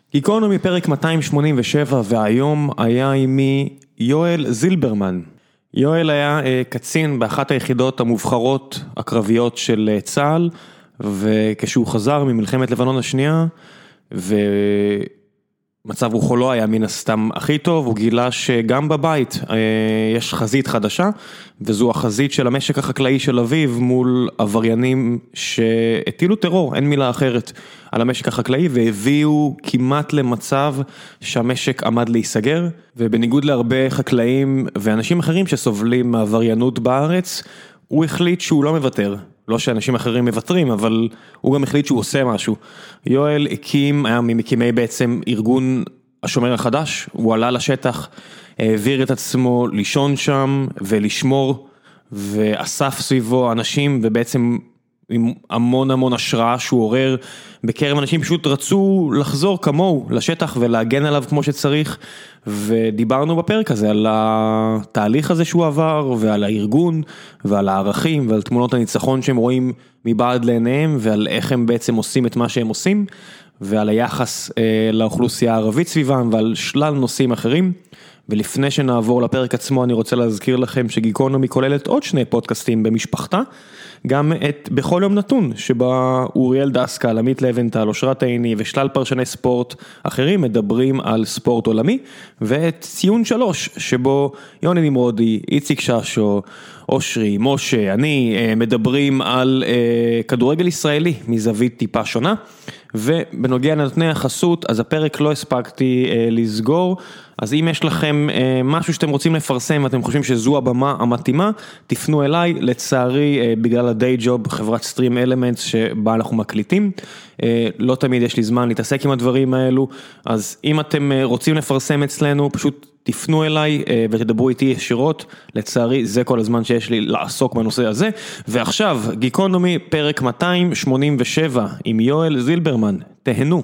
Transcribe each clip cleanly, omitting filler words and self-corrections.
גיקונומי פרק 287, והיום היה עימי יואל זילברמן. יואל היה קצין באחת היחידות המובחרות הקרביות של צה"ל, וכשהוא חזר ממלחמת לבנון השנייה, ומצב רוחו לא היה מן הסתם הכי טוב, הוא גילה שגם בבית יש חזית חדשה, וזו החזית של המשק החקלאי של אביו מול עבריינים שהטילו טרור, אין מילה אחרת, על המשק החקלאי, והביאו כמעט למצב שהמשק עמד להיסגר, ובניגוד להרבה חקלאים ואנשים אחרים שסובלים מעבריינות בארץ, הוא החליט שהוא לא מוותר. לא שאנשים אחרים מוותרים, אבל הוא גם החליט שהוא עושה משהו. יואל היה ממקימי בעצם ארגון השומר החדש, הוא עלה לשטח, העביר את עצמו לישון שם ולשמור, ואסף סביבו אנשים, ובעצם עם המון השראה שהוא עורר בקרב אנשים, פשוט רצו לחזור כמוהו לשטח ולהגן עליו כמו שצריך, ודיברנו בפרק הזה על התהליך הזה שהוא עבר, ועל הארגון, ועל הערכים, ועל תמונות הניצחון שהם רואים מבעד לעיניהם, ועל איך הם בעצם עושים את מה שהם עושים, ועל היחס לאוכלוסייה הערבית סביבם, ועל שלל נושאים אחרים. ולפני שנעבור לפרק עצמו, אני רוצה להזכיר לכם שגיקונומי כוללת עוד 2 פודקאסטים במשפחתה, גם את בכל יום נתון, שבה אוריאל דסקל, עמית לבנטל, אושרת עיני ושלל פרשני ספורט אחרים מדברים על ספורט עולמי, ואת ציון 3, שבו יוני נמרודי, איציק ששו, אושרי, משה, אני מדברים על כדורגל ישראלי מזווית טיפה שונה, ובנוגע לנותני החסות, אז הפרק לא הספקתי לסגור, אז אם יש לכם משהו שאתם רוצים לפרסם, ואתם חושבים שזו הבמה המתאימה, תפנו אליי, לצערי, בגלל הדיי ג'וב, חברת סטרים אלמנטס, שבה אנחנו מקליטים, לא תמיד יש לי זמן להתעסק עם הדברים האלו, אז אם אתם רוצים לפרסם אצלנו, פשוט תפנו אליי ותדברו איתי ישירות, לצערי זה כל הזמן שיש לי לעסוק בנושא הזה, ועכשיו גיקונומי פרק 287 עם יואל זילברמן, תהנו.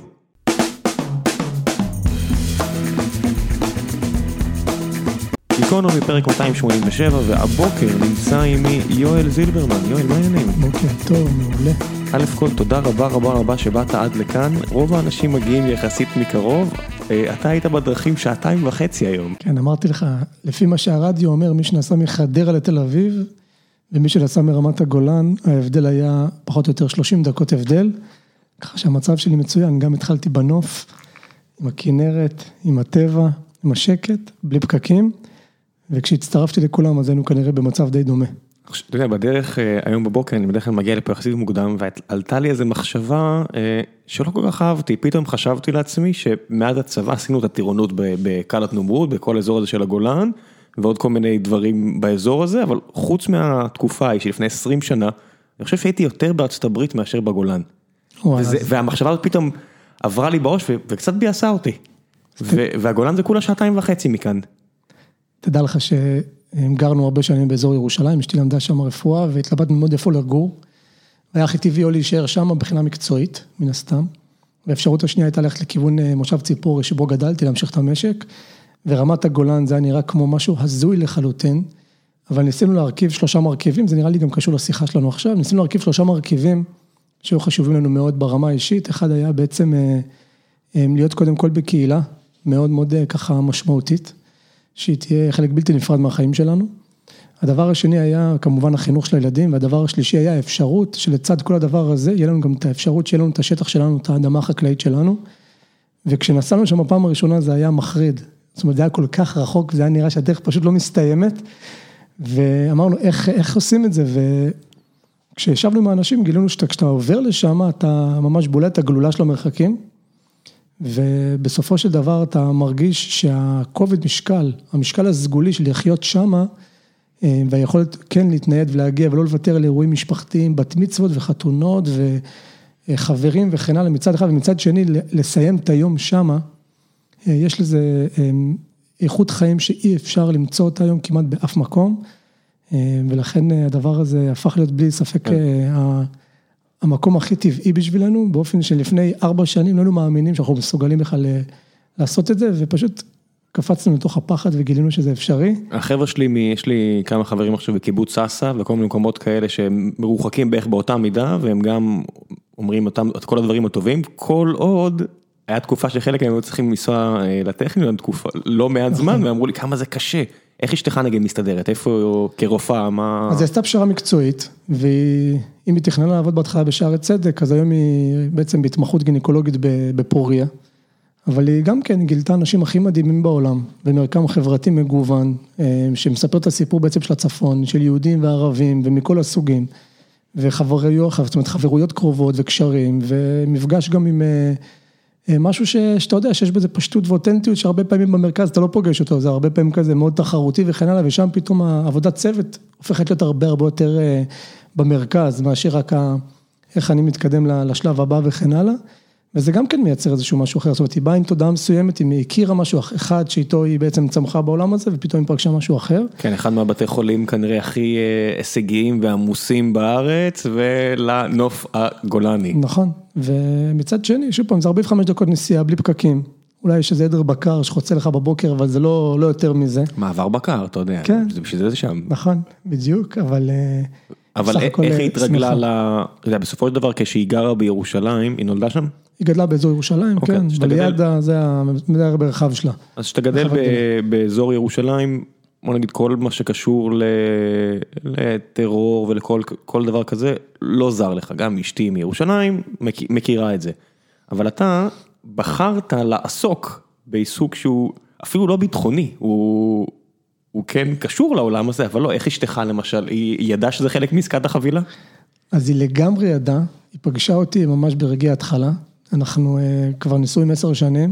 גיקונומי פרק 287, והבוקר נמצא עימי יואל זילברמן. יואל, מה העניינים? בוקר טוב, מעולה. א' כל, תודה רבה שבאת עד לכאן. רוב האנשים מגיעים יחסית מקרוב, אתה היית בדרכים 2.5 היום. כן, אמרתי לך, לפי מה שהרדיו אומר, מי שנסע מחדרה לתל אביב, ומי שנסע מרמת הגולן, ההבדל היה פחות או יותר 30 דקות הבדל, ככה שהמצב שלי מצוין, גם התחלתי בנוף, עם הכנרת, עם הטבע, עם השקט, בלי פקקים, וכשהצטרפתי לכולם, אז היינו כנראה במצב די דומה. אתה יודע, בדרך היום בבוקר, אני בדרך כלל מגיע לפה יחסית מוקדם, ועלתה לי איזו מחשבה שלא כל כך אהבתי, פתאום חשבתי לעצמי שמעד הצבא עשינו את הטירונות בקלת נומרוד, בכל האזור הזה של הגולן, ועוד כל מיני דברים באזור הזה, אבל חוץ מהתקופה היא שלפני 20 שנה, אני חושב שהייתי יותר בארצות הברית מאשר בגולן. והמחשבה הזאת פתאום עברה לי בראש וקצת ביאסה אותי. והגולן זה כולה 2.5 מכאן. תדע לך גרנו הרבה שנים באזור ירושלים, אשתי למדה שם רפואה, והתלבטנו מאוד איפה לגור, והיה הכי טבעי או להישאר שם מבחינה מקצועית, מן הסתם, והאפשרות השנייה הייתה ללכת לכיוון מושב ציפורי, שבו גדלתי, להמשיך את המשק, ורמת הגולן זה היה נראה כמו משהו הזוי לחלוטין, אבל ניסינו להרכיב 3 מרכיבים, זה נראה לי גם קשור לשיחה שלנו עכשיו, ניסינו להרכיב 3 מרכיבים, שהיו חשובים לנו מאוד ברמה האישית, אחד היה בעצם להיות קודם כל בקהילה, מאוד מאוד ככה משמעותית, שהיא תהיה חלק בלתי נפרד מהחיים שלנו. הדבר השני היה כמובן החינוך של הילדים, והדבר השלישי היה האפשרות שלצד כל הדבר הזה, יהיה לנו גם את האפשרות שיהיה לנו את השטח שלנו, את האדמה החקלאית שלנו, וכשנסענו שם הפעם הראשונה זה היה מחריד, זאת אומרת זה היה כל כך רחוק, זה היה נראה שהדרך פשוט לא מסתיימת, ואמרנו איך עושים את זה, וכשישבנו עם האנשים גילינו כשאתה עובר לשם, אתה ממש בולט את הגלולה של המרחקים, ובסופו של דבר אתה מרגיש שהכובד משקל, המשקל הסגולי של לחיות שמה, והיכולת כן להתנייד ולהגיע ולא לוותר על אירועים משפחתיים, בת מצוות וחתונות וחברים וכן הלאה מצד אחד, ומצד שני לסיים את היום שמה, יש לזה איכות חיים שאי אפשר למצוא אותה היום כמעט באף מקום, ולכן הדבר הזה הפך להיות בלי ספק המקום הכי טבעי בשבילנו, באופן שלפני 4 שנים לא היינו מאמינים שאנחנו מסוגלים בכלל לעשות את זה, ופשוט קפצנו לתוך הפחד וגילינו שזה אפשרי. החבר'ה שלי, יש לי כמה חברים עכשיו בקיבוץ סאסא, וכל מיני מקומות כאלה שהם מרוחקים בערך באותה מידה, והם גם אומרים את כל הדברים הטובים, כל עוד היה תקופה שחלק הם היו צריכים לנסוע לטכניון, תקופה, לא מעט זמן, ואמרו לי כמה זה קשה. איך אשתך נגיד מסתדרת? איפה כרופאה, מה... אז היא עשתה פשרה מקצועית, ואם היא תכננה לעבוד בהתחלה בשערי צדק, אז היום היא בעצם בהתמחות גינקולוגית בפוריה, אבל היא גם כן גילתה אנשים הכי מדהימים בעולם, במרקם חברתי מגוון, שמספר את הסיפור בעצם של הצפון, של יהודים וערבים, ומכל הסוגים, וחברויות קרובות וקשרים, ומפגש גם עם משהו שאתה יודע, שיש בזה פשטות ואותנטיות, שהרבה פעמים במרכז אתה לא פוגש אותו, זה הרבה פעמים כזה מאוד תחרותי וכן הלאה, ושם פתאום העבודת צוות הופכת להיות הרבה יותר במרכז, מאשר רק איך אני מתקדם לשלב הבא וכן הלאה, וזה גם כן מייצר איזשהו משהו אחר, זאת אומרת, היא באה עם תודעה מסוימת, היא הכירה משהו אחד שאיתו היא בעצם צמחה בעולם הזה, ופתאום היא פגשה משהו אחר. כן, אחד מהבתי חולים כנראה הכי הישגיים ועמוסים בארץ, ולנוף הגולני. נכון, ומצד שני, שוב פעם, זה 45 דקות נסיעה בלי פקקים, אולי יש איזה עדר בקר שחוצה לך בבוקר, אבל זה לא יותר מזה. מעבר בקר, אתה יודע, כן. זה בשביל זה שם. נכון, בדיוק, אבל איך היא התרגלה, בסופו של דבר כשהיא גרה בירושלים, היא נולדה שם? היא גדלה באזור ירושלים, כן, וליד זה היה ברחב שלה. אז שאתה גדל באזור ירושלים, בוא נגיד כל מה שקשור לטרור ולכל דבר כזה, לא זר לך, גם אשתי מירושלים מכירה את זה. אבל אתה בחרת לעסוק בעיסוק שהוא אפילו לא ביטחוני, הוא כן קשור לעולם הזה, אבל לא, איך אשתך למשל, היא ידעה שזה חלק מעסקת החבילה? אז היא לגמרי ידעה, היא פגשה אותי ממש ברגעי ההתחלה, אנחנו כבר נשואים 10 שנים,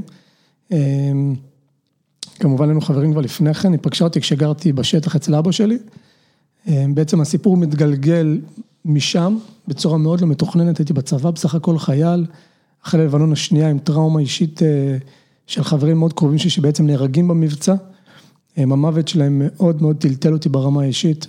כמובן היינו חברים כבר לפני כן, היא פגשה אותי כשגרתי בשטח אצל אבא שלי, בעצם הסיפור מתגלגל משם, בצורה מאוד לא מתוכננת, הייתי בצבא בסך הכל חייל, אחרי לבנון השנייה עם טראומה אישית של חברים מאוד קרובים שבעצם נהרגים במבצע, המוות שלהם מאוד מאוד טלטל אותי ברמה האישית,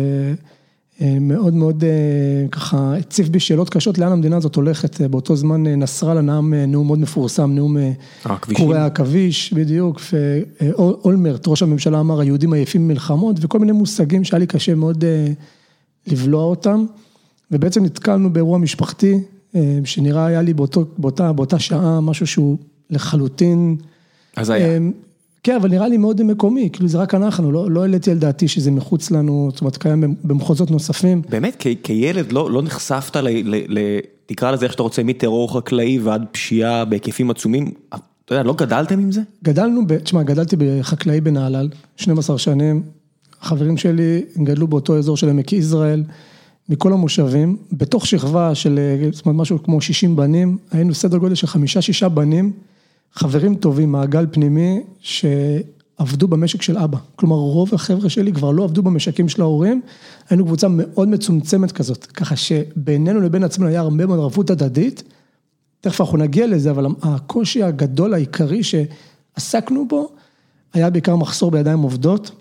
ומאוד מאוד ככה הציף בי שאלות קשות לאן המדינה הזאת הולכת, באותו זמן נסראללה נאם נאום מאוד מפורסם, נאום קורי העכביש, בדיוק, ואולמרט, ראש הממשלה אמר, היהודים עייפים ממלחמות, וכל מיני מושגים שהיה לי קשה מאוד לבלוע אותם, ובעצם נתקלנו באירוע משפחתי, שנראה היה לי באותה שעה משהו שהוא לחלוטין, אז היה. כן, אבל נראה לי מאוד מקומי, כאילו זה רק אנחנו, לא העליתי על דעתי שזה מחוץ לנו, זאת אומרת, קיים במחוזות נוספים. באמת, כילד לא נחשפת תקרא לזה איך שאתה רוצה, מטרור חקלאי ועד פשיעה בהיקפים עצומים, אתה יודע, לא גדלתם עם זה? גדלתי בחקלאי בנהלל, 12 שנים, החברים שלי גדלו באותו אזור של עמק יזרעאל, מכל המושבים, בתוך שכבה של, זאת אומרת, משהו כמו 60 בנים, היינו סדר גודל של 5-6 בנים, חברים טובים, מעגל פנימי, שעבדו במשק של אבא. כלומר, רוב החבר'ה שלי כבר לא עבדו במשקים של ההורים, היינו קבוצה מאוד מצומצמת כזאת, ככה שבינינו לבין עצמנו היה הרבה מאוד ערבות הדדית, תכף אנחנו נגיע לזה, אבל הקושי הגדול העיקרי שעסקנו בו, היה בעיקר מחסור בידיים עובדות,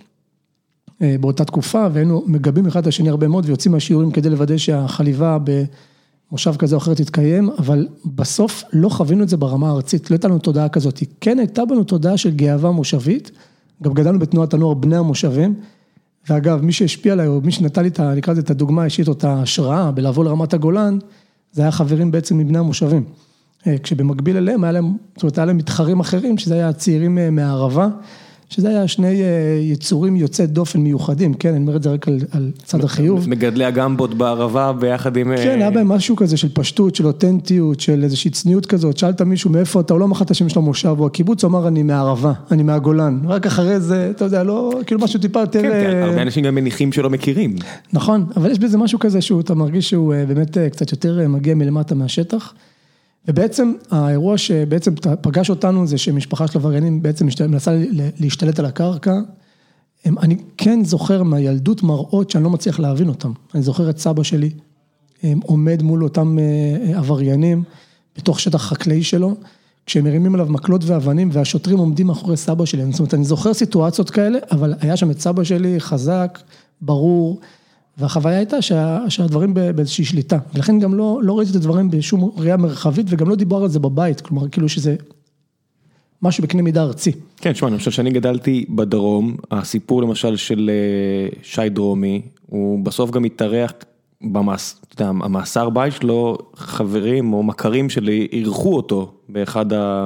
באותה תקופה, והיינו מגבים אחד השני הרבה מאוד, ויוצאים מהשיעורים כדי לוודא שהחליבה במושב כזה או אחר תתקיים, אבל בסוף לא חווינו את זה ברמה הארצית, לא הייתה לנו תודעה כזאת, כן הייתה בנו תודעה של גאווה מושבית, גם גדלנו בתנועת הנוער בני המושבים, ואגב, מי שהשפיע עליי, או מי שנתן לי נקרא לזה את הדוגמה האישית, או את ההשראה, בלעבור לרמת הגולן, זה היה חברים בעצם מבני המושבים, כשבמקביל אליהם, זאת אומרת, היה להם מתחרים אחרים, שזה היה הצעירים מהערבה, שזה היה שני יצורים יוצאי דופן מיוחדים, כן, אני אומר את זה רק על צד החיוב. מגדלי הגמבות בערבה ביחד עם... כן, היה בהם משהו כזה של פשטות, של אותנטיות, של איזושהי צניעות כזאת, שאלת מישהו מאיפה אתה, הוא לא אמר את השם של המושב, או הקיבוץ, הוא אמר אני מהערבה, אני מהגולן, רק אחרי זה, אתה יודע, לא, כאילו משהו טיפה יותר... כן, הרבה אנשים גם מניחים שלא מכירים. נכון, אבל יש בזה משהו כזה שהוא, אתה מרגיש שהוא באמת קצת יותר מגיע מלמטה מהשטח. ובעצם האירוע שבעצם פגש אותנו זה שמשפחה של עבריינים בעצם מנסה להשתלט על הקרקע, אני כן זוכר מהילדות מראות שאני לא מצליח להבין אותם, אני זוכר את סבא שלי, עומד מול אותם עבריינים בתוך שטח חקלאי שלו, כשהם מרימים עליו מקלות ואבנים והשוטרים עומדים מאחורי סבא שלי, זאת אומרת אני זוכר סיטואציות כאלה, אבל היה שם את סבא שלי חזק, ברור, והחוויה הייתה שהדברים באיזושהי שליטה, ולכן גם לא ראיתי את הדברים בשום ראייה מרחבית, וגם לא דיבר על זה בבית, כלומר, כאילו שזה משהו בקנה מידה ארצי. כן, שמע, אני חושב שאני גדלתי בדרום, הסיפור למשל של שי דרומי, הוא בסוף גם התארח המאסר בית שלו, חברים או מכרים שלי, אירחו אותו באחד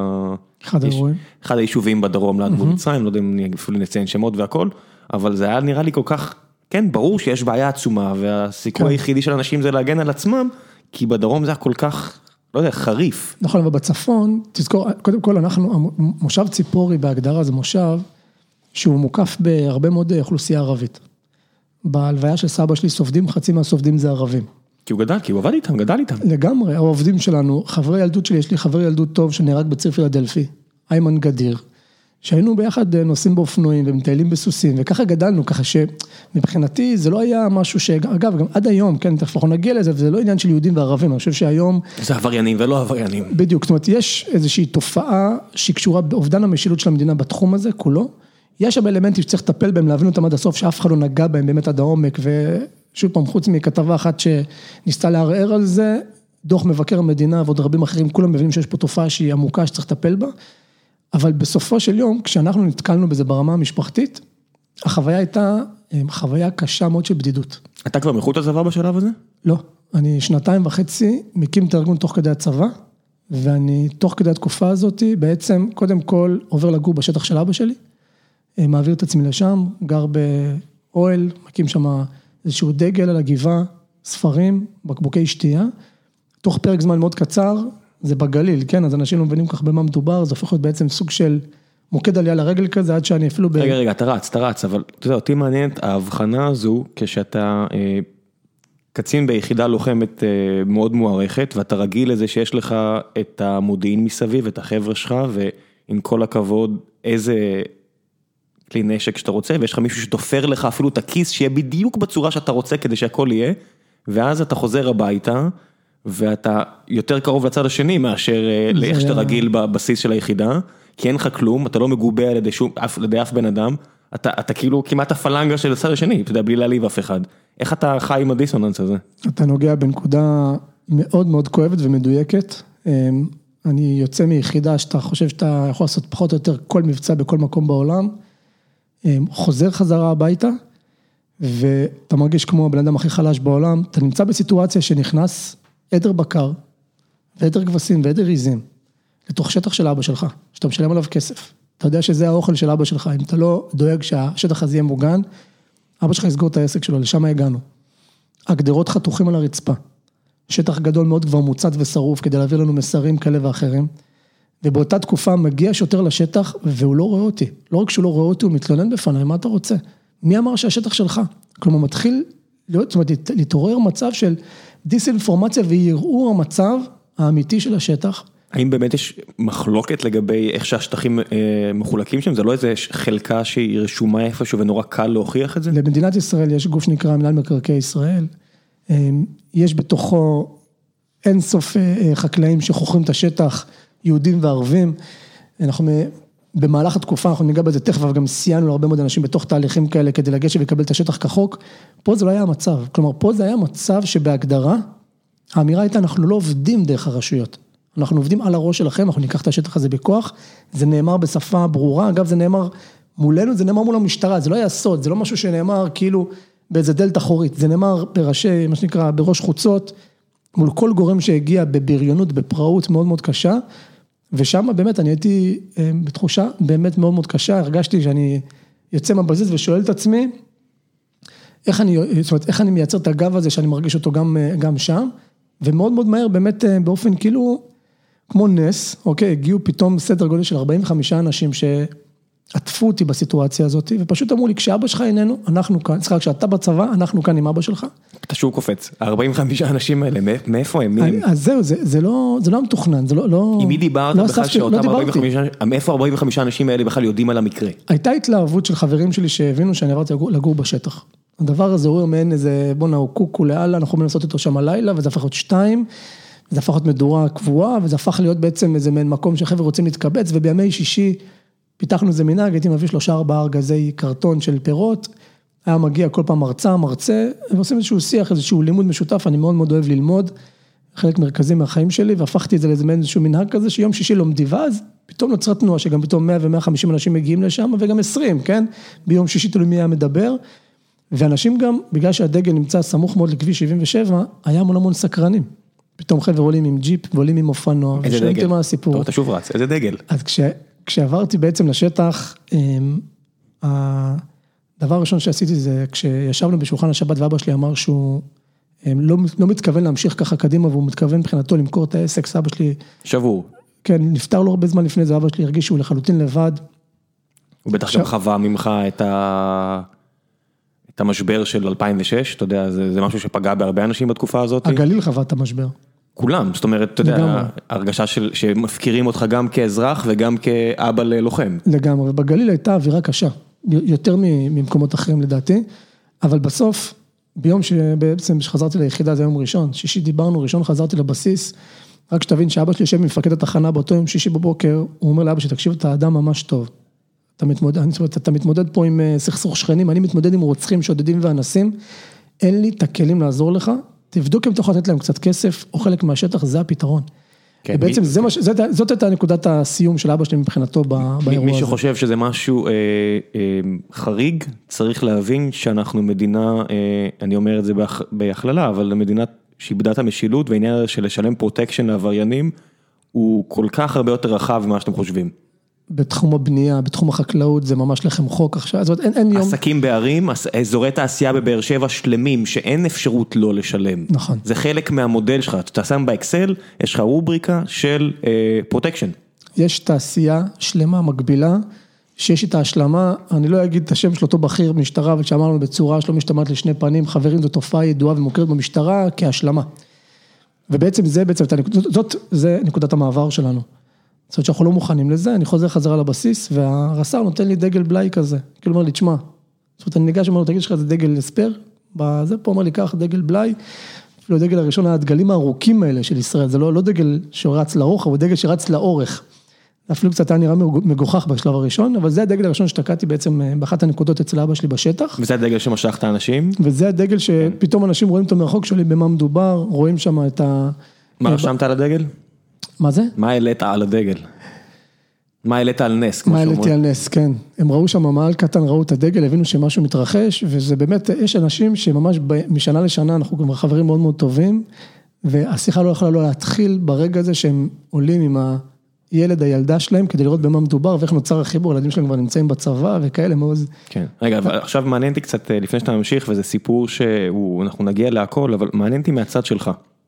היישובים בדרום ליד גבול מצרים, לא יודע אם אני אפילו נציין שמות והכל, אבל זה היה נראה לי כל כך, כן, ברור שיש בעיה עצומה, והסיכוי היחידי של אנשים זה להגן על עצמם, כי בדרום זה היה כל כך, לא יודע, חריף. נכון, אבל בצפון, תזכור, קודם כל אנחנו, מושב ציפורי בהגדרה זה מושב, שהוא מוקף בהרבה מאוד אוכלוסייה ערבית. בהלוויה של סבא שלי סופדים, חצי מהסופדים זה ערבים. כי הוא גדל, כי הוא עבד איתם, גדל איתם. לגמרי, העובדים שלנו, חברי ילדות שלי, יש לי חבר ילדות טוב שנהרג בציר פילדלפי, איימן גדיר, שהיינו ביחד נוסעים באופנועים ומטיילים בסוסים, וככה גדלנו, ככה שמבחינתי זה לא היה משהו אגב, גם עד היום, כן, תכף אנחנו נגיע לזה, וזה לא עניין של יהודים וערבים, אני חושב שהיום... זה עבריינים ולא עבריינים. בדיוק, זאת אומרת, יש איזושהי תופעה שקשורה באובדן המשילות של המדינה בתחום הזה, כולו. יש שם אלמנטים שצריך לטפל בהם, להבין אותם עד הסוף, שאף אחד לא נגע בהם באמת עד העומק, ושוב פעם, חוץ מכתבה אחת שניסתה לערער על זה, דוח מבקר המדינה ועוד רבים אחרים, כולם מבינים שיש פה תופעה שהיא עמוקה שצריך לטפל בה, אבל בסופו של יום, כשאנחנו נתקלנו בזה ברמה המשפחתית, החוויה הייתה חוויה קשה מאוד של בדידות. אתה כבר מחוץ לצבא בשלב הזה? לא, אני 2.5 מקים את הארגון תוך כדי הצבא, ואני תוך כדי התקופה הזאת, בעצם קודם כל עובר לגור בשטח של אבא שלי, מעביר את עצמי לשם, גר באוהל, מקים שם איזשהו דגל על הגבעה, ספרים, בקבוקי שתייה, תוך פרק זמן מאוד קצר, זה בגליל, כן, אז אנשים לא מבינים כך במה מדובר, זה הופך להיות בעצם סוג של מוקד עלייה לרגל כזה, עד שאני אפילו... רגע, אתה רץ, אבל אתה יודע, אותי מעניינת ההבחנה הזו, כשאתה קצין ביחידה לוחמת מאוד מוערכת, ואתה רגיל לזה שיש לך את המודיעין מסביב, את החבר'ה שלך, ועם כל הכבוד, איזה כלי נשק שאתה רוצה, ויש לך מישהו שתופר לך אפילו את הכיס, שיהיה בדיוק בצורה שאתה רוצה, כדי שהכל יהיה, ואז אתה חוזר הביתה, ואתה יותר קרוב לצד השני, מאשר לאיך שאתה רגיל בבסיס של היחידה, כי אין לך כלום, אתה לא מגובה על ידי אף בן אדם, אתה כאילו כמעט הפלנגה של הצד השני, אתה יודע, בלי להעליב אף אחד. איך אתה חי עם הדיסוננס הזה? אתה נוגע בנקודה מאוד מאוד כואבת ומדויקת. אני יוצא מיחידה שאתה חושב שאתה יכול לעשות פחות או יותר כל מבצע בכל מקום בעולם, חוזר חזרה הביתה, ואתה מרגיש כמו הבן אדם הכי חלש בעולם, אתה נמצא בסיטואציה שנכנס עדר בקר, ועדר כבשים ועדר עיזים, לתוך שטח של אבא שלך, שאתה משלם עליו כסף. אתה יודע שזה האוכל של אבא שלך, אם אתה לא דואג שהשטח הזה יהיה מוגן, אבא שלך יסגור את העסק שלו, לשם הגענו. הגדרות חתוכים על הרצפה, שטח גדול מאוד כבר מוצת ושרוף, כדי להעביר לנו מסרים כאלה ואחרים, ובאותה תקופה מגיע שוטר לשטח, והוא לא רואה אותי. לא רק שהוא לא רואה אותי, הוא מתלונן בפניי, מה אתה רוצה? מי אמר שהשטח שלך? כלומר, מתחיל להיות, זאת אומרת, להתעורר מצב של דיסאינפורמציה, ויראו המצב האמיתי של השטח. האם באמת יש מחלוקת לגבי איך שהשטחים מחולקים שם? זה לא איזה חלקה שהיא רשומה איפשהו ונורא קל להוכיח את זה? למדינת ישראל יש גוף שנקרא מנהל מקרקעי ישראל. יש בתוכו אין סוף חקלאים שחוכרים את השטח, יהודים וערבים. אנחנו במהלך התקופה, אנחנו ניגע בזה תכף, אבל גם סייענו להרבה מאוד אנשים בתוך תהליכים כאלה, כדי לגשת ולקבל את השטח כחוק. פה זה לא היה המצב. כלומר, פה זה היה מצב שבהגדרה, האמירה הייתה, אנחנו לא עובדים דרך הרשויות. אנחנו עובדים על הראש שלכם, אנחנו ניקח את השטח הזה בכוח, זה נאמר בשפה ברורה, אגב זה נאמר מולנו, זה נאמר מול המשטרה, זה לא היה סוד, זה לא משהו שנאמר כאילו באיזה דלת אחורית, זה נאמר בראשי, מה שנקרא, בראש חוצות, מול כל גורם שהגיע בבריונות, בפראות מאוד מאוד קשה, ושם באמת אני הייתי בתחושה באמת מאוד מאוד קשה, הרגשתי שאני יוצא מהבסיס ושואל את עצמי, איך אני מייצר את הגב הזה שאני מרגיש אותו גם שם, ומאוד מאוד מהר באמת באופן כאילו, כמו נס, אוקיי, הגיעו פתאום סדר גודל של 45 אנשים שעטפו אותי בסיטואציה הזאת, ופשוט אמרו לי, כשאבא שלך איננו, אנחנו כאן, סליחה, כשאתה בצבא, אנחנו כאן עם אבא שלך. אתה שוב קופץ, 45 אנשים האלה, מאיפה הם? אז זהו, זה לא מתוכנן, זה לא... עם מי דיברת בכלל שאותם 45, מאיפה 45 אנשים האלה בכלל יודעים על המקרה? הייתה התלהבות של חברים שלי שהבינו שאני עברתי לגור בשטח. הדבר הזה הוא מעין איזה, בוא נאו קוקו לאללה, אנחנו יכולים לעשות אותו שם הלילה, וזה הפך להיות 2, וזה הפך להיות מדורה קבועה, וזה הפך להיות בעצם איזה מעין מקום שחבר'ה רוצים להתקבץ, ובימי שישי פיתחנו איזה מנהג, הייתי מביא 3-4 ארגזי קרטון של פירות, היה מגיע כל פעם מרצה, ועושים איזשהו שיח, איזשהו לימוד משותף, אני מאוד מאוד אוהב ללמוד, חלק מרכזי מהחיים שלי, והפכתי את זה לאיזה מעין איזשהו מנהג כזה, שיום שישי לומדי, ואז פתאום נוצרה תנועה, שגם פתאום 100 ו-150 אנשים מגיעים לשם, וגם 20, כן? ביום שישי תלוי מי היה מדבר, ואנשים גם, בגלל שהדגל נמצא סמוך מאוד לכביש 77, היה המון סקרנים. פתאום חבר'ה עולים עם ג'יפ, ועולים עם אופנוע, ושאלתי מה הסיפור. טוב, אתה שוב רץ, איזה דגל? אז כשעברתי בעצם לשטח, הדבר הראשון שעשיתי זה, כשישבנו בשולחן השבת, ואבא שלי אמר שהוא לא מתכוון להמשיך ככה קדימה, והוא מתכוון מבחינתו למכור את העסק, סבא שלי... שבור. כן, נפטר לו הרבה זמן לפני זה, אבא שלי הרגיש שהוא לחלוטין לבד. הוא בטח גם חווה ממך את המשבר של 2006, אתה יודע, זה משהו שפגע בהרבה אנשים בתקופה הזאת. הגליל חווה את המשבר. כולם, זאת אומרת, אתה יודע, הרגשה שמפקירים אותך גם כאזרח וגם כאבא ללוחם. לגמרי, ובגליל הייתה אווירה קשה, יותר ממקומות אחרים לדעתי, אבל בסוף, ביום שבעצם שחזרתי ליחידה, זה יום ראשון, שישי דיברנו, ראשון חזרתי לבסיס, רק שתבין שאבא שלי יושב ממפקד התחנה באותו יום שישי בבוקר, הוא אומר לאבא שלי, תקשיב, אתה אדם ממש טוב. אתה מתמודד פה עם סכסוך שכנים, אני מתמודד עם רוצחים, שודדים ואנסים, אין לי את הכלים לעזור לך, תבדוק אם תוכל לתת להם קצת כסף, או חלק מהשטח, זה הפתרון. ובעצם זאת הייתה נקודת הסיום של אבא שלי מבחינתו באירוע הזה. מי שחושב שזה משהו חריג, צריך להבין שאנחנו מדינה, אני אומר את זה בהכללה, אבל מדינה שאיבדה את המשילות, והעניין של לשלם פרוטקשן לעבריינים, הוא כל כך הרבה יותר רחב ממה שאתם חושבים. בתחום הבנייה, בתחום החקלאות, זה ממש לכם חוק עכשיו, זאת אומרת, אין יום... עסקים בערים, אזורי תעשייה בבאר שבע שלמים, שאין אפשרות לא לשלם. נכון. זה חלק מהמודל שלך, אתה שם באקסל, יש לך רובריקה של פרוטקשן. יש תעשייה שלמה, מקבילה, שיש איתה השלמה, אני לא אגיד את השם של אותו בכיר במשטרה, אבל שאמרנו בצורה שלא משתמעת לשני פנים, חברים, זו תופעה ידועה ומוכרת במשטרה כהשלמה. ובעצם זה נקודת המעבר שלנו. זאת אומרת שאנחנו לא מוכנים לזה, אני חוזר חזרה לבסיס, והרס"ר נותן לי דגל בלאי כזה, כאילו אומר לי, תשמע, זאת אומרת, אני ניגש ואומר לו, תגיד שלך זה דגל ספר, בזה פה אומר לי, קח דגל בלאי, אפילו הדגל הראשון, הדגלים הארוכים האלה של ישראל, זה לא דגל שרץ לאורך, הוא דגל שרץ לאורך, אפילו קצת היה נראה מגוחך בשלב הראשון, אבל זה הדגל הראשון שתקעתי בעצם באחת הנקודות אצל אבא שלי בשטח. וזה הדגל שמשך את האנשים? וזה הדגל שפתאום אנשים רואים אותו מרחוק שלי, במה מדובר, רואים שם את ה... מה רשמת על הדגל? מה זה? מה העלית על הדגל? מה העלית על נס? מה העליתי על נס, כן. הם ראו שם מעל קטן, ראו את הדגל, הבינו שמשהו מתרחש, וזה באמת, יש אנשים שממש משנה לשנה, אנחנו כבר חברים מאוד מאוד טובים, והשיחה לא יכולה לא להתחיל ברגע הזה שהם עולים עם הילד, הילדה שלהם, כדי לראות במה מדובר, ואיך נוצר החיבור, הילדים שלהם כבר נמצאים בצבא, וכאלה מאוד. כן, רגע, עכשיו מעניין אותי קצת, לפני שאתה ממשיך, וזה סיפור שאנחנו נגיע להכל, אבל מעניין אותי מהצד שלך.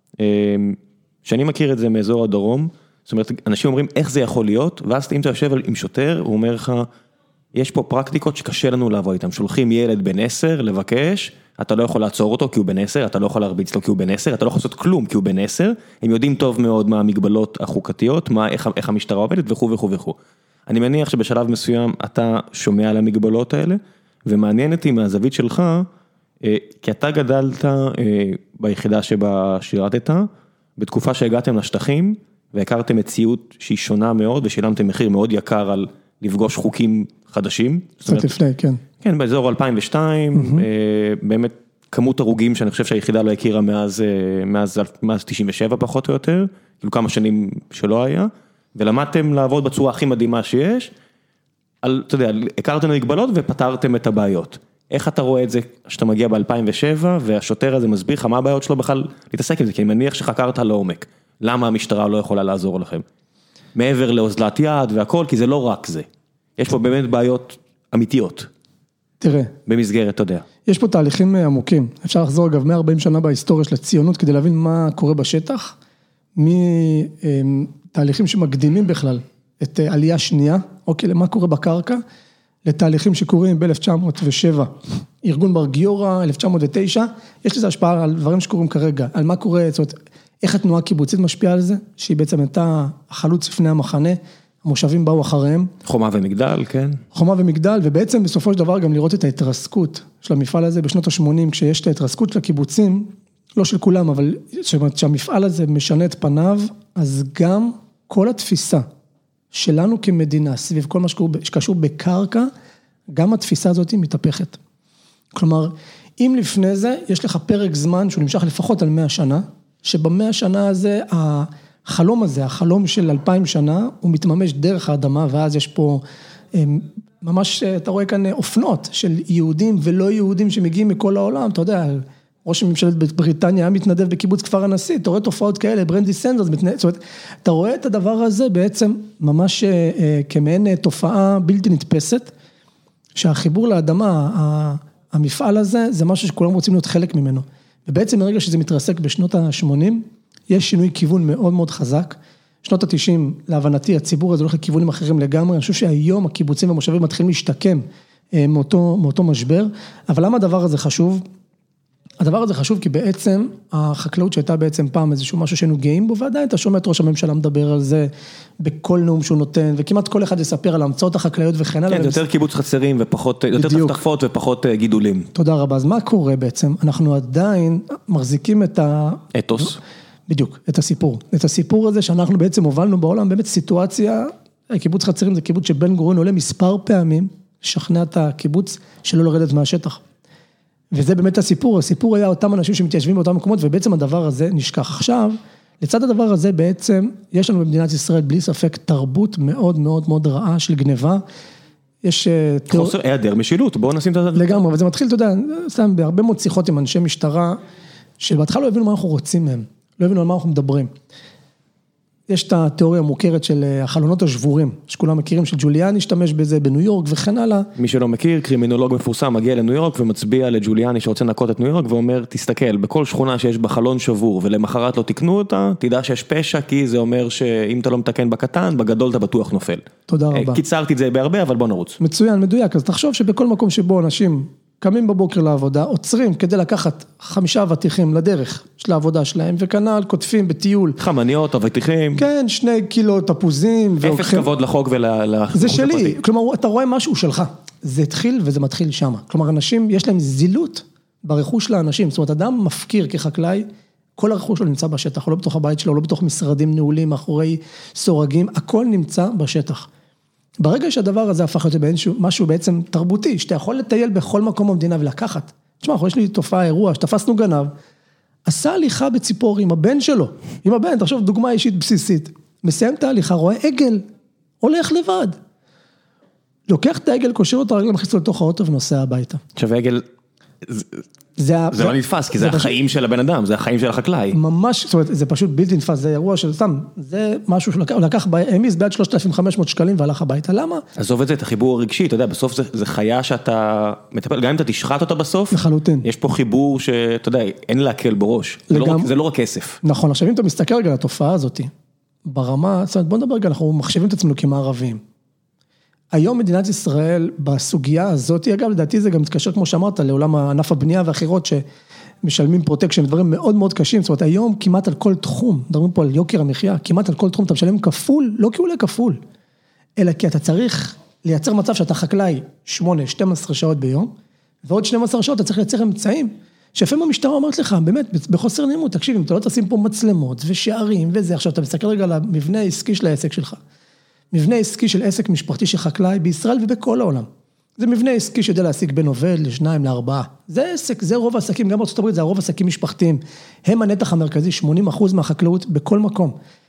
שאני מכיר את זה מאזור הדרום, זאת אומרת, אנשים אומרים, איך זה יכול להיות? ואז אם אתה יושב עם שוטר, הוא אומר לך, יש פה פרקטיקות שקשה לנו לעבוד איתם. שולחים ילד בן 10 לבקש, אתה לא יכול לעצור אותו כי הוא בן 10, אתה לא יכול להרביץ לו כי הוא בן 10, אתה לא יכול לעשות כלום כי הוא בן 10, הם יודעים טוב מאוד מה המגבלות החוקתיות, איך המשטרה עובדת וכו' וכו' וכו'. אני מניח שבשלב מסוים אתה שומע על המגבלות האלה, ומעניין אותי מהזווית שלך, כי אתה גדלת ביחידה שבה שירתת, בתקופה שהגעתם לשטחים, והכרתם מציאות שהיא שונה מאוד, ושילמתם מחיר מאוד יקר על לפגוש חוקים חדשים. קצת לפני, כן. כן, באזור 2002, באמת כמות הרוגים שאני חושב שהיחידה לא הכירה מאז 97 פחות או יותר, כאילו כמה שנים שלא היה, ולמדתם לעבוד בצורה הכי מדהימה שיש, אתה יודע, הכרתם מגבלות ופתרתם את הבעיות. איך אתה רואה את זה שאתה מגיע ב-2007, והשוטר הזה מסביר לך מה הבעיות שלו בכלל להתעסק עם זה, כי אני מניח שחקרת לעומק. למה המשטרה לא יכולה לעזור לכם? מעבר לאוזלת יד והכל, כי זה לא רק זה. יש פה באמת בעיות אמיתיות. תראה. במסגרת, אתה יודע. יש פה תהליכים עמוקים. אפשר לחזור אגב 140 שנה בהיסטוריה של הציונות, כדי להבין מה קורה בשטח, מתהליכים שמקדימים בכלל את עלייה שנייה, אוקיי, למה קורה בקרקע, לתהליכים שקורים ב-1907, ארגון בר גיורא, 1909, יש לזה השפעה על דברים שקורים כרגע, על מה קורה, זאת אומרת, איך התנועה הקיבוצית משפיעה על זה, שהיא בעצם הייתה החלוץ לפני המחנה, המושבים באו אחריהם. חומה ומגדל, כן. חומה ומגדל, ובעצם בסופו של דבר גם לראות את ההתרסקות של המפעל הזה בשנות ה-80, כשיש את ההתרסקות של הקיבוצים, לא של כולם, אבל שהמפעל הזה משנה את פניו, אז גם כל התפיסה שלנו כמדינה, סביב כל מה שקשור בקרקע, גם התפיסה הזאת מתהפכת. כלומר, אם לפני זה יש לך פרק זמן שהוא נמשך לפחות על 100 שנה, שב100 שנה הזה, החלום הזה, החלום של 2000 שנה, הוא מתממש דרך האדמה, ואז יש פה ממש אתה רואה כאן אופנות של יהודים ולא יהודים שמגיעים מכל העולם, אתה יודע, ראש ממשלת בריטניה היה מתנדב בקיבוץ כפר הנשיא, אתה רואה תופעות כאלה, ברנדי סנדרס, זאת אומרת, אתה רואה את הדבר הזה בעצם ממש כמעין תופעה בלתי נתפסת, שהחיבור לאדמה, המפעל הזה, זה משהו שכולם רוצים להיות חלק ממנו. ובעצם מרגע שזה מתרסק בשנות ה-80, יש שינוי כיוון מאוד מאוד חזק. שנות ה-90, להבנתי, הציבור הזה הולך לכיוונים אחרים לגמרי. אני חושב שהיום הקיבוצים והמושבים מתחילים להשתקם מאותו משבר. אבל למה הדבר הזה חשוב? הדבר הזה חשוב כי בעצם החקלאות שהייתה בעצם פעם איזשהו משהו שהיינו גאים בו, ועדיין אתה שומע את ראש הממשלה מדבר על זה בכל נאום שהוא נותן, וכמעט כל אחד יספר על המצאות החקלאיות וכן הלאה. כן, יותר קיבוץ חצרים ופחות, יותר טפטפות ופחות גידולים. תודה רבה. אז מה קורה בעצם? אנחנו עדיין מחזיקים את אתוס. בדיוק, את הסיפור. את הסיפור הזה שאנחנו בעצם הובלנו בעולם, באמת סיטואציה, קיבוץ חצרים זה קיבוץ שבן גוריון עולה מספר פעמים, לשכנע את הקיבוץ שלא לרדת מהשטח. וזה באמת הסיפור, הסיפור היה אותם אנשים שמתיישבים באותם מקומות, ובעצם הדבר הזה נשכח. עכשיו, לצד הדבר הזה בעצם, יש לנו במדינת ישראל בלי ספק תרבות מאוד מאוד מאוד רעה של גניבה. יש חוסר היעדר משילות, בואו נשים את זה. לגמרי, וזה מתחיל, אתה יודע, סתם בהרבה מאוד שיחות עם אנשי משטרה, שבהתחלה לא הבינו מה אנחנו רוצים מהם, לא הבינו על מה אנחנו מדברים. יש את התיאוריה המוכרת של החלונות השבורים, שכולם מכירים, של ג'וליאני השתמש בזה בניו יורק וכן הלאה. מי שלא מכיר, קרימינולוג מפורסם מגיע לניו יורק ומצביע לג'וליאני שרוצה לנקות את ניו יורק, ואומר, תסתכל, בכל שכונה שיש בה חלון שבור, ולמחרת לא תקנו אותה, תדע שיש פשע, כי זה אומר שאם אתה לא מתקן בקטן, בגדול אתה בטוח נופל. תודה רבה. קיצרתי את זה בהרבה, אבל בוא נרוץ. מצוין, מדויק. אז תחשוב שבכל מקום שבו אנשים קמים בבוקר לעבודה, עוצרים כדי לקחת 5 אבטיחים לדרך של העבודה שלהם, וכנ"ל כותפים בטיול. חמניות, אבטיחים. כן, 2 קילו תפוזים. אפס כבוד לחוק זה שלי, כלומר, אתה רואה משהו שלך. זה התחיל וזה מתחיל שם. כלומר, אנשים, יש להם זילות ברכוש לאנשים. זאת אומרת, אדם מפקיר כחקלאי, כל הרכוש שלו נמצא בשטח, הוא לא בתוך הבית שלו, לא בתוך משרדים נעולים, מאחורי סורגים, הכל נמצא בשטח. ברגע שהדבר הזה הפך להיות משהו בעצם תרבותי, שאתה יכול לטייל בכל מקום במדינה ולקחת. תשמע, יש לי תופעה, אירוע, שתפסנו גנב, עשה הליכה בציפור עם הבן שלו, עם הבן, תחשוב, דוגמה אישית בסיסית, מסיים את ההליכה, רואה עגל, הולך לבד. לוקח את העגל, קושר אותו הרגל, מכניס לו לתוך האוטו ונוסע הביתה. עכשיו העגל, זה לא נתפס, כי זה החיים של הבן אדם, זה החיים של החקלאי. ממש, זאת אומרת, זה פשוט בלתי נתפס, זה אירוע של סתם, זה משהו שהוא לקח, העמיס בעד 3,500 שקלים והלך הביתה, למה? עזוב את זה, את החיבור הרגשי, אתה יודע, בסוף זה חיה שאתה מטפל, גם אם אתה תשחט אותה בסוף, לחלוטין. יש פה חיבור שאתה יודע, אין להקל בראש, זה לא רק כסף. נכון, עכשיו אם אתה מסתכל רגע על התופעה הזאת, ברמה, זאת אומרת, בוא נדבר רגע, אנחנו מחשבים את עצמנו כמערבים. היום מדינת ישראל בסוגיה הזאת, אגב, לדעתי זה גם מתקשר, כמו שאמרת, לעולם הענף הבנייה ואחרות שמשלמים פרוטקשן, דברים מאוד מאוד קשים, זאת אומרת, היום כמעט על כל תחום, מדברים פה על יוקר המחיה, כמעט על כל תחום אתה משלם כפול, לא כי הוא עולה כפול, אלא כי אתה צריך לייצר מצב שאתה חקלאי 8-12 שעות ביום, ועוד 12 שעות אתה צריך לייצר אמצעים, שלפעמים המשטרה אומרת לך, באמת, בחוסר נעימות, תקשיב, אם אתה לא תשים פה מצלמות ושערים וזה, עכשיו אתה מסתכל רגע על המבנה העסקי של העסק שלך. מבנה עסקי של עסק משפחתי של חקלאי בישראל ובכל העולם. זה מבנה עסקי שיודע להשיג בין עובד ל2 ל4. זה עסק, זה רוב העסקים, גם בארצות הברית זה הרוב עסקים משפחתיים. הם הנתח המרכזי, 80% מהחקלאות בכל מקום.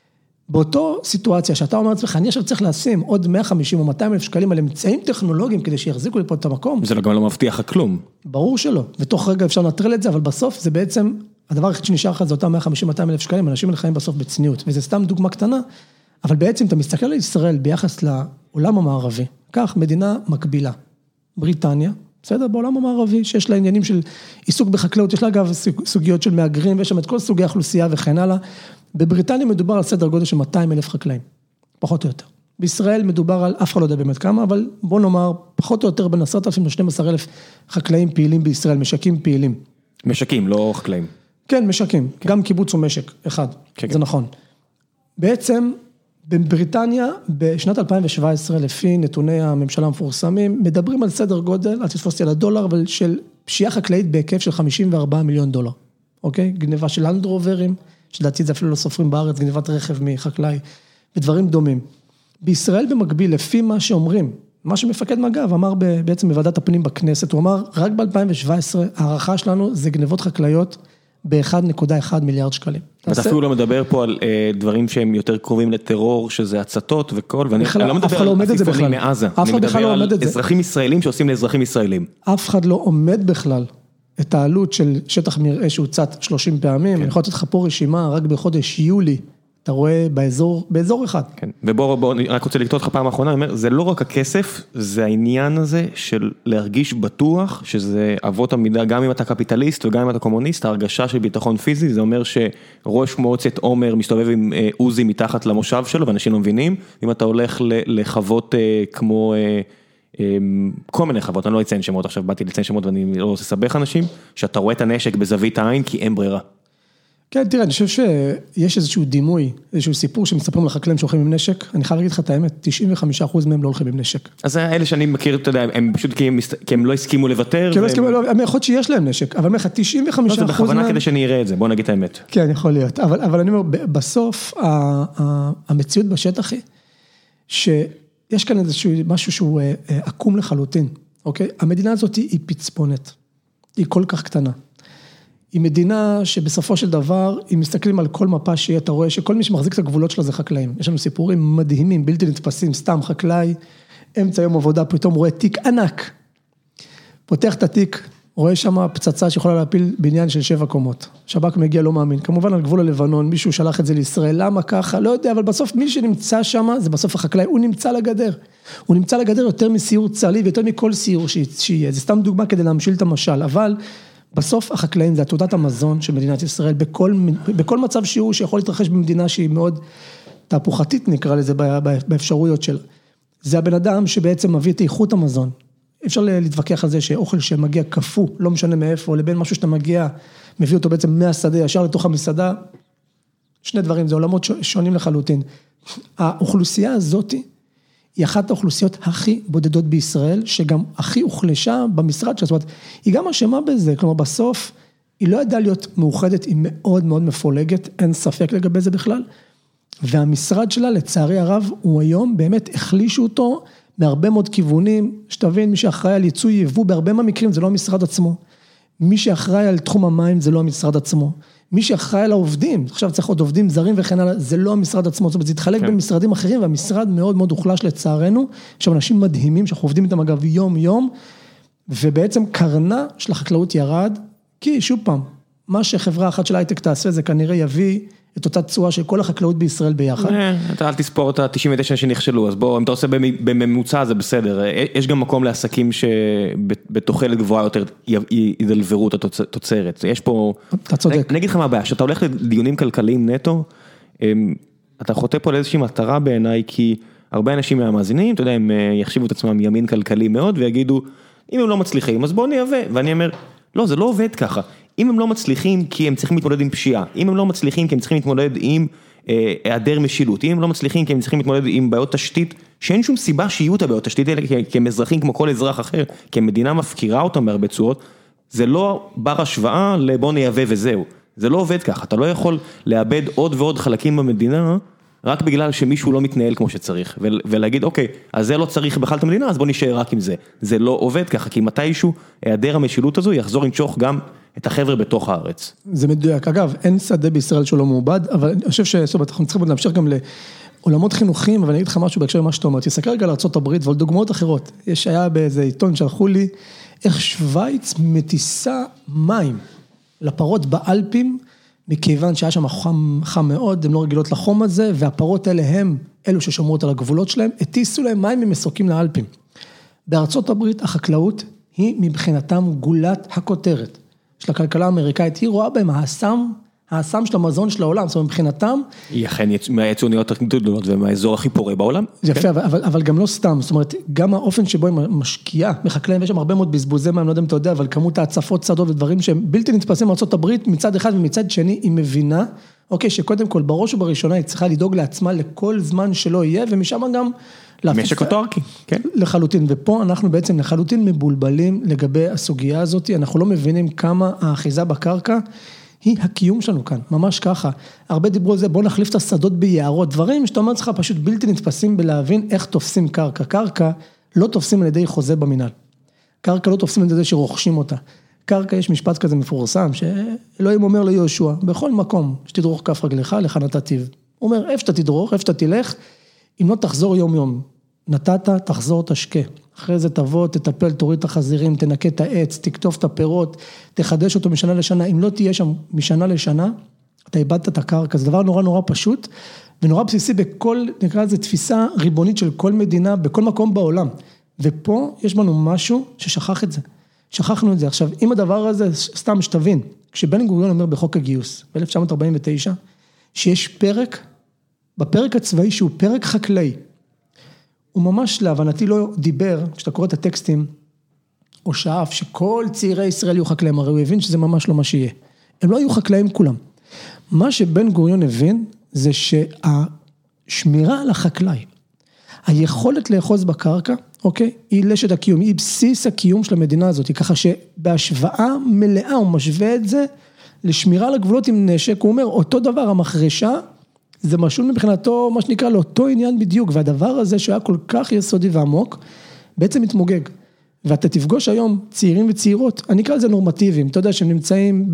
באותו סיטואציה שאתה אומר לעצמך, אני עכשיו צריך לשים עוד 150 או 200 אלף שקלים על אמצעים טכנולוגיים כדי שיחזיקו לי פה את המקום. זה גם לא מבטיח כלום. ברור שלא. ותוך רגע אפשר לנטרל את זה, אבל בסוף זה בעצם, הדבר היחיד שנשאר לך זה אותם 150-200 אלף שקלים, אנשים לחיים בסוף בצניעות. וזה סתם דוגמה קטנה, אבל בעצם אתה מסתכל על ישראל ביחס לעולם המערבי, כך מדינה מקבילה, בריטניה, בסדר, בעולם המערבי, שיש לה עניינים של עיסוק בחקלאות, יש לה אגב סוגיות של מהגרים, ויש שם את כל סוגי האוכלוסייה וכן הלאה, בבריטניה מדובר על סדר גודל של 200 אלף חקלאים, פחות או יותר. בישראל מדובר על, אף אחד לא יודע באמת כמה, אבל בוא נאמר, פחות או יותר בין 10,000 ל-12,000 חקלאים פעילים בישראל, משקים פעילים. משקים, לא חקלאים. כן, משקים, גם קיבוץ הוא משק, אחד, זה נכון. בעצם, בבריטניה, בשנת 2017, לפי נתוני הממשלה המפורסמים, מדברים על סדר גודל, אל תתפוס על $, אבל של פשיעה חקלאית בהיקף של $54 מיליון. אוקיי? גניבה של לנדרוברים, שלדעתי זה אפילו לא סופרים בארץ, גניבת רכב מחקלאי, ודברים דומים. בישראל במקביל, לפי מה שאומרים, מה שמפקד מג"ב אמר בעצם בוועדת הפנים בכנסת, הוא אמר, רק ב-2017, הערכה שלנו זה גניבות חקלאיות ב-1.1 מיליארד שקלים. אתה אפילו לא מדבר פה על דברים שהם יותר קרובים לטרור, שזה הצתות וכל, ואני לא מדבר על עפיפונים מעזה, אני מדבר על אזרחים ישראלים שעושים לאזרחים ישראלים. אף אחד לא עומד בכלל את העלות של שטח מרעה שהוצת 30 פעמים, אני יכול לתת לך פה רשימה, רק בחודש יולי, אתה רואה באזור אחד. כן, ובוא, אני רק רוצה לקטוע אותך פעם האחרונה, אני אומר, זה לא רק הכסף, זה העניין הזה של להרגיש בטוח, שזה אבות המידה, גם אם אתה קפיטליסט וגם אם אתה קומוניסט, ההרגשה של ביטחון פיזי, זה אומר שראש מועצת עומר מסתובב עם עוזי מתחת למושב שלו, ואנשים לא מבינים, אם אתה הולך לחוות כמו כל מיני חוות, אני לא אציין שמות, עכשיו באתי לציין שמות ואני לא רוצה לסבך אנשים, שאתה רואה את הנשק בזווית העין, כי אין ברירה. כן, תראה, אני חושב שיש איזשהו דימוי, איזשהו סיפור שמספרים לחקלאים שהולכים עם נשק, אני חייב להגיד לך את האמת, 95% מהם לא הולכים עם נשק. אז האלה שאני מכיר, אתה יודע, הם פשוט כי הם לא הסכימו לוותר. כי הם לא הסכימו, הם יכול להיות שיש להם נשק, אבל אני אומר לך, 95% מהם... זה בכוונה כדי שאני אראה את זה, בוא נגיד את האמת. כן, יכול להיות, אבל אני אומר, בסוף, המציאות בשטח היא, שיש כאן איזשהו משהו שהוא עקום לחלוטין, אוקיי? המדינה הזאת היא פצפונת, היא כל כך קטנה. היא מדינה שבסופו של דבר, אם מסתכלים על כל מפה שיהיה, אתה רואה שכל מי שמחזיק את הגבולות שלו זה חקלאים. יש לנו סיפורים מדהימים, בלתי נתפסים, סתם חקלאי, אמצע יום עבודה, פתאום רואה תיק ענק. פותח את התיק, רואה שם פצצה שיכולה להפיל בניין של 7 קומות. שב"כ מגיע לא מאמין. כמובן על גבול הלבנון, מישהו שלח את זה לישראל, למה ככה? לא יודע, אבל בסוף מי שנמצא שם, זה בסוף החקלאי, הוא נמצא לגדר. הוא נמצא לגדר יותר מסיור צה"לי ויותר מכל סיור שיהיה. זה סתם דוגמה כדי להמשיל את המשל, אבל בסוף החקלאים זה עתודת המזון של מדינת ישראל, בכל מצב שיעור שיכול להתרחש במדינה שהיא מאוד תהפוכתית נקרא לזה באפשרויות שלה. זה הבן אדם שבעצם מביא את איכות המזון. אפשר להתווכח על זה שאוכל שמגיע קפוא, לא משנה מאיפה, לבין משהו שאתה מגיע, מביא אותו בעצם מהשדה ישר לתוך המסעדה. שני דברים, זה עולמות שונים לחלוטין. האוכלוסייה הזאת היא אחת האוכלוסיות הכי בודדות בישראל, שגם הכי הוחלשה במשרד שלה, זאת אומרת, היא גם אשמה בזה, כלומר בסוף, היא לא ידעה להיות מאוחדת, היא מאוד מאוד מפולגת, אין ספק לגבי זה בכלל, והמשרד שלה, לצערי הרב, הוא היום באמת החלישו אותו, בהרבה מאוד כיוונים, שתבין, מי שאחראי על ייצוא יבוא, בהרבה מהמקרים זה לא המשרד עצמו, מי שאחראי על תחום המים זה לא המשרד עצמו, מי שאחראי על העובדים, עכשיו צריך עוד עובדים זרים וכן הלאה, זה לא המשרד עצמו, זאת אומרת, זה יתחלק בין משרדים אחרים, והמשרד מאוד מאוד הוחלש לצערנו, יש אנשים מדהימים שאנחנו עובדים איתם אגב יום יום, ובעצם קרנה של החקלאות ירד, כי שוב פעם, מה שחברה אחת של הייטק תעשה, זה כנראה יביא את אותה תשואה של כל החקלאות בישראל ביחד. אתה אל תספור את ה-99 שנכשלו, אז בוא, אם אתה עושה בממוצע זה בסדר, יש גם מקום לעסקים שבתוחלת גבוהה יותר ידלברו את התוצרת, יש פה... אתה צודק. נגיד לך מה הבעיה, שאתה הולך לדיונים כלכליים נטו, אתה חוטא פה לאיזושהי מטרה בעיניי, כי הרבה אנשים מהמאזינים, אתה יודע, הם יחשיבו את עצמם ימין כלכלי מאוד, ויגידו, אם הם לא מצליחים, אז בואו נייבא, ואני אומר, לא, זה לא עובד ככה. אם הם לא מצליחים כי הם צריכים להתמודד עם פשיעה, אם הם לא מצליחים כי הם צריכים להתמודד עם היעדר משילות, אם הם לא מצליחים כי הם צריכים להתמודד עם בעיות תשתית, שאין שום סיבה שיהיו את הבעיות תשתית האלה, כי הם אזרחים כמו כל אזרח אחר, כי המדינה מפקירה אותם בהרבה צורות, זה לא בר השוואה לבוא נייבא וזהו. זה לא עובד ככה, אתה לא יכול לאבד עוד ועוד חלקים במדינה, רק בגלל שמישהו לא מתנהל כמו שצריך, ולהגיד, אוקיי, אז זה לא צריך בכלל את המדינה, אז בוא נשאר רק עם זה. זה לא עובד ככה, כי מתישהו, היעדר המשילות הזו יחזור לנשוך גם את החבר'ה בתוך הארץ. זה מדויק. אגב, אין שדה בישראל שהוא לא מעובד, אבל אני חושב שאנחנו צריכים להמשיך גם לעולמות חינוכיים, אבל אני אגיד לך משהו בהקשר למה שאתה אומר, תסתכל רגע על ארצות הברית ועל דוגמאות אחרות. היה באיזה עיתון שלחו לי, איך שוויץ מטיסה מים לפרות באלפים, מכיוון שהיה שם חם מאוד, הן לא רגילות לחום הזה, והפרות האלה הם אלו ששומרות על הגבולות שלהם, הטיסו להם מים ממסוקים לאלפים. בארצות הברית החקלאות היא מבחינתם גולת הכותרת של הכלכלה האמריקאית, היא רואה בהם האסם של המזון של העולם, זאת אומרת מבחינתם. היא אכן מהיצואניות הגדולות ומהאזור הכי פורה בעולם. זה יפה, אבל גם לא סתם, זאת אומרת, גם האופן שבו היא משקיעה בחקלאים, ויש שם הרבה מאוד בזבוזי מים, לא יודע אם אתה יודע, אבל כמות ההצפות צעדות ודברים שהם בלתי נתפסים מארצות הברית, מצד אחד ומצד שני, היא מבינה, אוקיי, שקודם כל, בראש ובראשונה, היא צריכה לדאוג לעצמה לכל זמן שלא יהיה, ומשם גם משק אוטרקי, כן. לחלוטין, ופה אנחנו בעצם לחלוטין מבולבלים לגבי הסוגיה הזאת, אנחנו לא מבינים כמה האחיזה בקרקע היא הקיום שלנו כאן, ממש ככה. הרבה דיברו על זה, בוא נחליף את השדות ביערות, דברים שאתה אומר לך פשוט בלתי נתפסים בלהבין איך תופסים קרקע. קרקע לא תופסים על ידי חוזה במינהל. קרקע לא תופסים על ידי שרוכשים אותה. קרקע יש משפט כזה מפורסם, שאלוהים אומר ליהושע, בכל מקום שתדרוך כף רגליך, לך נתתיו. הוא אומר, איפה שאתה תדרוך, איפה שאתה תלך, אם לא תחזור יום יום, נתת, תחזור תשקה. אחרי זה תבוא, תטפל, תוריד את החזירים, תנקה את העץ, תקטוף את הפירות, תחדש אותו משנה לשנה. אם לא תהיה שם משנה לשנה, אתה איבדת את הקרקע. זה דבר נורא נורא פשוט, ונורא בסיסי בכל, נקרא לזה תפיסה ריבונית של כל מדינה, בכל מקום בעולם. ופה יש בנו משהו ששכח את זה. שכחנו את זה. עכשיו, אם הדבר הזה, סתם שתבין, כשבן גוריון אומר בחוק הגיוס, ב-1949, שיש פרק, בפרק הצבאי שהוא פרק חקלאי, הוא ממש להבנתי לא דיבר, כשאתה קורא את הטקסטים, או שאף שכל צעירי ישראל יהיו חקלאים, הרי הוא הבין שזה ממש לא מה שיהיה. הם לא היו חקלאים כולם. מה שבן גוריון הבין, זה שהשמירה על החקלאי, היכולת לאחוז בקרקע, אוקיי? היא לשת הקיום, היא בסיס הקיום של המדינה הזאת, ככה שבהשוואה מלאה הוא משווה את זה, לשמירה לגבולות עם נשק, הוא אומר, אותו דבר, המחרשה, זה משול מבחינתו, מה שנקרא, לאותו עניין בדיוק, והדבר הזה שהיה כל כך יסודי ועמוק, בעצם מתמוגג. ואתה תפגוש היום צעירים וצעירות, אני אקרא לזה נורמטיביים, אתה יודע שהם נמצאים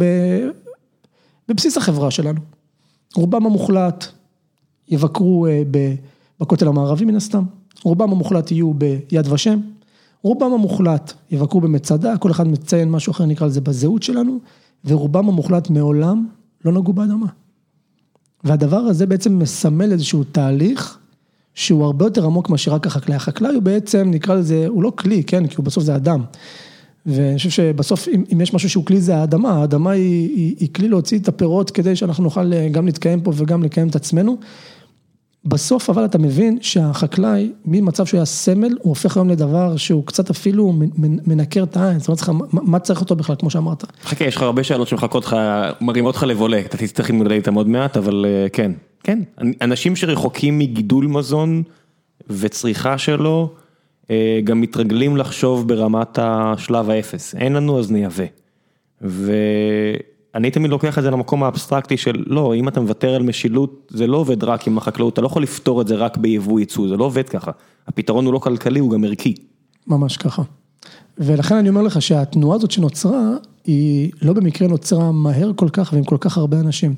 בבסיס החברה שלנו. רובם המוחלט יבקרו בכותל המערבי מן הסתם, רובם המוחלט יהיו ביד ושם, רובם המוחלט יבקרו במצדה, כל אחד מציין משהו אחר, נקרא לזה בזהות שלנו, ורובם המוחלט מעולם לא נגעו באדמה. והדבר הזה בעצם מסמל איזשהו תהליך, שהוא הרבה יותר עמוק מאשר רק החקלאי. החקלאי הוא בעצם, נקרא לזה, הוא לא כלי, כן, כי הוא בסוף זה אדם. ואני חושב שבסוף, אם יש משהו שהוא כלי, זה האדמה. האדמה היא כלי להוציא את הפירות, כדי שאנחנו נוכל גם להתקיים פה וגם לקיים את עצמנו. בסוף, אבל אתה מבין שהחקלאי, ממצב שהוא היה סמל, הוא הופך היום לדבר שהוא קצת אפילו מנקר את העין. זאת אומרת, מה צריך אותו בכלל, כמו שאמרת? חכה, יש לך הרבה שאלות שמחכות לך, מרימות לך לבולה, אתה תצטרך להתמודד איתם עוד מעט, אבל כן, כן. אנשים שרחוקים מגידול מזון וצריכה שלו, גם מתרגלים לחשוב ברמת השלב האפס. אין לנו, אז נייבא. אני תמיד לוקח את זה למקום האבסטרקטי של, לא, אם אתה מוותר על משילות, זה לא עובד רק עם החקלאות, אתה לא יכול לפתור את זה רק ביבוא ייצוא, זה לא עובד ככה. הפתרון הוא לא כלכלי, הוא גם ערכי. ממש ככה. ולכן אני אומר לך שהתנועה הזאת שנוצרה, היא לא במקרה נוצרה מהר כל כך, ועם כל כך הרבה אנשים.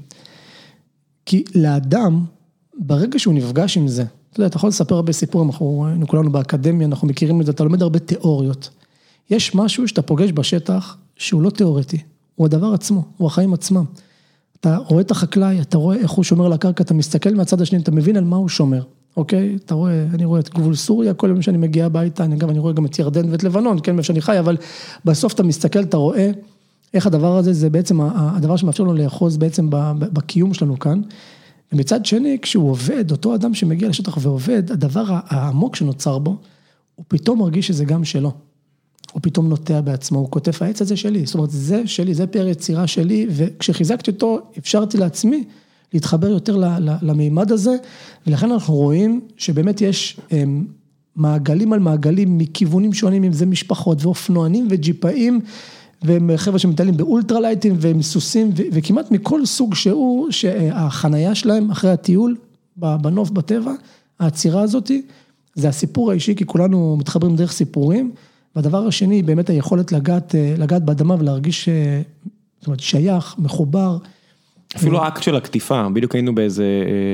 כי לאדם, ברגע שהוא נפגש עם זה, אתה יודע, אתה יכול לספר הרבה סיפורים, אנחנו כולנו באקדמיה, אנחנו מכירים את זה, אתה לומד הרבה תיאוריות. יש משהו שאתה פוגש בשטח, שהוא לא תיאורטי. הוא הדבר עצמו, הוא החיים עצמם. אתה רואה את החקלאי, אתה רואה איך הוא שומר על הקרקע, אתה מסתכל מהצד השני, אתה מבין על מה הוא שומר, אוקיי? אתה רואה, אני רואה את גבול סוריה, כל יום שאני מגיע הביתה, אני רואה גם את ירדן ואת לבנון, כן, איפה שאני חי, אבל בסוף אתה מסתכל, אתה רואה איך הדבר הזה, זה בעצם הדבר שמאפשר לנו לאחוז בעצם בקיום שלנו כאן. ומצד שני, כשהוא עובד, אותו אדם שמגיע לשטח ועובד, הדבר העמוק שנוצר בו, הוא פתאום מרגיש שזה גם שלו. הוא פתאום נוטע בעצמו, הוא כותב, העץ הזה שלי, זאת אומרת, זה שלי, זה פר יצירה שלי, וכשחיזקתי אותו, אפשרתי לעצמי להתחבר יותר למימד הזה, ולכן אנחנו רואים שבאמת יש מעגלים על מעגלים מכיוונים שונים, אם זה משפחות ואופנוענים וג'יפאים, וחבר'ה שמטיילים באולטרלייטים ומסוסים, וכמעט מכל סוג שהוא, שהחנייה שלהם אחרי הטיול, בנוף בטבע, העצירה הזאת, זה הסיפור האישי, כי כולנו מתחברים דרך סיפורים, והדבר השני, באמת היכולת לגעת באדמה ולהרגיש, זאת אומרת, שייך, מחובר. אפילו האקט של הכתיפה, בדיוק היינו באיזה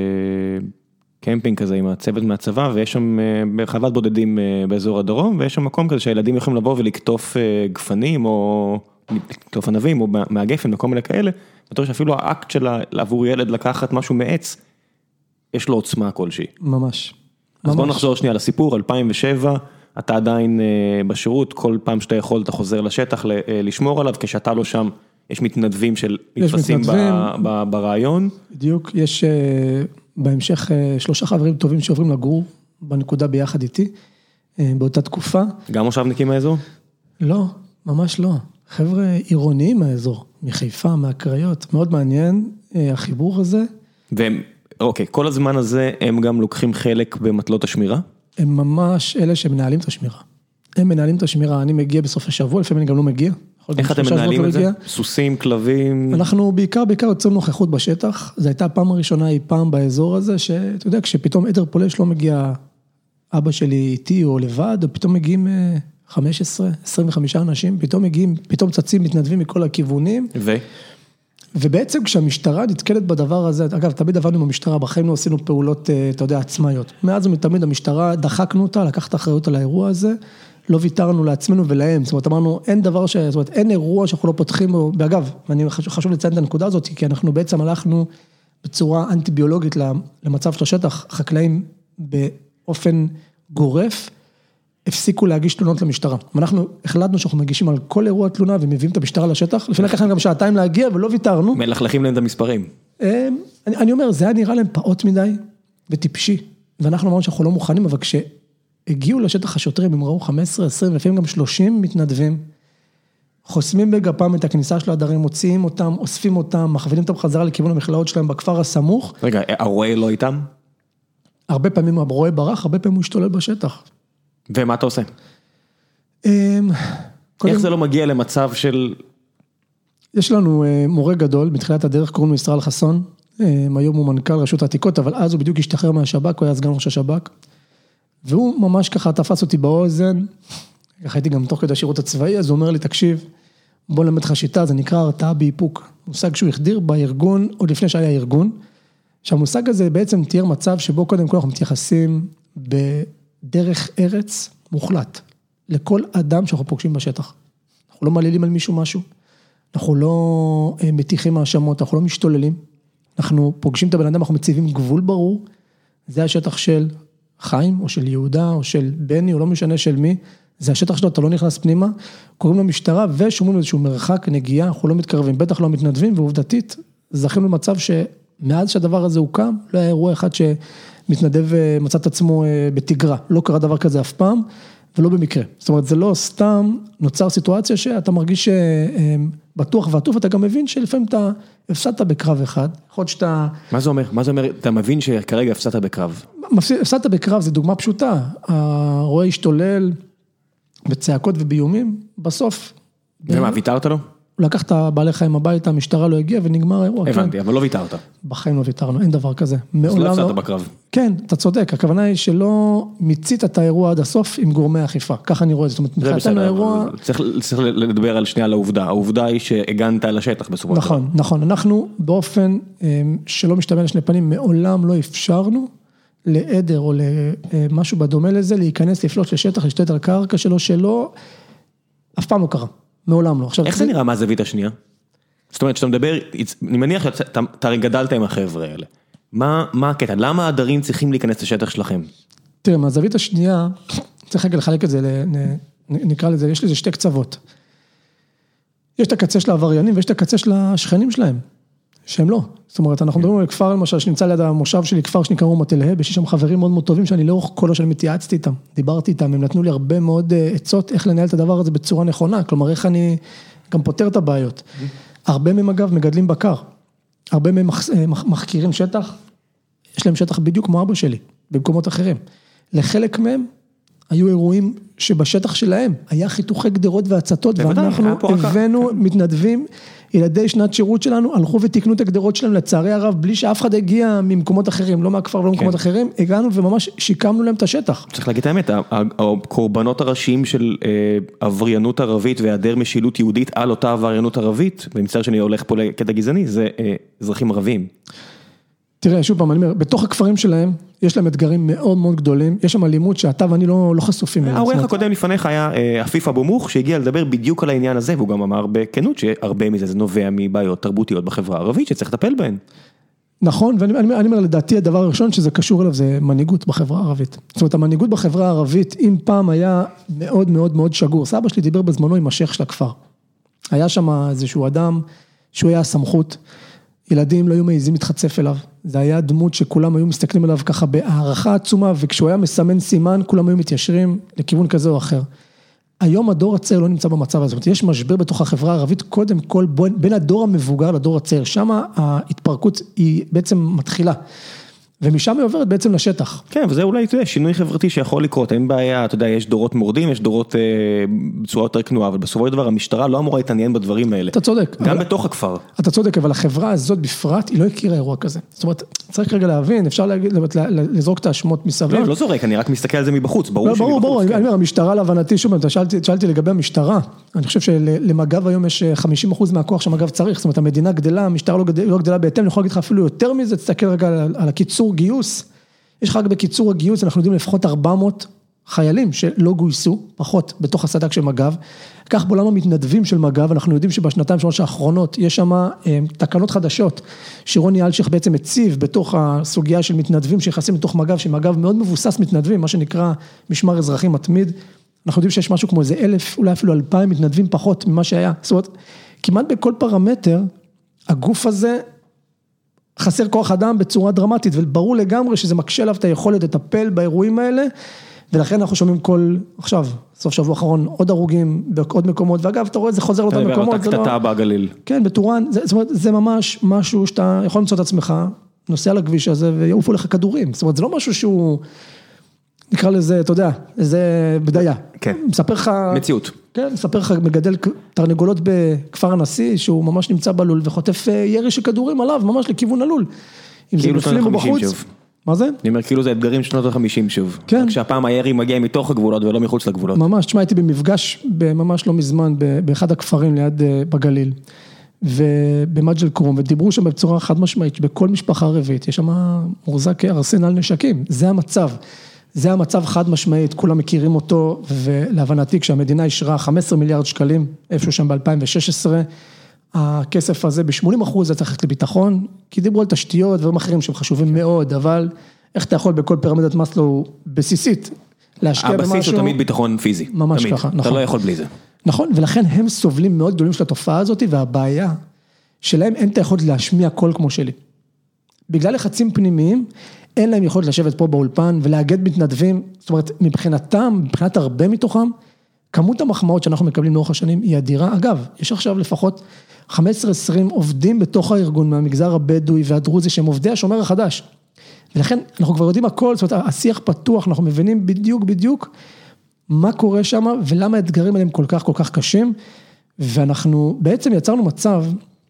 קמפינג כזה עם הצוות מהצבא, ויש שם בחוות בודדים באזור הדרום, ויש שם מקום כזה שהילדים יכולים לבוא ולקטוף גפנים, או לקטוף ענבים, או מהגפן, וכל מיני כאלה. ואתה רואה שאפילו האקט של עבור ילד לקחת משהו מעץ, יש לו עוצמה כלשהי. ממש. אז בואו נחזור שנייה לסיפור, 2007, אתה עדיין בשירות, כל פעם שאתה יכול, אתה חוזר לשטח לשמור עליו, כשאתה לא שם, יש מתנדבים של מתפסים ברעיון. בדיוק, יש בהמשך 3 חברים טובים שעוברים לגור בנקודה ביחד איתי, באותה תקופה. גם מושבניקים מהאזור? לא, ממש לא. חבר'ה עירוניים מהאזור, מחיפה, מהקריות, מאוד מעניין החיבור הזה. והם, אוקיי, כל הזמן הזה הם גם לוקחים חלק במטלות השמירה? הם ממש אלה שמנהלים את השמירה. הם מנהלים את השמירה, אני מגיע בסוף השבוע, לפעמים אני גם לא מגיע. איך אתם מנהלים את זה? סוסים, כלבים? אנחנו בעיקר יוצאים נוכחות בשטח, זו הייתה הפעם הראשונה אי פעם באזור הזה, שאתה יודע, כשפתאום עדר פולש לא מגיע אבא שלי איתי או לבד, או פתאום מגיעים 15, 25 אנשים, פתאום מגיעים, פתאום צצים, מתנדבים מכל הכיוונים. ובעצם כשהמשטרה נתקלת בדבר הזה, אגב, תמיד עבדנו עם המשטרה, בחיים לא עשינו פעולות, אתה יודע, עצמאיות. מאז ומתמיד המשטרה, דחקנו אותה, לקחת אחריות על האירוע הזה, לא ויתרנו לעצמנו ולהם, זאת אומרת, אמרנו, אין דבר זאת אומרת, אין אירוע שאנחנו לא פותחים, ואגב, חשוב לציין את הנקודה הזאת, כי אנחנו בעצם הלכנו בצורה אנטי-ביולוגית למצב של השטח, חקלאים באופן גורף, הפסיקו להגיש תלונות למשטרה. אנחנו החלטנו שאנחנו מגישים על כל אירוע תלונה, ומביאים את המשטרה לשטח, לפני לקח להם גם שעתיים להגיע, ולא ויתרנו. מלכלכים להם את המספרים. אני אומר, זה היה נראה להם פעוט מדי, וטיפשי, ואנחנו אמרנו שאנחנו לא מוכנים, אבל כשהגיעו לשטח השוטרים, הם ראו 15, 20, לפעמים גם 30 מתנדבים, חוסמים בגפם את הכניסה של העדרים, מוציאים אותם, אוספים אותם, מכוונים אותם חזרה לכיוון המכלאות שלהם בכפר הסמוך. רגע, הרועה לא איתם? הרבה פעמים הרועה ברח, הרבה פעמים הוא השתולל בשטח. ומה אתה עושה? איך זה לא מגיע למצב של... יש לנו מורה גדול, בתחילת הדרך קוראים לו ישראל חסון, היום הוא מנכ"ל רשות העתיקות, אבל אז הוא בדיוק השתחרר מהשב"כ, הוא היה סגן ראש השב"כ, והוא ממש ככה תפס אותי באוזן, ככה הייתי גם תוך כדי השירות הצבאי, אז הוא אומר לי, תקשיב, בוא נלמד לך שיטה, זה נקרא הרתעה באיפוק, מושג שהוא החדיר בארגון, עוד לפני שהיה ארגון, שהמושג הזה בעצם תיאר מצב שבו קודם כל אנחנו מתייחסים בדרך ארץ מוחלט, לכל אדם שאנחנו פוגשים בשטח. אנחנו לא מעלילים על מישהו משהו, אנחנו לא מתיחים האשמות, אנחנו לא משתוללים, אנחנו פוגשים את הבן אדם, אנחנו מציבים גבול ברור, זה השטח של חיים, או של יהודה, או של בני, או לא משנה של מי, זה השטח שלו, אתה לא נכנס פנימה, קוראים למשטרה, ושומעים איזשהו מרחק, נגיעה, אנחנו לא מתקרבים, בטח לא מתנדבים, ועובדתית, זכינו למצב שמאז שהדבר הזה הוקם, לא היה אירוע אחד שמתנדב מצא את עצמו בתגרה, לא קרה דבר כזה אף פעם, ולא במקרה. זאת אומרת, זה לא סתם נוצר סיטואציה שאתה מרגיש בטוח ועטוף, אתה גם מבין שלפעמים אתה הפסדת בקרב אחד, יכול להיות שאתה... מה זה אומר? מה זה אומר? אתה מבין שכרגע הפסדת בקרב? הפסדת בקרב, זה דוגמה פשוטה, הרואה השתולל בצעקות וביומים, בסוף... ומה, ויתרת לו? הוא לקח את בעלי חיים הביתה, המשטרה לא הגיעה ונגמר האירוע. הבנתי, אבל לא ויתרת. בחיים לא ויתרנו, אין דבר כזה. אז לא הפסדת בקרב. כן, אתה צודק, הכוונה היא שלא מיצית את האירוע עד הסוף עם גורמי האכיפה, ככה אני רואה את זה. זה בסדר, צריך לדבר על שנייה על העובדה. העובדה היא שהגנת על השטח בסופו של דבר. נכון, נכון. אנחנו באופן שלא משתמע לשני פנים, מעולם לא אפשרנו לעדר או למשהו בדומה לזה, להיכנס לפלוט לשטח, לשתת על קרקע שלו, אף פעם לא קרה. מעולם לא. איך זה נראה מהזווית השנייה? זאת אומרת, שאתה מדבר, אני מניח שאתה הרי גדלת עם החבר'ה האלה. מה הקטע? למה העדרים צריכים להיכנס לשטח שלכם? תראה, מהזווית השנייה, צריך רגע לחלק את זה, נקרא לזה, יש לזה שתי קצוות. יש את הקצה של העבריינים, ויש את הקצה של השכנים שלהם, שהם לא. זאת אומרת, אנחנו מדברים על כפר, למשל, שנמצא ליד המושב שלי, כפר שנקרא רומת אלהב, יש שם חברים מאוד מאוד טובים, שאני לאורך כל השנים התייעצתי איתם, דיברתי איתם, הם נתנו לי הרבה מאוד עצות, איך לנהל את הדבר הזה בצורה נכונה, כלומר, איך אני גם פותר את הבעיות. הרבה מהם, אגב, מגדלים בקר, הרבה מהם מחקירים שטח, יש להם שטח בדיוק כמו אבא שלי, במקומות אחרים. לחלק מהם, היו אירועים שבשטח שלהם, היה חיתוכי גדרות והצתות, ואנחנו הבאנו מתנדבים, ילדי שנת שירות שלנו, הלכו ותקנו את הגדרות שלהם לצערי הרב, בלי שאף אחד הגיע ממקומות אחרים, לא מהכפר ולא ממקומות אחרים, הגענו וממש שיקמנו להם את השטח. צריך להגיד את האמת, הקורבנות הראשיים של עבריינות ערבית והיעדר משילות יהודית על אותה עבריינות ערבית, ומצטער שאני הולך פה לקטע גזעני, זה אזרחים ערבים. תראה, שוב פעם, אני אומר, בתוך הכפרים שלהם, יש להם אתגרים מאוד מאוד גדולים, יש שם אלימות שאתה ואני לא חשופים. העורך הקודם לפניך היה עפיף אבו מוך, שהגיע לדבר בדיוק על העניין הזה, והוא גם אמר בכנות שהרבה מזה זה נובע מבעיות תרבותיות בחברה הערבית, שצריך לטפל בהן. נכון, ואני אומר, לדעתי הדבר הראשון שזה קשור אליו, זה מנהיגות בחברה הערבית. זאת אומרת, המנהיגות בחברה הערבית, אם פעם היה מאוד מאוד מאוד שגור, סבא שלי דיבר בזמנו עם השייך של הכפר. היה שם איזשהו אדם, שהוא היה הסמכות, ילדים לא היו מעיזים להתחצף אליו, זה היה דמות שכולם היו מסתכלים עליו ככה בהערכה עצומה, וכשהוא היה מסמן סימן, כולם היו מתיישרים לכיוון כזה או אחר. היום הדור הצעיר לא נמצא במצב הזה, זאת אומרת, יש משבר בתוך החברה הערבית, קודם כל בין הדור המבוגר לדור הצעיר, שם ההתפרקות היא בעצם מתחילה. ומשם היא עוברת בעצם לשטח. כן, וזה אולי, אתה יודע, שינוי חברתי שיכול לקרות, אין בעיה, אתה יודע, יש דורות מורדים, יש דורות בצורה יותר כנועה, אבל בסופו של דבר המשטרה לא אמורה להתעניין בדברים האלה. אתה צודק. גם בתוך הכפר. אתה צודק, אבל החברה הזאת בפרט, היא לא הכירה אירוע כזה. זאת אומרת, צריך רגע להבין, אפשר לזרוק את האשמות מסביב. לא זורק, אני רק מסתכל על זה מבחוץ, ברור שמבחוץ. ברור, אני אומר, המשטרה להבנתי, שוב, שאלתי לגבי המשטרה, אני חושב שלמג"ב היום יש 50% מהכוח שמג"ב צריך, זאת אומרת, המדינה גדלה, המשטרה לא גדלה בהתאם, אני יכול להגיד לך אפילו יותר מזה, תסתכל רגע על הקיצור גיוס, יש לך רק בקיצור הגיוס, אנחנו יודעים לפחות 400 חיילים שלא גויסו, פחות בתוך הסד"כ של מג"ב, כך בעולם המתנדבים של מג"ב, אנחנו יודעים שבשנתיים שלוש האחרונות, יש שם תקנות חדשות, שרוני אלשיך בעצם הציב בתוך הסוגיה של מתנדבים שיחסים לתוך מג"ב, שמג"ב מאוד מבוסס מתנדבים, מה שנקרא משמר אזרחי מתמיד, אנחנו יודעים שיש משהו כמו איזה 1,000, אולי אפילו 2,000 מתנדבים פחות ממה שהיה, זאת אומרת, כמעט בכל פרמטר, הגוף הזה חסר כוח אדם בצורה דרמטית, וברור לגמרי שזה מקשה עליו את היכולת לטפל באירועים האלה, ולכן אנחנו שומעים עכשיו, סוף שבוע האחרון, עוד הרוגים בעוד מקומות, ואגב, אתה רואה, זה חוזר לאותם מקומות. אתה קטטה בגליל. כן, בטורן, זאת אומרת, זה ממש משהו שאתה יכול למצוא את עצמך, נוסע לכביש הזה, ויעופו לך כדורים. זאת אומרת, זה לא משהו שהוא, נקרא לזה, אתה יודע, זה בדיה. כן. מספר לך... מציאות. כן, מספר לך מגדל תרנגולות בכפר הנשיא, שהוא ממש נמצא בלול, וחוטף ירי של כדורים עליו, ממש לכיוון הלול. כאילו שנות ה-50 שוב. מה זה? אני אומר, כאילו זה אתגרים שנות ה-50 שוב. כן. רק שהפעם הירי מגיע מתוך הגבולות ולא מחוץ לגבולות. ממש, תשמע, הייתי במפגש ממש לא מזמן, באחד הכפרים ליד בגליל, ובמג'ל קרום, ודיברו שם בצורה חד משמעית, בכל משפחה רביעית, יש שם מורזק ארסנל נשקים, זה המצב. זה המצב חד משמעית, כולם מכירים אותו, ולהבנתי, כשהמדינה ישרה 15 מיליארד שקלים, איפשהו שם ב-2016, הכסף הזה ב-80% זה צריך לביטחון, כי דיברו על תשתיות ודברים אחרים שהם חשובים מאוד, אבל איך אתה יכול בכל פירמידת מאסלו בסיסית, להשקיע במשהו... הבסיס הוא תמיד ביטחון פיזי. ממש ככה, נכון. אתה לא יכול בלי זה. נכון, ולכן הם סובלים מאוד גדולים של התופעה הזאת, והבעיה שלהם אין את היכולת להשמיע קול כמו שלי. בגלל לחצים פנימיים, אין להם יכולת לשבת פה באולפן ולאגד מתנדבים, זאת אומרת, מבחינתם, מבחינת הרבה מתוכם, כמות המחמאות שאנחנו מקבלים לאורך השנים היא אדירה. אגב, יש עכשיו לפחות 15-20 עובדים בתוך הארגון מהמגזר הבדואי והדרוזי שהם עובדי השומר החדש. ולכן אנחנו כבר יודעים הכל, זאת אומרת, השיח פתוח, אנחנו מבינים בדיוק מה קורה שם ולמה האתגרים האלה הם כל כך קשים, ואנחנו בעצם יצרנו מצב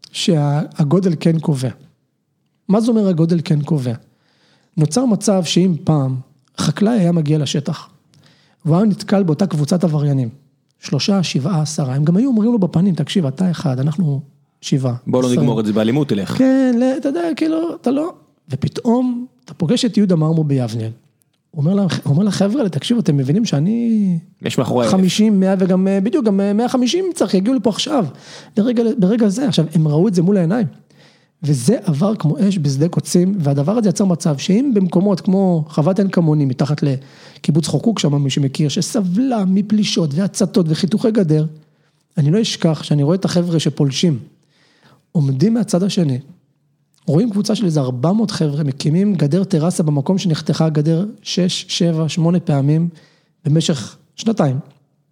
שהגודל כן קובע. מה זה אומר הגודל כן קובע? נוצר מצב שאם פעם חקלאי היה מגיע לשטח, והוא היה נתקל באותה קבוצת עבריינים, 3, 7, 10, הם גם היו אומרים לו בפנים, תקשיב, אתה אחד, אנחנו 7. בוא לא נגמור את זה באלימות, תלך. כן, אתה יודע, כאילו, אתה לא. ופתאום, אתה פוגש את יהודה מרמו ביבנאל, הוא אומר לחבר'ה, תקשיבו, אתם מבינים שאני... יש מאחורי 50, 100 וגם, בדיוק, גם 150 צריך, יגיעו לפה עכשיו, ברגע זה, עכשיו, הם ראו את זה מול העיניים. וזה עבר כמו אש בשדה קוצים, והדבר הזה יצר מצב שאם במקומות כמו חוות עין כמוני, מתחת לקיבוץ חוקוק שם, מי שמכיר, שסבלה מפלישות והצתות וחיתוכי גדר, אני לא אשכח שאני רואה את החבר'ה שפולשים, עומדים מהצד השני, רואים קבוצה של איזה 400 חבר'ה, מקימים גדר טרסה במקום שנחתכה גדר 6, 7, 8 פעמים, במשך 2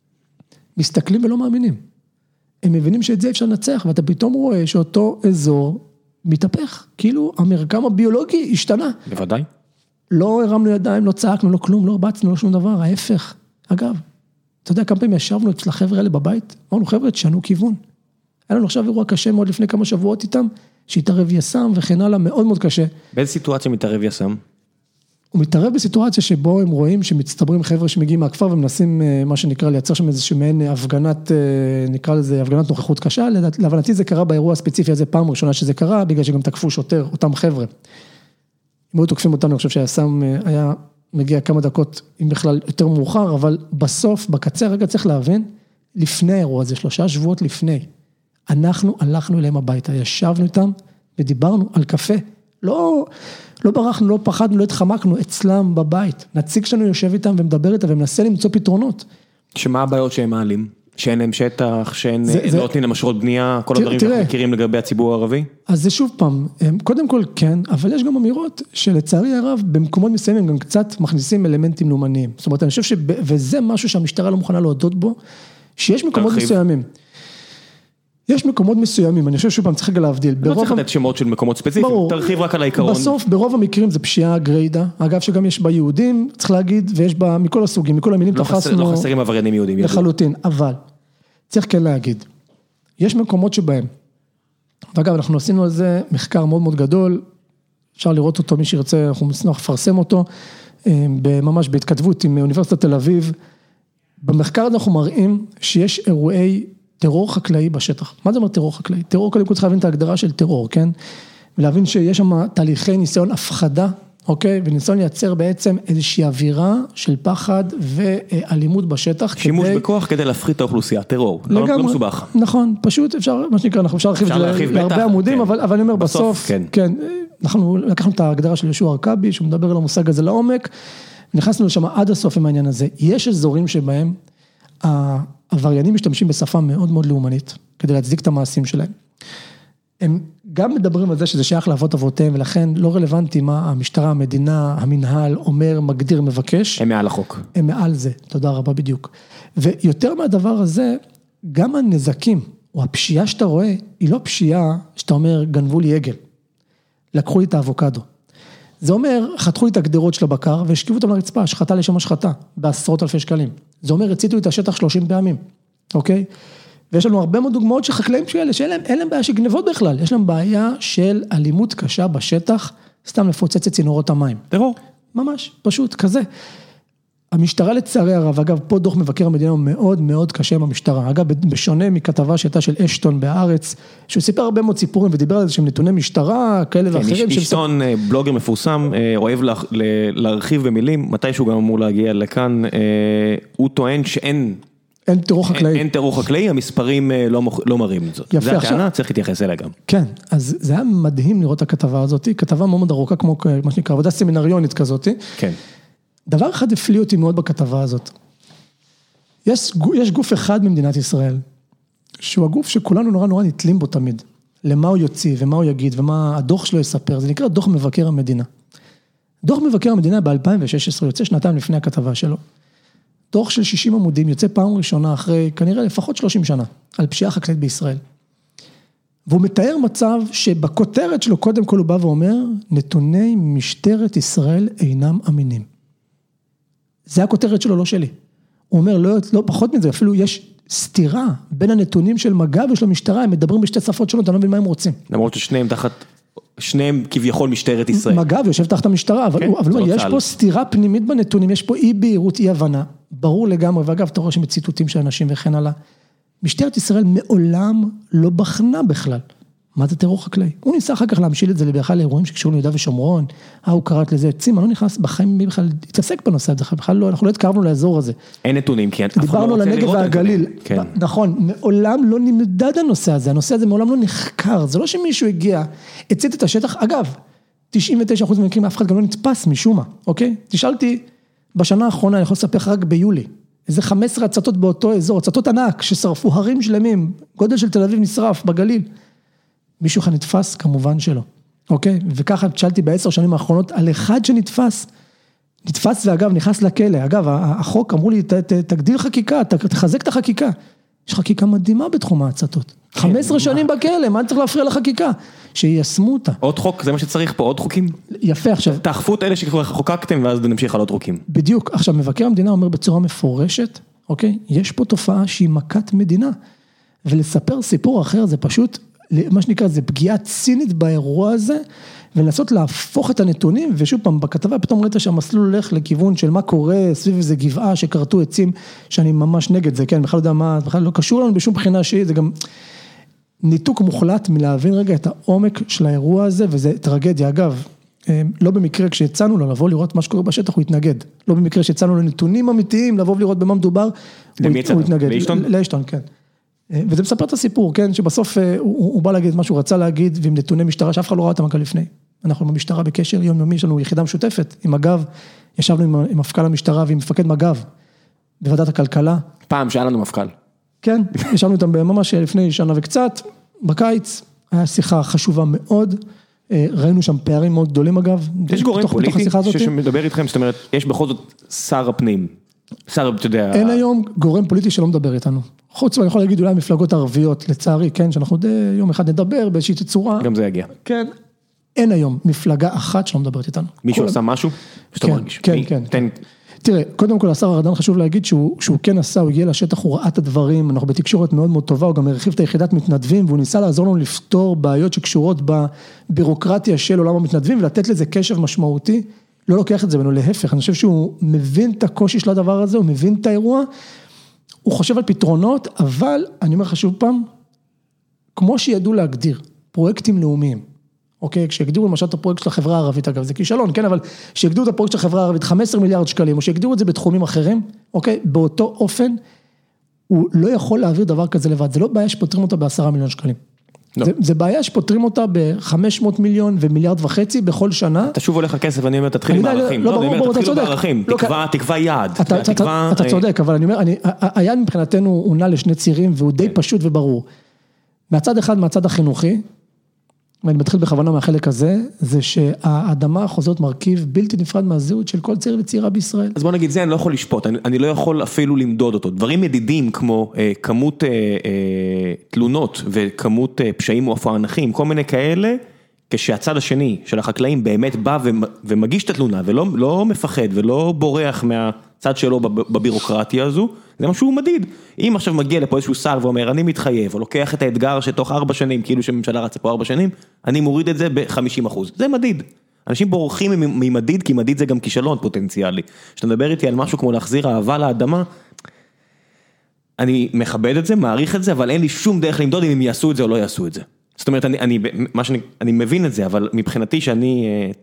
מסתכלים ולא מאמינים. הם מבינים שאת זה אפשר לנצח, ואתה פתאום רואה שאותו אזור מתהפך, כאילו המרקם הביולוגי השתנה. בוודאי. לא הרמנו ידיים, לא צעקנו, לא כלום, לא הרבצנו, לא שום דבר, ההפך. אגב, אתה יודע כמה פעמים ישבנו אצל החבר'ה האלה בבית? אמרנו, חבר'ה, תשנו כיוון. היה לנו עכשיו אירוע קשה מאוד לפני כמה שבועות איתם, שהתערב יסם וכן הלאה, מאוד מאוד קשה. באיזה סיטואציה מתערב יסם? הוא מתערב בסיטואציה שבו הם רואים שמצטברים חבר'ה שמגיעים מהכפר ומנסים מה שנקרא לייצר שם איזושהי מעין הפגנת, נקרא לזה הפגנת נוכחות קשה, להבנתי זה קרה באירוע הספציפי הזה פעם ראשונה שזה קרה, בגלל שגם תקפו שוטר, אותם חבר'ה. אם היו תוקפים אותנו, אני חושב שהיסם היה מגיע כמה דקות, אם בכלל יותר מאוחר, אבל בסוף, בקצה רגע צריך להבין, לפני האירוע הזה, 3 שבועות לפני, אנחנו הלכנו אליהם הביתה, ישבנו איתם ודיברנו על קפה, לא ברחנו, לא פחדנו, לא התחמקנו, אצלם בבית. נציג שלנו יושב איתם ומדבר איתם ומנסה למצוא פתרונות. שמה הבעיות שהם מעלים? שאין להם שטח, שאין לא נותנים להם אשרות בנייה, כל הדברים שאנחנו מכירים לגבי הציבור הערבי? אז זה שוב פעם, קודם כל כן, אבל יש גם אמירות שלצערי הרב, במקומות מסוימים הם גם קצת מכניסים אלמנטים לאומניים. זאת אומרת, אני חושב וזה משהו שהמשטרה לא מוכנה להודות בו, שיש מקומות מסוימים. יש מקומות מסוימים, אני חושב שפעם צריך רגע להבדיל. לא צריך לתת שמות של מקומות ספציפיים, תרחיב רק על העיקרון. בסוף, ברוב המקרים זה פשיעה גריידה, אגב שגם יש בה יהודים, צריך להגיד, ויש בה מכל הסוגים, מכל המינים תפסנו. לא חסרים עבריינים יהודים. לחלוטין, אבל צריך כן להגיד, יש מקומות שבהם, ואגב אנחנו עשינו על זה מחקר מאוד מאוד גדול, אפשר לראות אותו, מי שירצה, אנחנו נשמח לפרסם אותו, ממש בהתכתבות עם אוניברסיטת תל אביב, במחקר הזה אנחנו מראים שיש אירועי טרור חקלאי בשטח. מה זה אומר טרור חקלאי? טרור קודם כל צריך להבין את ההגדרה של טרור, כן? ולהבין שיש שם תהליכי ניסיון הפחדה, אוקיי? וניסיון לייצר בעצם איזושהי אווירה של פחד ואלימות בשטח. שימוש בכוח כדי להפחית את האוכלוסייה, טרור, לא מסובך. נכון, פשוט אפשר, מה שנקרא, אנחנו אפשר להרחיב להרבה עמודים, אבל אני אומר בסוף, כן, אנחנו לקחנו את ההגדרה של יהושע ארכבי, שהוא מדבר על המושג הזה לעומק, ונכנסנו לשם עד הסוף עם העניין הזה. יש אזורים שבהם העבריינים משתמשים בשפה מאוד מאוד לאומנית, כדי להצדיק את המעשים שלהם. הם גם מדברים על זה שזה שייך לאבות אבותיהם, ולכן לא רלוונטי מה המשטרה, המדינה, המנהל, אומר, מגדיר, מבקש. הם מעל החוק. הם מעל זה, תודה רבה בדיוק. ויותר מהדבר הזה, גם הנזקים, או הפשיעה שאתה רואה, היא לא פשיעה שאתה אומר, גנבו לי עגל, לקחו לי את האבוקדו. זה אומר, חתכו לי את הגדרות של הבקר, והשכיבו אותם לרצפה, שחטה לשם השחטה, בעשרות אלפי שקלים. זה אומר, הציתו את השטח 30 פעמים, אוקיי? ויש לנו הרבה מאוד דוגמאות של חקלאים כאלה, שאין להם בעיה של גנבות בכלל, יש להם בעיה של אלימות קשה בשטח, סתם לפוצץ את צינורות המים. טרור. ממש, פשוט, כזה. המשטרה לצערי הרב, אגב, פה דוח מבקר המדינה הוא מאוד מאוד קשה עם המשטרה, אגב, בשונה מכתבה שהייתה של אשטון בארץ, שהוא סיפר הרבה מאוד סיפורים ודיבר על זה שהם נתוני משטרה, כאלה ואחרים. אשטון, בלוגר מפורסם, אוהב להרחיב במילים, מתי שהוא גם אמור להגיע לכאן, הוא טוען שאין טרור חקלאי. אין טרור חקלאי, המספרים לא מראים את זאת. זה הטענה, צריך להתייחס אליה גם. כן, אז זה היה מדהים לראות את הכתבה הזאת, כתבה מאוד ארוכה כמו מה שנקרא, עבודה סמינריונית כזאת. כן. דבר אחד הפליא אותי מאוד בכתבה הזאת. יש גוף אחד במדינת ישראל, שהוא הגוף שכולנו נורא נתלים בו תמיד, למה הוא יוציא ומה הוא יגיד ומה הדוח שלו יספר, זה נקרא דוח מבקר המדינה. דוח מבקר המדינה ב-2016 יוצא שנתיים לפני הכתבה שלו. דוח של 60 עמודים יוצא פעם ראשונה אחרי כנראה לפחות 30 שנה על פשיעה חקלאית בישראל. והוא מתאר מצב שבכותרת שלו קודם כל הוא בא ואומר, נתוני משטרת ישראל אינם אמינים. זה הכותרת שלו, לא שלי. הוא אומר, לא פחות מזה, אפילו יש סתירה בין הנתונים של מג"ב ושל המשטרה, הם מדברים בשתי שפות שונות, אני לא מבין מה הם רוצים. למרות ששניהם כביכול משטרת ישראל. מג"ב יושב תחת המשטרה, אבל יש פה סתירה פנימית בנתונים, יש פה אי בהירות, אי הבנה, ברור לגמרי, ואגב, אתה רואה שמציטוטים של אנשים וכן הלאה, משטרת ישראל מעולם לא בחנה בכלל. מה זה טרור חקלאי? הוא ניסה אחר כך להמשיל את זה בכלל לאירועים שקשורים ליהודה ושומרון, הוא קראת לזה עצים, אני לא נכנס בחיים בכלל להתעסק בנושא הזה, בכלל לא, אנחנו לא התקרבנו לאזור הזה. אין נתונים, כי דיברנו על הנגב והגליל, נכון, מעולם לא נמדד הנושא הזה מעולם לא נחקר, זה לא שמישהו הגיע, הצית את השטח, אגב, 99% מהמקרים אף אחד גם לא נתפס משום מה, אוקיי? תשאלתי, בשנה האחרונה, אני יכול לספר רק ביולי, איזה 15 הצתות באותו אזור, הצתות ענק, ששרפו הרים שלמים, גודל של תל אביב נשרף בגליל. מישהו אחד נתפס, כמובן שלא. אוקיי? וככה שאלתי ב10 שנים האחרונות על אחד שנתפס, ואגב נכנס לכלא. אגב, החוק אמרו לי, תגדיל חקיקה, תחזק את החקיקה. יש חקיקה מדהימה בתחום ההצתות. 15 שנים בכלא, מה אני צריך להפריע לחקיקה? שיישמו אותה. עוד חוק, זה מה שצריך פה, עוד חוקים? יפה, עכשיו. תאכפו את אלה שכבר חוקקתם, ואז נמשיך על עוד חוקים. בדיוק. עכשיו, מבקר המדינה אומר בצורה מפורשת, אוקיי? יש פה תופעה שהיא מכת מדינה. ולספר סיפור אחר, זה פשוט מה שנקרא, זה פגיעה צינית באירוע הזה, ולנסות להפוך את הנתונים, ושוב פעם, בכתבה פתאום ראית שהמסלול הולך לכיוון של מה קורה, סביב איזה גבעה שקרתו עצים, שאני ממש נגד זה, כן, בכלל לא יודע מה, בכלל לא קשור לנו בשום בחינה שהיא, זה גם ניתוק מוחלט מלהבין רגע את העומק של האירוע הזה, וזה טרגדיה, אגב, לא במקרה כשיצאנו לו לבוא לראות מה שקורה בשטח, הוא התנגד, לא במקרה כשיצאנו לו נתונים אמיתיים, לבוא ולראות במה מדובר, הוא התנגד, לאשטון, כן. וזה מספר את הסיפור, כן, שבסוף הוא בא להגיד מה שהוא רצה להגיד, ועם נתוני משטרה שאף אחד לא ראה אותם כאן לפני. אנחנו עם המשטרה בקשר יומיומי, יש לנו יחידה משותפת, עם מג"ב, ישבנו עם מפכ"ל המשטרה ועם מפקד מג"ב, בוועדת הכלכלה. פעם שהיה לנו מפכ"ל. כן, ישבנו איתם ממש לפני שנה וקצת, בקיץ, היה שיחה חשובה מאוד, ראינו שם פערים מאוד גדולים אגב. יש גורם פוליטי שמדבר איתכם, זאת אומרת, יש בכל זאת שר הפנים, בסדר, אתה יודע. אין היום גורם פוליטי שלא מדבר איתנו. חוץ, ואני יכול להגיד אולי המפלגות הערביות, לצערי, כן, שאנחנו יום אחד נדבר באיזושהי צורה. גם זה יגיע. כן. אין היום מפלגה אחת שלא מדברת איתנו. מישהו עשה משהו? כן, כן, כן. תראה, קודם כל השר ארדן חשוב להגיד שהוא כן עשה, הוא הגיע לשטח, הוא ראה את הדברים, אנחנו בתקשורת מאוד מאוד טובה, הוא גם הרחיב את היחידת מתנדבים, והוא ניסה לעזור לנו לפתור בעיות שקשורות בבירוקרטיה של עולם המתנדבים, ולתת לזה קשב משמעותי, לא לוקח את זה ממנו, להפך, אני חושב שהוא מבין את הקושי של הדבר הזה, הוא מבין את האירוע, הוא חושב על פתרונות, אבל אני אומר לך שוב פעם, כמו שידעו להגדיר פרויקטים לאומיים, אוקיי, כשהגדירו למשל את הפרויקט של החברה הערבית, אגב, זה כישלון, כן, אבל כשהגדירו את הפרויקט של החברה הערבית 15 מיליארד שקלים, או שהגדירו את זה בתחומים אחרים, אוקיי, באותו אופן, הוא לא יכול להעביר דבר כזה לבד, זה לא בעיה שפותרים אותה ב10 מיליון שקלים. לא. זה בעיה שפותרים אותה ב500 מיליון ומיליארד וחצי בכל שנה. אתה שוב הולך לכסף, ואני אומר, תתחיל עם הערכים. לא, ברור, אתה צודק. תקווה יעד. אתה צודק, אבל אני אומר, היעד מבחינתנו הוא נע לשני צירים, והוא די פשוט וברור. מהצד אחד, מהצד החינוכי, ואני מתחיל בכוונה מהחלק הזה, זה שהאדמה חוזרת מרכיב בלתי נפרד מהזהות של כל צעיר וצעירה בישראל. אז בוא נגיד זה, אני לא יכול לשפוט, אני לא יכול אפילו למדוד אותו. דברים מדידים כמו כמות תלונות וכמות פשעים או הפענחים, כל מיני כאלה, כשהצד השני של החקלאים באמת בא ומגיש את התלונה, ולא מפחד ולא בורח מהצד שלו בבירוקרטיה הזו, זה משהו מדיד. אם עכשיו מגיע לפה איזשהו שר ואומר, אני מתחייב, או לוקח את האתגר שתוך 4 שנים, כאילו שממשלה רצה פה 4 שנים, אני מוריד את זה ב-50%. זה מדיד. אנשים בורחים ממדיד, כי מדיד זה גם כישלון פוטנציאלי. כשאתה מדבר איתי על משהו כמו להחזיר אהבה לאדמה, אני מכבד את זה, מעריך את זה, אבל אין לי שום דרך למדוד אם הם יעשו את זה או לא יעשו את זה. זאת אומרת, אני מבין את זה, אבל מבחינתי שאני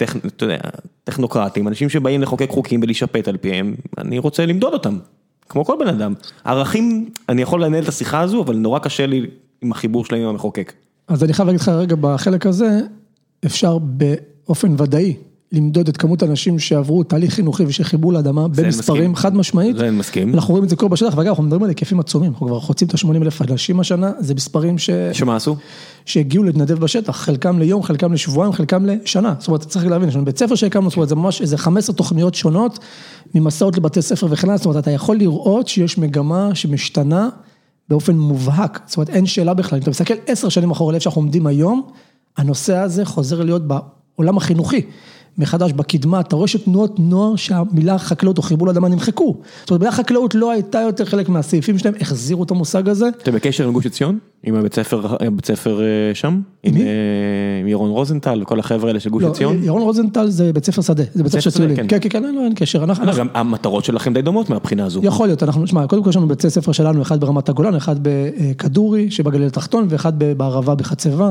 טכנוקרטים, אנשים שבאים לחוקק חוקים ולשפט על פיהם, אני רוצה למדוד אותם, כמו כל בן אדם. ערכים, אני יכול לנהל את השיחה הזו, אבל נורא קשה לי עם החיבור שלהם עם המחוקק. אז אני חייב להגיד לך רגע, בחלק הזה, אפשר באופן ודאי למדוד את כמות האנשים שעברו תהליך חינוכי ושחיברו לאדמה במספרים חד משמעית. זה אני מסכים. אנחנו רואים את זה כל בשטח, ואגב, אנחנו מדברים על היקפים עצומים, אנחנו כבר חוצים את 80,000 אנשים השנה, זה מספרים שמה עשו? שהגיעו להתנדב בשטח, חלקם ליום, חלקם לשבועיים, חלקם לשנה. זאת אומרת, צריך להבין, יש לנו בית ספר שהקמנו, זאת אומרת, זה ממש איזה 15 תוכניות שונות, ממסעות לבתי ספר וכן, זאת אומרת, אתה יכול לראות שיש מגמה שמשתנה באופן מובהק. זאת אומרת, אין שאלה בכלל. אם אתה מסתכל 10 שנים אחורה לאיפה שאנחנו עומדים היום, הנושא הזה חוזר להיות בעולם החינוכי. מחדש בקדמה, אתה רואה שתנועות נוער שהמילה חקלאות או חיבור לאדמה נמחקו. זאת אומרת, מילה חקלאות לא הייתה יותר חלק מהסעיפים שלהם, החזירו את המושג הזה. אתם בקשר עם גוש עציון? עם הבית ספר שם? עם ירון רוזנטל וכל החבר'ה האלה של גוש עציון? לא, ירון רוזנטל זה בית ספר שדה, זה בית ספר שצרילים. כן, כן, כן, אין קשר. גם המטרות שלכם די דומות מהבחינה הזו. יכול להיות, אנחנו נשמע, קודם כל יש לנו בית ספר שלנו, אחד ברמת הגולן, אחד בכדורי, שבגליל התחתון, ואחד בערבה בחצבה.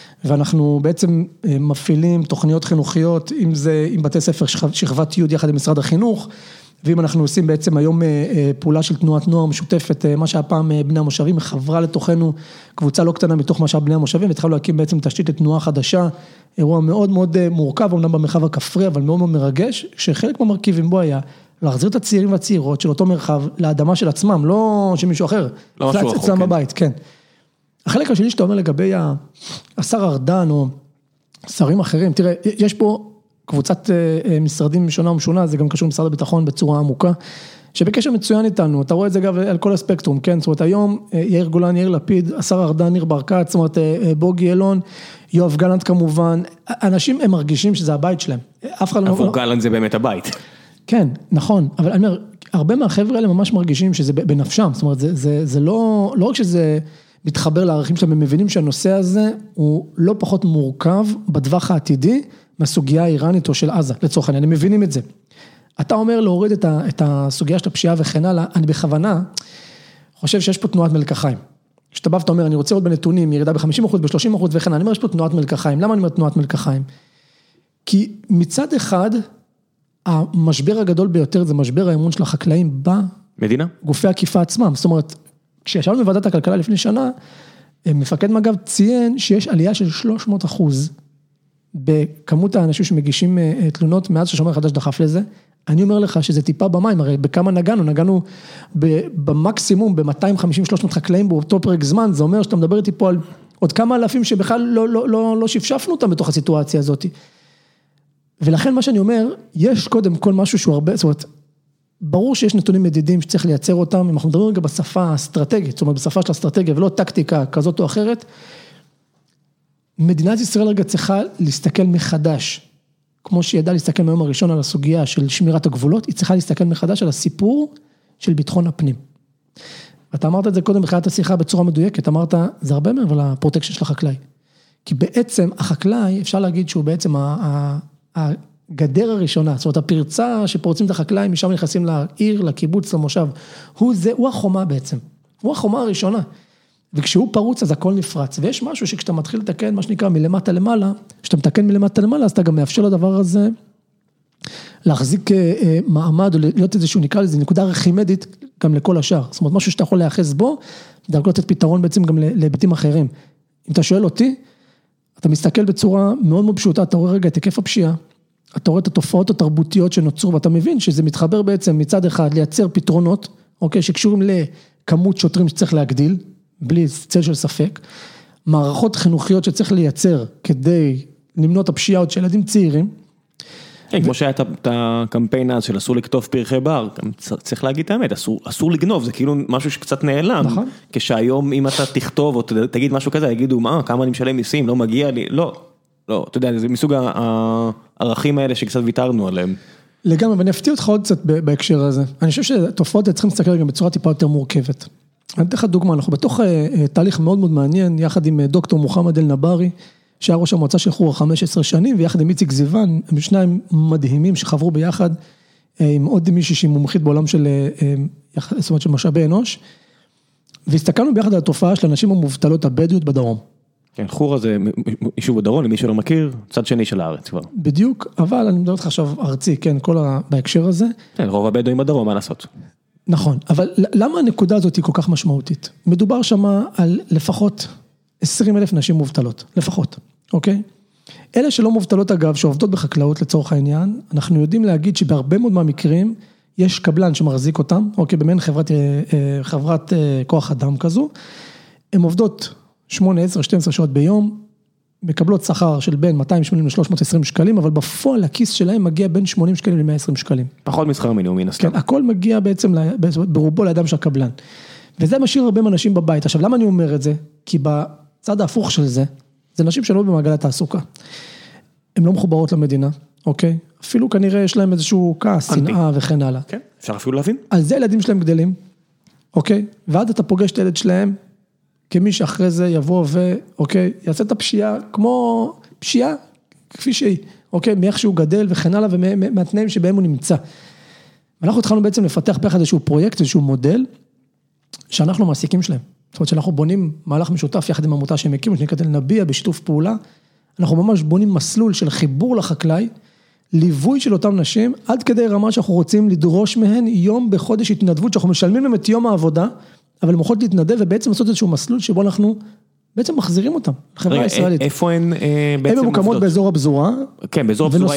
ואנחנו בעצם מפעילים תוכניות חינוכיות, אם זה עם בתי ספר שכבת י' יחד עם משרד החינוך, ואם אנחנו עושים בעצם היום פעולה של תנועת נוער משותפת, מה שהפעם בני המושבים מחברה לתוכנו קבוצה לא קטנה מתוך מה שהבני המושבים, והתחלנו להקים בעצם תשתית לתנועה חדשה, אירוע מאוד מאוד מורכב, אומנם במרחב הכפרי, אבל מאוד מאוד מרגש, שחלק מהמרכיבים בו היה להחזיר את הצעירים והצעירות של אותו מרחב לאדמה של עצמם, לא שמישהו אחר, לא משהו רחוק, כן. בבית, כן. החלק השני שאתה אומר לגבי השר ארדן או שרים אחרים, תראה, יש פה קבוצת משרדים שונה ומשונה, זה גם קשור למשרד הביטחון בצורה עמוקה, שבקשר מצוין איתנו, אתה רואה את זה גם על כל הספקטרום, כן? זאת אומרת, היום יאיר גולן, יאיר לפיד, השר ארדן, ניר ברקת, זאת אומרת, בוגי אלון, יואב גלנט כמובן, אנשים הם מרגישים שזה הבית שלהם. אף אחד לא... עבור גלנט זה באמת הבית. כן, נכון, אבל אני אומר, הרבה מהחבר'ה האלה ממש מרגישים שזה בנפשם, זאת אומרת, זה לא רק שזה מתחבר לערכים שלהם, הם מבינים שהנושא הזה הוא לא פחות מורכב בטווח העתידי מהסוגיה האיראנית או של עזה, לצורך העניין, הם מבינים את זה. אתה אומר להוריד את הסוגיה של הפשיעה וכן הלאה, אני בכוונה חושב שיש פה תנועת מלקחיים. כשאתה בא ואתה אומר, אני רוצה עוד בנתונים, ירידה ב-50%, ב-30% וכן, אני אומר, יש פה תנועת מלקחיים. למה אני אומר תנועת מלקחיים? כי מצד אחד, המשבר הגדול ביותר זה משבר האמון של החקלאים מדינה? גופי עקיפה עצמם. זאת אומרת, כשישבנו בוועדת הכלכלה לפני שנה, מפקד מג"ב ציין שיש עלייה של 300% בכמות האנשים שמגישים תלונות מאז ששומר חדש דחף לזה. אני אומר לך שזה טיפה במים, הרי בכמה נגענו במקסימום ב-250-300 חקלאים באותו פרק זמן, זה אומר שאתה מדבר איתי פה על עוד כמה אלפים שבכלל לא שפשפנו אותם בתוך הסיטואציה הזאת. ולכן מה שאני אומר, יש קודם כל משהו שהוא הרבה, זאת אומרת, ברור שיש נתונים מדידים שצריך לייצר אותם, אם אנחנו מדברים רגע בשפה האסטרטגית, זאת אומרת בשפה של האסטרטגיה ולא טקטיקה כזאת או אחרת, מדינת ישראל רגע צריכה להסתכל מחדש, כמו שהיא ידעה להסתכל מהיום הראשון על הסוגיה של שמירת הגבולות, היא צריכה להסתכל מחדש על הסיפור של ביטחון הפנים. ואתה אמרת את זה קודם בתחילת השיחה בצורה מדויקת, אמרת, זה הרבה מעבר לפרוטקשן של החקלאי. כי בעצם החקלאי, אפשר להגיד שהוא בעצם הגדר הראשונה, זאת אומרת הפרצה שפורצים את החקלאי, משם נכנסים לעיר, לקיבוץ, למושב, הוא החומה בעצם, הוא החומה הראשונה. וכשהוא פרוץ אז הכל נפרץ, ויש משהו שכשאתה מתחיל לתקן, מה שנקרא מלמטה למעלה, כשאתה מתקן מלמטה למעלה, אז אתה גם מאפשר לדבר הזה, להחזיק מעמד, או להיות איזשהו נקרא לזה, נקודה רכימדית, גם לכל השאר, זאת אומרת משהו שאתה יכול להיחס בו, דרכו לתת פתרון בעצם גם להיבטים אחרים. אם אתה שואל אותי, אתה מסתכל בצורה מאוד מאוד פשוטה, אתה רואה רגע את היקף הפשיעה, אתה רואה את התופעות התרבותיות שנוצרו, ואתה מבין שזה מתחבר בעצם מצד אחד לייצר פתרונות, אוקיי, שקשורים לכמות שוטרים שצריך להגדיל, בלי צל של ספק, מערכות חינוכיות שצריך לייצר כדי למנוע את הפשיעה עוד של ילדים צעירים. כן, כמו שהיה את הקמפיין אז של אסור לקטוף פרחי בר, צריך להגיד את האמת, אסור לגנוב, זה כאילו משהו שקצת נעלם, כשהיום אם אתה תכתוב או תגיד משהו כזה, יגידו מה, כמה אני משלם מיסים, לא מגיע לי, לא, אתה יודע, זה מסוג הערכים האלה שקצת ויתרנו עליהם. לגמרי, ואני אפתיע אותך עוד קצת בהקשר הזה, אני חושב שתופעות צריכים להסתכל גם בצורה טיפה יותר מורכבת. אני אתן לך דוגמה, אנחנו בתוך תהליך מאוד מאוד מעניין, יחד עם דוקטור מוחמד אל-נבארי, שהיה ראש המועצה של חורה 15 שנים, ויחד עם איציק זיוון, הם שניים מדהימים שחברו ביחד, עם עוד מישהי שהיא מומחית בעולם של, זאת אומרת, של משאבי אנוש, והסתכלנו ביחד על התופעה של הנשים המובטלות הבדואיות בדרום. כן, חורה זה יישוב בדרום, למי שלא מכיר, צד שני של הארץ כבר. בדיוק, אבל אני מדבר אותך עכשיו ארצי, כן, בהקשר הזה. כן, רוב הבדואים בדרום, מה לעשות? נכון, אבל למה הנקודה הזאת היא כל כך משמעותית? מדובר שמה על לפחות 20,000 נשים מובטלות, לפחות, אוקיי? אלה שלא מובטלות אגב, שעובדות בחקלאות לצורך העניין, אנחנו יודעים להגיד שבהרבה מאוד מהמקרים, יש קבלן שמחזיק אותם, אוקיי, במעין חברת כוח אדם כזו, הן עובדות 8, 10, 12 שעות ביום, מקבלות שכר של בין 280 ל-320 שקלים, אבל בפועל הכיס שלהם מגיע בין 80 שקלים ל-120 שקלים. פחות משכר מינימום, מן הסתם. כן, הכל מגיע בעצם ברובו לידם של הקבלן. וזה משאיר הרבה אנשים בבית. עכשיו, למה אני אומר את זה? כי בצד ההפוך של זה, זה נשים שלא במעגל התעסוקה. הן לא מחוברות למדינה, אוקיי? אפילו כנראה יש להם איזשהו כעס, שנאה וכן הלאה. כן, אפשר אפילו להבין. על זה ילדים שלהם גדלים, אוקיי? ועד אתה פוגש את הילד שלהם, כמי שאחרי זה יבוא אוקיי, יעשה את הפשיעה, כמו פשיעה, כפי שהיא, אוקיי, מאיך שהוא גדל וכן הלאה, ומהתנאים שבהם הוא נמצא. ואנחנו התחלנו בעצם לפתח ביחד איזשהו פרויקט, איזשהו מודל, שאנחנו מעסיקים שלהם. זאת אומרת שאנחנו בונים מהלך משותף יחד עם עמותה שהם הקימו, שנקראת אל-נביע בשיתוף פעולה, אנחנו ממש בונים מסלול של חיבור לחקלאי, ליווי של אותם נשים, עד כדי רמה שאנחנו רוצים לדרוש מהן יום בחודש התנדבות, שאנחנו משלמים להם את יום העבודה, אבל הן יכולות להתנדב ובעצם לעשות איזשהו מסלול שבו אנחנו בעצם מחזירים אותם, לחברה הישראלית. איפה הן בעצם הן ממוקמות באזור הפזורה. כן, באזור הפזורה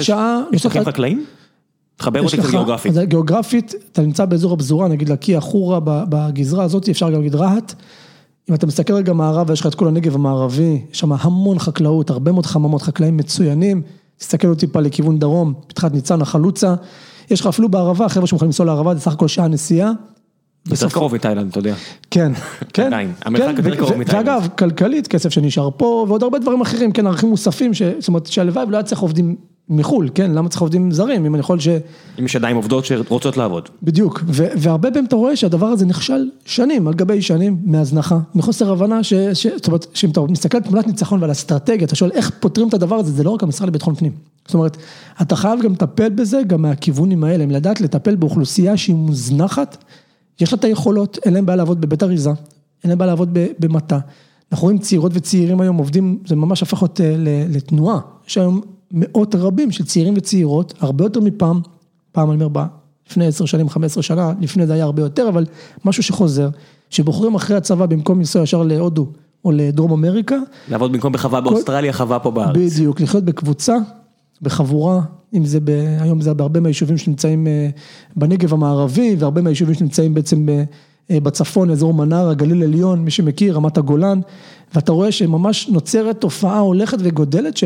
יש שטחים חקלאים? תחבר אותי קצת גיאוגרפית. גיאוגרפית, אתה נמצא באזור הפזורה, נגיד להקיע חורה בגזרה הזאת, אפשר גם להגיד רהט. אם אתה מסתכל רגע מערב, יש לך את כל הנגב המערבי, יש שם המון חקלאות, הרבה מאוד חממות, חקלאים מצוינים, תסתכל אותי פה לכיוון דרום, פתחת ניצן, החלוצה, יש לך אפילו בערבה, חבר'ה שמוכנים לנסוע לערבה, זה סך הכל שעה נסיעה. יותר קרוב מתאילנד, אתה יודע. כן, כן. המרחק יותר קרוב מתאילנד. ואגב, כלכלית, כסף שנשאר פה, ועוד הרבה דברים אחרים, כן, ערכים מוספים, זאת אומרת, שהלוואי לא היה צריך עובדים מחול, כן, למה צריך עובדים זרים, אם אני יכול אם יש עדיין עובדות שרוצות לעבוד. בדיוק, והרבה פעמים אתה רואה שהדבר הזה נכשל שנים, על גבי שנים, מהזנחה, מחוסר הבנה, זאת אומרת, שאם אתה מסתכל על תמונת ניצחון ועל אסטרטגיה, אתה שואל איך פותרים את הדבר הזה, זה לא רק המשרד לביטחון פנים. זאת אומרת, אתה חייב גם לטפל בזה, גם מהכיוונים האלה, לדעת לטפל באוכלוסייה שהיא מוזנחת, יש לה את היכולות, אין להם בעיה לעבוד בבית אריזה, אין להם בעיה לעבוד במטה. אנחנו רואים צעירות וצעירים היום עובדים, זה ממש הפך להיות לתנועה. יש היום מאות רבים של צעירים וצעירות, הרבה יותר מפעם, פעם אני אומר לפני 10 שנים, 15 שנה, לפני זה היה הרבה יותר, אבל משהו שחוזר, שבוחרים אחרי הצבא במקום לנסוע ישר להודו או לדרום אמריקה. לעבוד במקום בחווה באוסטרליה, חווה פה בארץ. בדיוק, לחיות בקבוצה, בחבורה, אם זה היום זה בהרבה מהיישובים שנמצאים בנגב המערבי, והרבה מהיישובים שנמצאים בעצם בצפון, אזור מנרה, הגליל עליון, מי שמכיר, רמת הגולן, ואתה רואה שממש נוצרת תופעה הולכת וגודלת, שהם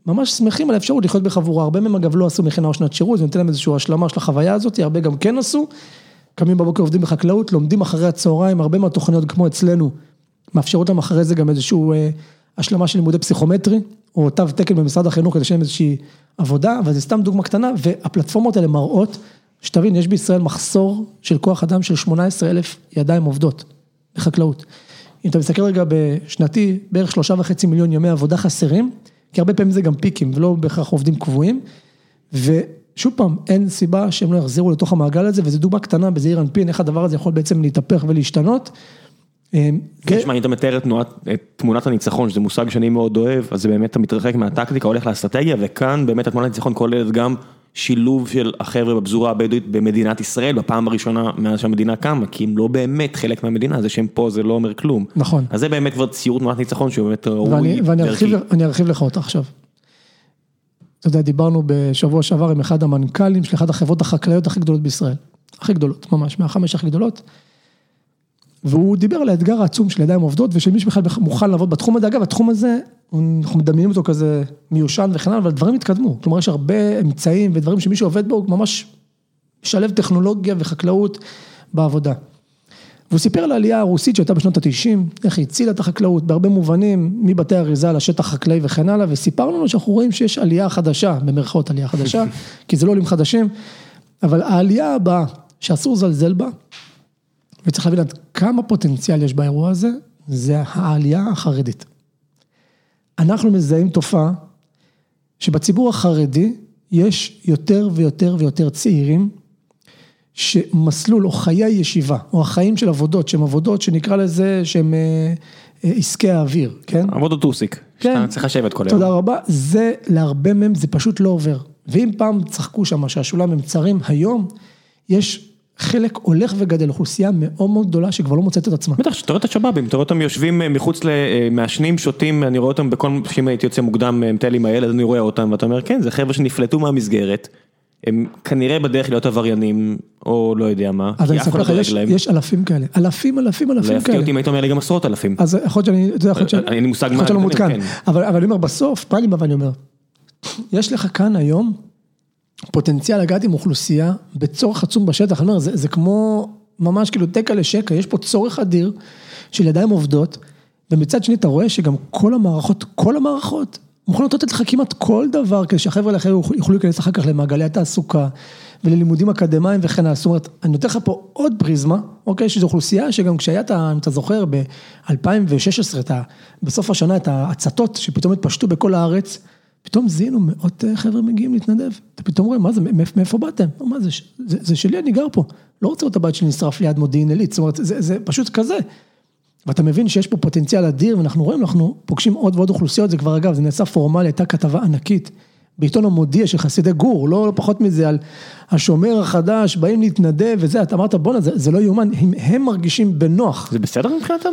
ממש שמחים על האפשרות לחיות בחבורה, הרבה מהם אגב לא עשו מכינה או שנת שירות, ונותן להם איזושהי השלמה של החוויה הזאת, הרבה גם כן עשו, קמים בבוקר עובדים בחקלאות, לומדים אחרי הצהריים, הרבה מהתוכניות כמו אצלנו, מאפשרות להם אחרי זה גם איזשהו השלמה של לימודי פסיכומטרי, או תו תקן במשרד החינוך כדי שהם איזושהי עבודה, אבל זה סתם דוגמה קטנה, והפלטפורמות האלה מראות, שתבין, יש בישראל מחסור של כוח אדם של 18,000 ידיים עובדות בחקלאות. אם אתה מסתכל רגע בשנתי, בערך 3.5 מיליון ימי עבודה חסרים, כי הרבה פעמים זה גם פיקים, ולא בהכרח עובדים קבועים, ושוב פעם, אין סיבה שהם לא יחזירו לתוך המעגל הזה, וזו דוגמה קטנה בזעיר אנפין, איך הדבר הזה יכול בעצם להתהפך ולהשתנות. תשמע, אם אתה מתאר את תמונת הניצחון, שזה מושג שאני מאוד אוהב, אז זה באמת אתה מתרחק מהטקטיקה, הולך לאסטרטגיה, וכאן באמת התמונת הניצחון כוללת גם שילוב של החבר'ה בפזורה הבדואית במדינת ישראל, בפעם הראשונה מאז שהמדינה קמה, כי הם לא באמת חלק מהמדינה, זה שהם פה, זה לא אומר כלום. נכון. אז זה באמת כבר ציור תמונת ניצחון, שהוא באמת ראוי. ואני ארחיב לך אותה עכשיו. אתה יודע, דיברנו בשבוע שעבר עם אחד המנכ"לים של אחת החברות החקלאיות הכי גדולות בישראל. הכי גדולות, ממש, מהחמש הכי גדולות. והוא דיבר על האתגר העצום של ידיים עובדות, ושל מישהו בכלל מוכן לעבוד בתחום הזה. אגב, התחום הזה, אנחנו מדמיינים אותו כזה מיושן וכן הלאה, אבל דברים התקדמו. כלומר, יש הרבה אמצעים ודברים שמישהו עובד בו, ממש משלב טכנולוגיה וחקלאות בעבודה. והוא סיפר על העלייה הרוסית שהייתה בשנות ה-90, איך היא הצילה את החקלאות, בהרבה מובנים, מבתי אריזה לשטח חקלאי וכן הלאה, וסיפר לנו שאנחנו רואים שיש עלייה חדשה, במרכאות עלייה חדשה, כי זה לא עולים חדשים, אבל העלייה הבאה, שאסור זלזל בה, וצריך להבין עד כמה פוטנציאל יש באירוע הזה, זה העלייה החרדית. אנחנו מזהים תופעה, שבציבור החרדי, יש יותר ויותר ויותר צעירים, שמסלול או חיי ישיבה, או החיים של עבודות, שהן עבודות שנקרא לזה, שהן עסקי האוויר, כן? עבודות טוסיק, שאתה צריך לשבת כל היום. תודה רבה, זה להרבה מהם, זה פשוט לא עובר. ואם פעם צחקו שם, שהשולם הם צרים, היום יש חלק הולך וגדל, אוכלוסייה מאוד מאוד גדולה, שכבר לא מוצאת את עצמה. בטח, שאתה רואה את השבאבים, אתה רואה אותם יושבים מחוץ למעשנים, שותים, אני רואה אותם בכל, שאם הייתי יוצא מוקדם, מטל עם הילד, אני רואה אותם, ואתה אומר, כן, זה חבר'ה שנפלטו מהמסגרת, הם כנראה בדרך להיות עבריינים, או לא יודע מה, אז אני אספר לך, יש אלפים כאלה, אלפים כאלה. לא יפתיע אותי אם היית אומר לי גם עשרות אלפים. אז יכול להיות שאני מותקן, אבל אני אומר, בסוף, פעמים ואני אומר, יש לך כאן היום, פוטנציאל הגעת עם אוכלוסייה, בצורך עצום בשטח, אני אומר, זה כמו, ממש כאילו תקע לשקע, יש פה צורך אדיר, של ידיים עובדות, ומצד שני אתה רואה שגם כל המערכות, מוכנות לתת לך כמעט כל דבר, כדי שהחבר'ה לאחר יוכלו להיכנס אחר כך למעגלי התעסוקה, וללימודים אקדמיים וכן, זאת אומרת, אני נותן לך פה עוד פריזמה, אוקיי, שזו אוכלוסייה שגם כשהיה, אם אתה זוכר, ב-2016, בסוף השנה, את ההצתות שפתאום התפשטו בכל הארץ, פתאום זיהינו מאות חבר'ה מגיעים להתנדב, אתה פתאום רואה, מה זה, מאיפה באתם? מה זה, זה שלי, אני גר פה, לא רוצה להיות הבית שלי נשרף ליד מודיעין עילית, זאת אומרת, זה פשוט כזה, ואתה מבין שיש פה פוטנציאל אדיר, ואנחנו רואים, אנחנו פוגשים עוד ועוד אוכלוסיות, זה כבר אגב, זה נעשה פורמלי, הייתה כתבה ענקית, בעיתון המודיע של חסידי גור, לא פחות מזה, על השומר החדש, באים להתנדב וזה, אתה אמרת, בונה, זה לא יאומן, הם מרגישים בנוח. זה בסדר מבחינתם?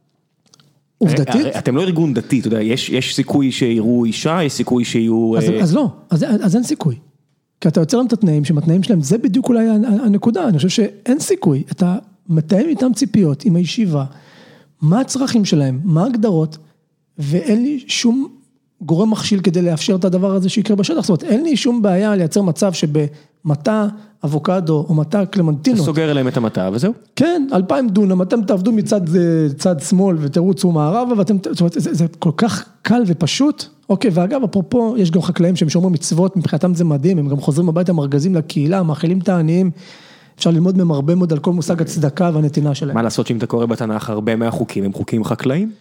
עובדתית? אתם לא ארגון דתי, אתה יודע, יש סיכוי שיראו אישה, יש סיכוי שיהיו... אז לא, אז אין סיכוי. כי אתה יוצר להם את התנאים, שהתנאים שלהם, זה בדיוק אולי הנקודה, אני חושב שאין סיכוי, אתה מתאם איתם ציפיות, עם הישיבה, מה הצרכים שלהם, מה ההגדרות, ואין לי שום גורם מכשיל כדי לאפשר את הדבר הזה שיקרה בשטח, זאת אומרת, אין לי שום בעיה לייצר מצב שבמטה אבוקדו או מטה קלמנטינות. אתה סוגר אליהם את המטה וזהו? כן, 2,000 דונם, אתם תעבדו מצד שמאל ותרוצו מערבה, זאת אומרת, זה כל כך קל ופשוט, אוקיי, ואגב, אפרופו, יש גם חקלאים שהם שומרים מצוות, מבחינתם זה מדהים, הם גם חוזרים הביתה, מרגזים לקהילה, מאכילים את העניים, אפשר ללמוד מהם הרבה מאוד על כל מושג הצדקה והנתינה שלהם. מה לעשות שאם אתה קורא בתנ"ך הרבה מהחוקים, הם חוקים חקלאים?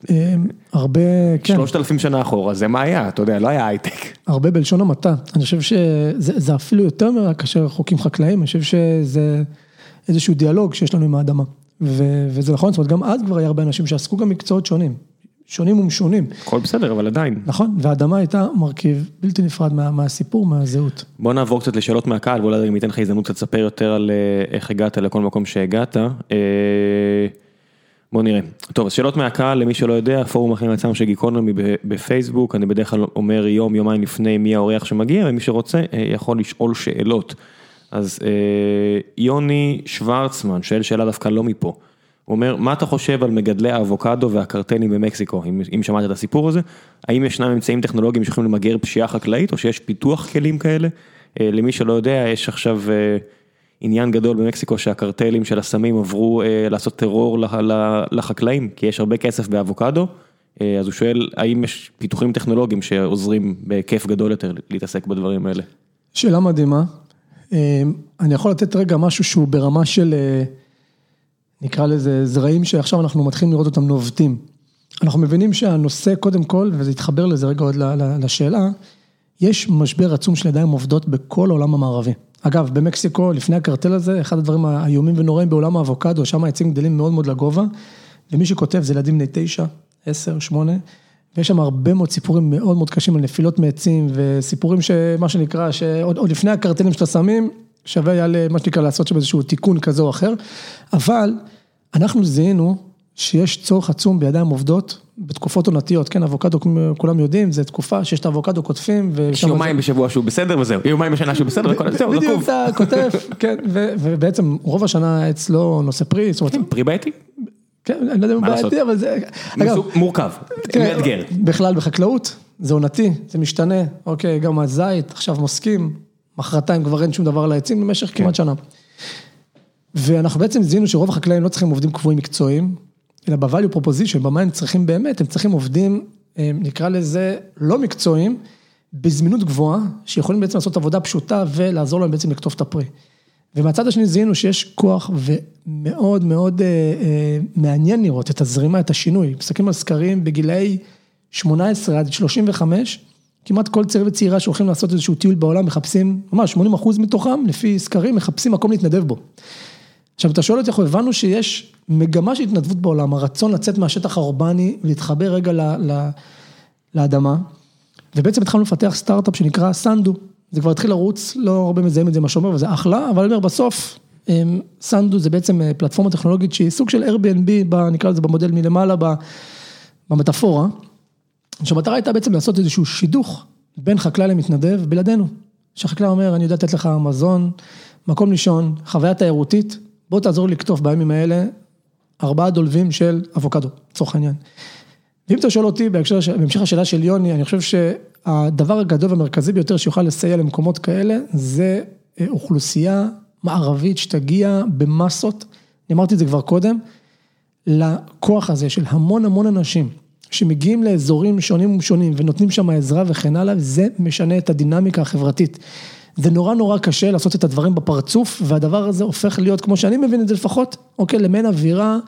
הרבה, כן. 3,000 שנה אחורה, זה מה היה, אתה יודע, לא היה הייטק. הרבה בלשון המעטה, אני חושב שזה אפילו יותר כאשר חוקים חקלאים, אני חושב שזה איזשהו דיאלוג שיש לנו עם האדמה, וזה נכון, זאת אומרת, גם אז כבר היה הרבה אנשים שעסקו גם מקצועות שונים ומשונים. הכל בסדר, אבל עדיין. נכון, והאדמה הייתה מרכיב בלתי נפרד מהסיפור, מהזהות. בוא נעבור קצת לשאלות מהקהל, ואולי ניתן לך הזדמנות לספר יותר על איך הגעת לכל מקום שהגעת. בוא נראה. טוב, אז שאלות מהקהל, למי שלא יודע, פורום אחים עצמם של גיקונומי בפייסבוק, אני בדרך כלל אומר יומיים לפני מי האורח שמגיע, ומי שרוצה יכול לשאול שאלות. אז יוני שוורצמן, שואל שאלה דווקא לא מפה, הוא אומר, מה אתה חושב על מגדלי האבוקדו והקרטלים במקסיקו, אם שמעת את הסיפור הזה, האם ישנם אמצעים טכנולוגיים שיכולים למגר פשיעה חקלאית, או שיש פיתוח כלים כאלה? למי שלא יודע, יש עכשיו עניין גדול במקסיקו שהקרטלים של הסמים עברו לעשות טרור לחקלאים, כי יש הרבה כסף באבוקדו, אז הוא שואל, האם יש פיתוחים טכנולוגיים שעוזרים בכיף גדול יותר להתעסק בדברים האלה? שאלה מדהימה. אני יכול לתת רגע משהו שהוא ברמה של, נקרא לזה, זרעים שעכשיו אנחנו מתחילים לראות אותם נובטים. אנחנו מבינים שהנושא קודם כל, וזה יתחבר לזה רגע עוד לשאלה, יש משבר עצום של ידיים עובדות בכל העולם המערבי. אגב, במקסיקו, לפני הקרטל הזה, אחד הדברים האיומים ונוראים בעולם האבוקדו, שם העצים גדלים מאוד מאוד לגובה, ומי שכותב זה ילדים בני 9, 10, 8, ויש שם הרבה מאוד סיפורים מאוד מאוד קשים על נפילות מעצים, וסיפורים שמה שנקרא, שעוד לפני הקרטלים שאתה שמים, שווה היה מה שנקרא לעשות שם איזשהו תיקון כזה או אחר, אבל אנחנו זיהינו שיש צורך עצום בידיים עובדות, בתקופות עונתיות, כן, אבוקדו, כולם יודעים, זה תקופה שיש את האבוקדו קוטפים, יש יומיים בשבוע שהוא בסדר וזהו, יומיים בשנה שהוא בסדר, זהו, בדיוק אתה כותב, כן, ובעצם רוב השנה אצלו נושא פרי, פרי בעייתי? כן, אני לא יודע אם בעייתי, אבל זה... מורכב, מאתגר. בכלל, בחקלאות, זה עונתי, זה משתנה, אוקיי, גם הזית, עכשיו מוסקים, מחרתיים כבר אין שום דבר על העצים במשך כמעט שנה. ואנחנו בעצם זיהינו שרוב החקלאים לא צריכים עובדים קבועים מקצועיים, אלא ב-value proposition, במה הם צריכים באמת, הם צריכים עובדים, נקרא לזה, לא מקצועיים, בזמינות גבוהה, שיכולים בעצם לעשות עבודה פשוטה, ולעזור להם בעצם לכתוב את הפרי. ומהצד השני זיהינו שיש כוח, ומאוד מאוד מעניין לראות את הזרימה, את השינוי. מסתכלים על סקרים בגילאי 18 עד 35, כמעט כל צעיר וצעירה שהולכים לעשות איזשהו טיול בעולם, מחפשים, ממש 80% מתוכם, לפי סקרים, מחפשים מקום להתנדב בו. עכשיו, אתה שואל אותי, אנחנו הבנו שיש מגמה של התנדבות בעולם, הרצון לצאת מהשטח האורבני, ולהתחבר רגע לאדמה, ובעצם התחלנו לפתח סטארט-אפ שנקרא סנדו, זה כבר התחיל לרוץ, לא הרבה מזהים את זה מה שאומר, וזה אחלה, אבל אני אומר, בסוף, סנדו זה בעצם פלטפורמה טכנולוגית, שהיא סוג של Airbnb, נקרא לזה במודל מלמעלה, במטאפורה, שהמטרה הייתה בעצם לעשות איזשהו שידוך, בין חקלאי למתנדב, בלעדינו, שהחקלאי אומר, אני יודע לתת לך מזון, מקום לישון, חוויה תיירותית, בוא תעזור לי לכתוב בימים האלה 4 דולבים של אבוקדו, לצורך העניין. ואם אתה שואל אותי, בהמשך השאלה של יוני, אני חושב שהדבר הגדול והמרכזי ביותר שיוכל לסייע למקומות כאלה, זה אוכלוסייה מערבית שתגיע במסות, אני אמרתי את זה כבר קודם, לכוח הזה של המון המון אנשים, שמגיעים לאזורים שונים ומשונים, ונותנים שם עזרה וכן הלאה, זה משנה את הדינמיקה החברתית. זה נורא נורא קשה לעשות את הדברים בפרצוף, והדבר הזה הופך להיות, כמו שאני מבין את זה לפחות, אוקיי, למעין אווירה,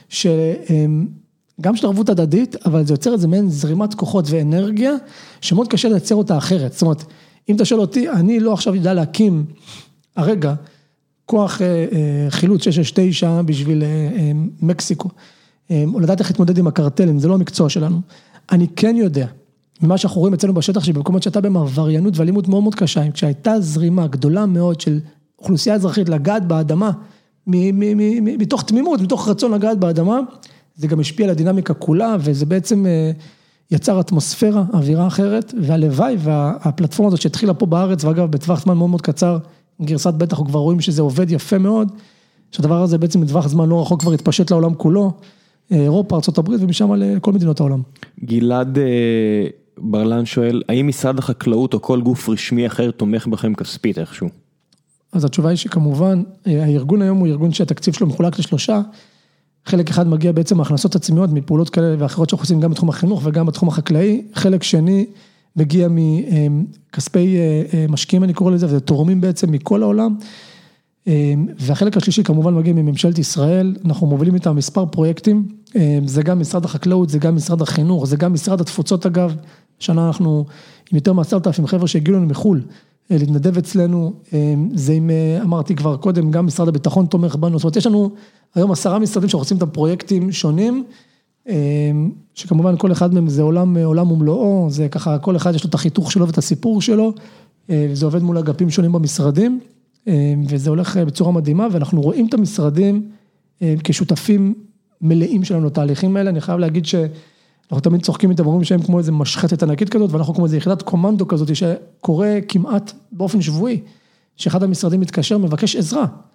גם של ערבות הדדית, אבל זה יוצר איזה מעין זרימת כוחות ואנרגיה, שמאוד קשה לייצר אותה אחרת. זאת אומרת, אם אתה שואל אותי, אני לא עכשיו יודע להקים, הרגע, כוח חילוץ 669 בשביל מקסיקו, או לדעת איך להתמודד עם הקרטלים, זה לא המקצוע שלנו. אני כן יודע, ממה שאנחנו רואים אצלנו בשטח, שבמקומות שאתה במעבריינות ואלימות מאוד מאוד קשה, כשהייתה זרימה גדולה מאוד של אוכלוסייה אזרחית לגעת באדמה, מתוך תמימות, מתוך רצון לגעת באדמה, זה גם השפיע על הדינמיקה כולה, וזה בעצם יצר אטמוספירה, אווירה אחרת, והלוואי, והפלטפורמה הזאת שהתחילה פה בארץ, ואגב, בטווח זמן מאוד מאוד קצר, גרסת בטח, אנחנו כבר רואים שזה עובד יפה מאוד, שהדבר הזה בעצם בטווח זמן לא רחוק כבר התפשט לעולם כולו, אירופה, ארצות הברית, ומשם לכל מדינות העולם. גלעד ברלן שואל, האם משרד החקלאות או כל גוף רשמי אחר תומך בכם כספית איכשהו? אז התשובה היא שכמובן, הארגון היום הוא ארגון שהתקציב שלו מחולק לשלושה, חלק אחד מגיע בעצם מהכנסות עצמיות, מפעולות כאלה ואחרות שאנחנו עושים גם בתחום החינוך וגם בתחום החקלאי, חלק שני מגיע מכספי משקיעים אני קורא לזה, וזה תורמים בעצם מכל העולם, והחלק השלישי כמובן מגיע מממשלת ישראל, אנחנו מובילים איתם מספר פרויקטים, זה גם משרד החקלאות, זה גם משרד החינוך, זה גם משרד התפוצות אגב, שנה אנחנו עם יותר מ10,000 חבר'ה שהגיעו לנו מחול, להתנדב אצלנו, זה עם, אמרתי כבר קודם, גם משרד הביטחון תומך בנו, זאת אומרת, יש לנו היום 10 משרדים שאנחנו עושים את הפרויקטים שונים, שכמובן כל אחד מהם זה עולם ומלואו, זה ככה, כל אחד יש לו את החיתוך שלו ואת הסיפור שלו, זה עובד מול אגפים שונים במשרדים, וזה הולך בצורה מדהימה, ואנחנו רואים את המשרדים כשותפים מלאים שלנו לתהליכים האלה, אני חייב להגיד שאנחנו תמיד צוחקים איתם, אומרים שהם כמו איזה משחטת ענקית כזאת, ואנחנו כמו איזה יחידת קומנדו כזאת, שקורה כמעט באופן שבועי, שאחד המשרדים מתקשר, מבקש עזרה,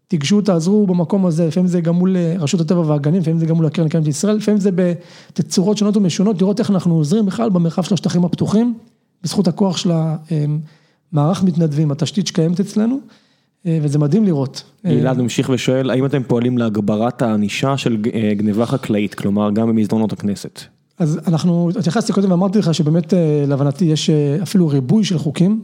תיגשו, תעזרו במקום הזה, לפעמים זה גם מול רשות הטבע והגנים, לפעמים זה גם מול הקרן הקיימת לישראל, לפעמים זה בתצורות שונות ומשונות, לראות איך אנחנו עוזרים בכלל במרחב של השטחים הפתוחים, בזכות הכוח של המערך מתנדבים, התשתית שקיימת אצלנו, וזה מדהים לראות. גלעד ממשיך ושואל, האם אתם פועלים להגברת הענישה של גניבה חקלאית, כלומר גם במסדרונות הכנסת? אז אנחנו, התייחסתי קודם ואמרתי לך שבאמת להבנתי יש אפילו ריבוי של חוקים,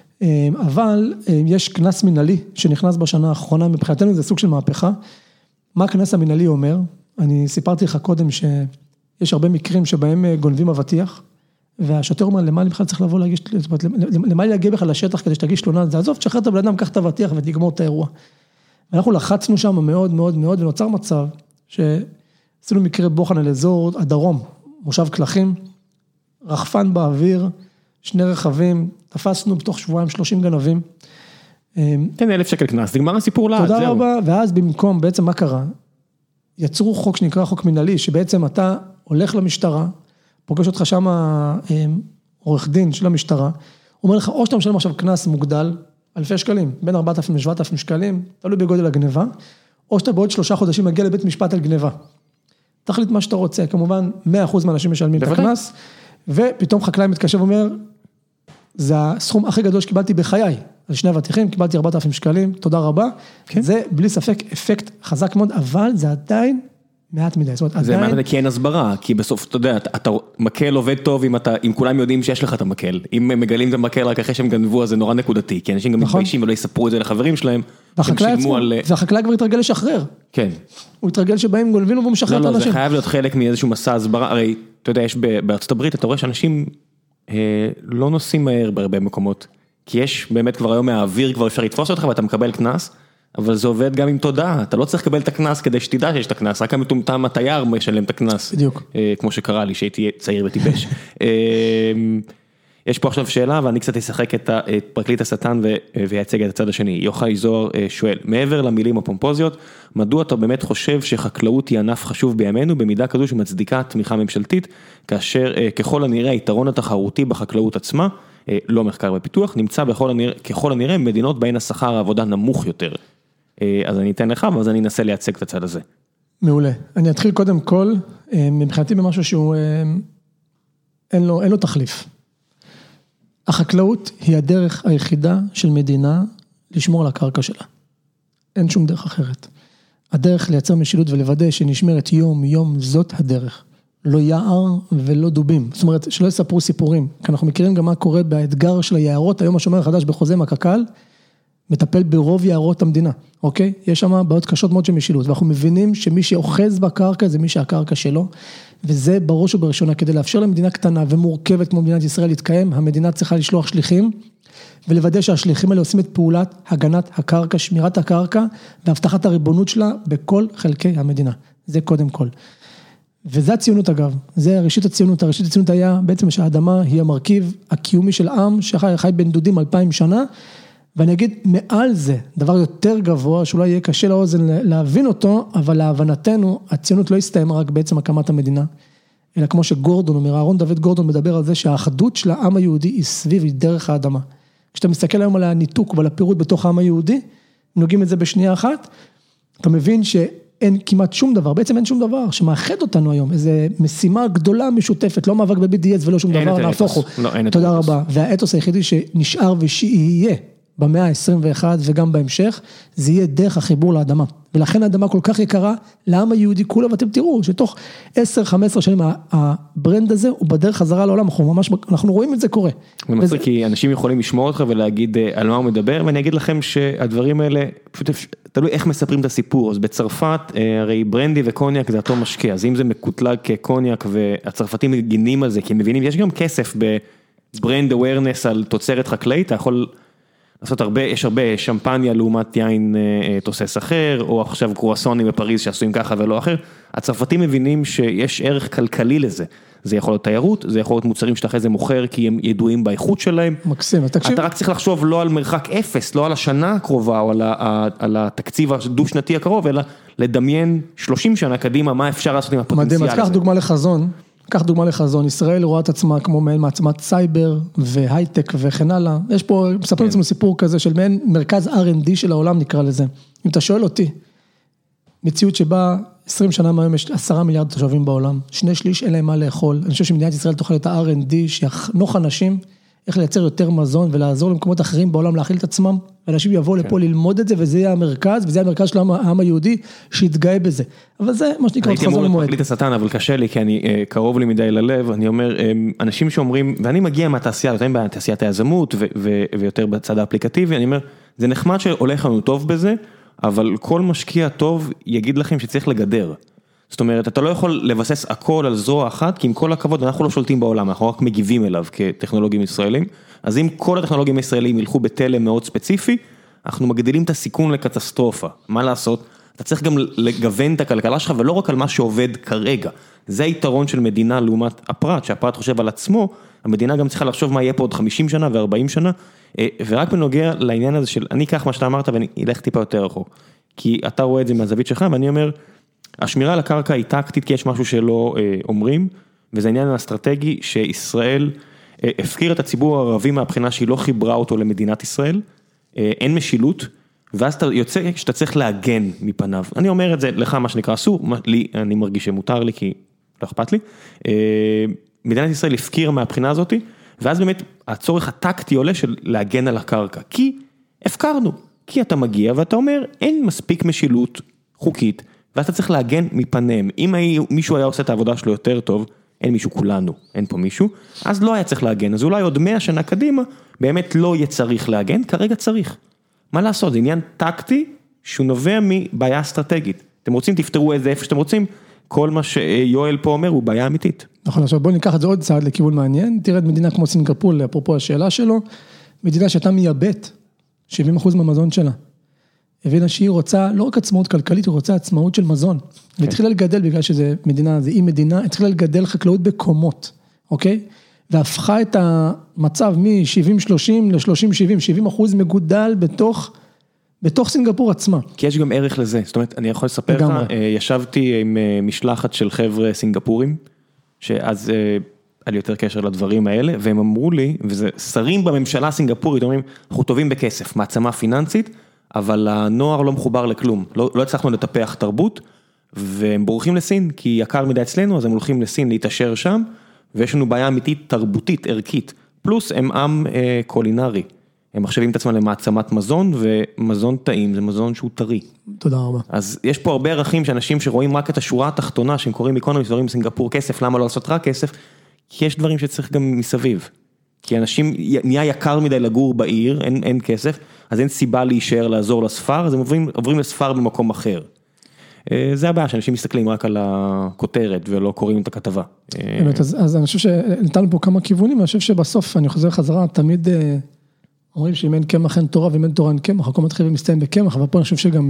אבל יש כנס מנהלי שנכנס בשנה האחרונה, מבחינתנו זה סוג של מהפכה. מה הכנס המנהלי אומר? אני סיפרתי לך קודם שיש הרבה מקרים שבהם גונבים אבטיח, והשוטר אומר, למה אני בכלל צריך לבוא להגיש, למה אני להגיע בכלל לשטח כדי שתגיש תלונה, זה עזוב, תשחרר את הבן אדם, קח את האבטיח ותגמור את האירוע. ואנחנו לחצנו שם מאוד מאוד מאוד, ונוצר מצב שעשינו מקרה בוחן על אזור הדרום, מושב קלחים, רחפן באוויר, 2 רכבים, תפסנו בתוך שבועיים 30 גנבים. כן, 1,000 שקל קנס, נגמר הסיפור לעד, תודה רבה, ואז במקום, בעצם מה קרה? יצרו חוק שנקרא חוק מנהלי, שבעצם אתה הולך למשטרה, פוגש אותך שם עורך דין של המשטרה, הוא אומר לך, או שאתה משלם עכשיו קנס מוגדל, אלפי שקלים, בין 4,000 ל-7,000 שקלים, תלוי בגודל הגניבה, או שאתה בעוד 3 חודשים מגיע לבית משפט על גניבה. תחליט מה שאתה רוצה, כמובן 100% מהאנשים משלמים את הקנס, ופתאום חקלאי מתקשר ואומר, זה הסכום הכי גדול שקיבלתי בחיי, על 2 אבטיחים, קיבלתי 4,000 שקלים, תודה רבה, זה בלי ספק אפקט חזק מאוד, אבל זה עדיין מעט מדי. זה מעט מדי כי אין הסברה, כי בסוף, אתה יודע, מקל עובד טוב אם כולם יודעים שיש לך את המקל, אם הם מגלים את המקל רק אחרי שהם גנבו, אז זה נורא נקודתי, כי אנשים גם מתביישים ולא יספרו את זה לחברים שלהם, והחקלאי כבר יתרגל לשחרר. כן. הוא יתרגל שבאים גונבים והוא משחרר את האנשים. זה חייב להיות חלק מאיזשהו מסע הסברה, הרי, אתה יודע, יש בארצות הברית, אתה רואה שאנשים לא נוסעים מהר בהרבה מקומות, כי יש באמת כבר היום מהאוויר, כבר אפשר לתפוס אותך ואתה מקבל קנס, אבל זה עובד גם עם תודעה, אתה לא צריך לקבל את הקנס כדי שתדע שיש את הקנס, רק המטומטם התייר משלם את הקנס. בדיוק. כמו שקרה לי, שהייתי צעיר וטיפש. יש פה עכשיו שאלה, ואני קצת אשחק את פרקליט השטן ויצג את הצד השני. יוחאי זוהר שואל, מעבר למילים הפומפוזיות, מדוע אתה באמת חושב שחקלאות היא ענף חשוב בימינו, במידה כזו שמצדיקה תמיכה ממשלתית, כאשר ככל הנראה היתרון התחרותי בחקלאות עצמה, לא מחקר ופיתוח, נמצא ככל הנראה מדינות בהן השכר העבודה נמוך יותר. אז אני אתן לך, ואז אני אנסה לייצג את הצד הזה. מעולה. אני אתחיל קודם כל, מבחינתי במשהו שהוא אין לו תחליף. החקלאות היא הדרך היחידה של מדינה לשמור על הקרקע שלה. אין שום דרך אחרת. הדרך לייצר משילות ולוודא שנשמרת יום יום, זאת הדרך. לא יער ולא דובים. זאת אומרת, שלא יספרו סיפורים. כי אנחנו מכירים גם מה קורה באתגר של היערות. היום השומר החדש בחוזה מהקק"ל, מטפל ברוב יערות המדינה. אוקיי? יש שם בעיות קשות מאוד של משילות. ואנחנו מבינים שמי שאוחז בקרקע זה מי שהקרקע שלו. וזה בראש ובראשונה. כדי לאפשר למדינה קטנה ומורכבת כמו מדינת ישראל להתקיים, המדינה צריכה לשלוח שליחים, ולוודא שהשליחים האלה עושים את פעולת הגנת הקרקע, שמירת הקרקע, והבטחת הריבונות שלה בכל חלקי המדינה. זה קודם כל. וזה הציונות אגב, זה ראשית הציונות, הראשית הציונות היה בעצם שהאדמה היא המרכיב הקיומי של עם שחי בין דודים 2000 שנה, ואני אגיד מעל זה, דבר יותר גבוה, שאולי יהיה קשה לאוזן להבין אותו, אבל להבנתנו, הציונות לא הסתיימה רק בעצם הקמת המדינה, אלא כמו שגורדון אומר, אהרון דוד גורדון מדבר על זה, שהאחדות של העם היהודי היא סביב דרך האדמה. כשאתה מסתכל היום על הניתוק ועל הפירוט בתוך העם היהודי, נוגעים את זה בשנייה אחת, אתה מבין אין כמעט שום דבר, בעצם אין שום דבר שמאחד אותנו היום, איזו משימה גדולה משותפת, לא מאבק ב-BDS ולא שום דבר, נהפוך. תודה רבה. והאתוס היחידי שנשאר ושיהיה במאה ה-21 וגם בהמשך, זה יהיה דרך החיבור לאדמה. ולכן האדמה כל כך יקרה לעם היהודי כולה, ואתם תראו שתוך 10-15 שנים הברנד הזה הוא בדרך חזרה לעולם, אנחנו רואים את זה קורה. זה מצחיק כי אנשים יכולים לשמוע אותך ולהגיד על מה הוא מדבר, ואני אגיד לכם שהדברים האלה, פשוט תלוי איך מספרים את הסיפור, אז בצרפת הרי ברנדי וקוניאק זה אותו משקע, אז אם זה מקוטלג כקוניאק והצרפתים מגינים על זה, כי הם מבינים, יש גם כסף בברנד אווירנס על תוצרת חקלאית, אתה יכול לעשות יש הרבה שמפניה לעומת יין תוסס אחר, או עכשיו קרואסונים בפריז שעשויים ככה ולא אחר, הצרפתים מבינים שיש ערך כלכלי לזה, זה יכול להיות תיירות, זה יכול להיות מוצרים שאתה אחרי זה מוכר, כי הם ידועים באיכות שלהם. מקסים, תקשיב. אתה רק צריך לחשוב לא על מרחק אפס, לא על השנה הקרובה, או על התקציב הדו-שנתי הקרוב, אלא לדמיין 30 שנה קדימה, מה אפשר לעשות עם הפוטנציאל הזה. מדהים, אז קח דוגמה לחזון, קח דוגמה לחזון, ישראל רואה את עצמה כמו מעין מעצמת סייבר והייטק וכן הלאה, יש פה, מספרים לנו סיפור כזה של מעין מרכז R&D של העולם נקרא לזה, אם אתה שואל אותי, מציאות שבה 20 שנה מהיום יש 10 מיליארד תושבים בעולם, 2/3 אין להם מה לאכול, אני חושב שמדינת ישראל תוכל את ה-R&D שיחנוך אנשים, איך לייצר יותר מזון ולעזור למקומות אחרים בעולם להכיל את עצמם, ואנשים יבואו לפה ללמוד את זה, וזה יהיה המרכז, וזה המרכז של העם היהודי שיתגאה בזה. אבל זה מה שנקרא חזון למועד. הייתי אמור לפרקליט השטן, אבל קשה לי, כי אני קרוב לי מדי ללב, אני אומר, אנשים שאומרים, ואני מגיע מהתעשייה, יותר בתעשיית היזמות, ויותר בצד האפליקטיבי, אני אומר, זה נחמד שהולך לנו טוב בזה, אבל כל משקיע טוב יגיד לכם שצריך לגדר. זאת אומרת, אתה לא יכול לבסס הכל על זרוע אחת, כי עם כל הכבוד, אנחנו לא שולטים בעולם, אנחנו רק מגיבים אליו כטכנולוגים ישראלים, אז אם כל הטכנולוגים הישראלים ילכו בתלם מאוד ספציפי, אנחנו מגדילים את הסיכון לקטסטרופה. מה לעשות? אתה צריך גם לגוון את הכלכלה שלך, ולא רק על מה שעובד כרגע. זה היתרון של מדינה לעומת הפרט, שהפרט חושב על עצמו, המדינה גם צריכה לחשוב מה יהיה פה עוד 50 שנה ו-40 שנה, ורק בנוגע לעניין הזה של, אני אקח מה שאתה אמרת, ואני אלך טיפה יותר רחוק. כי אתה רואה את זה מהזווית שלך, ואני אומר, השמירה על הקרקע היא טקטית, כי יש משהו שלא אומרים, וזה העניין האסטרטגי שישראל הפקיר את הציבור הערבי מהבחינה שהיא לא חיברה אותו למדינת ישראל, אין משילות, ואז אתה יוצא שאתה צריך להגן מפניו. אני אומר את זה לך מה שנקרא אסור, לי, אני מרגיש שמותר לי כי לא אכפת לי. מדינת ישראל הפקיר מהבחינה הזאת, ואז באמת הצורך הטקטי עולה של להגן על הקרקע, כי הפקרנו, כי אתה מגיע ואתה אומר אין מספיק משילות חוקית, ואז אתה צריך להגן מפניהם. אם מישהו היה עושה את העבודה שלו יותר טוב, אין מישהו כולנו, אין פה מישהו, אז לא היה צריך להגן. אז אולי עוד 100 שנה קדימה, באמת לא יהיה צריך להגן, כרגע צריך. מה לעשות? זה עניין טקטי, שהוא נובע מבעיה אסטרטגית. אתם רוצים, תפתרו את זה איפה שאתם רוצים, כל מה שיואל פה אומר הוא בעיה אמיתית. נכון, עכשיו בואו ניקח את זה עוד צעד לכיוון מעניין, תראה את מדינה כמו סינגפור, אפרופו השאלה שלו, מדינה שהייתה מייבאת 70% מהמזון שלה. הבינה שהיא רוצה לא רק עצמאות כלכלית, היא רוצה עצמאות של מזון. והתחילה לגדל, בגלל שזה מדינה, זה אי מדינה, התחילה לגדל חקלאות בקומות, אוקיי? והפכה את המצב מ-70-30 ל-30-70, 70% מגודל בתוך סינגפור עצמה. כי יש גם ערך לזה, זאת אומרת, אני יכול לספר לך, ישבתי עם משלחת של חבר'ה סינגפורים, שאז היה לי יותר קשר לדברים האלה, והם אמרו לי, וזה שרים בממשלה הסינגפורית, אומרים, אנחנו טובים בכסף, מעצמה פיננסית, אבל הנוער לא מחובר לכלום, לא הצלחנו לטפח תרבות, והם בורחים לסין, כי יקר מדי אצלנו, אז הם הולכים לסין להתאשר שם, ויש לנו בעיה אמיתית תרבותית, ערכית, פלוס הם עם קולינרי, הם מחשבים את עצמם למעצמת מזון, ומזון טעים זה מזון שהוא טרי. תודה רבה. אז יש פה הרבה ערכים שאנשים שרואים רק את השורה התחתונה, שהם קוראים איקונומיסט, דברים בסינגפור כסף, למה לא לעשות רק כסף? כי יש דברים שצריך גם מסביב. כי אנשים, נהיה יקר מדי לגור בעיר, אין כסף, אז אין סיבה להישאר לעזור לספר, אז הם עוברים לספר במקום אחר. זה הבעיה, שאנשים מסתכלים רק על הכותרת, ולא קוראים את הכתבה. באמת, אז אני חושב שנתנו פה כמה כיוונים, אני חושב שבסוף אני חוזר חזרה, תמיד אומרים שאם אין קמח אין תורה, ואם אין תורה אין קמח, הכל מתחיל ומסתיים בקמח, אבל פה אני חושב שגם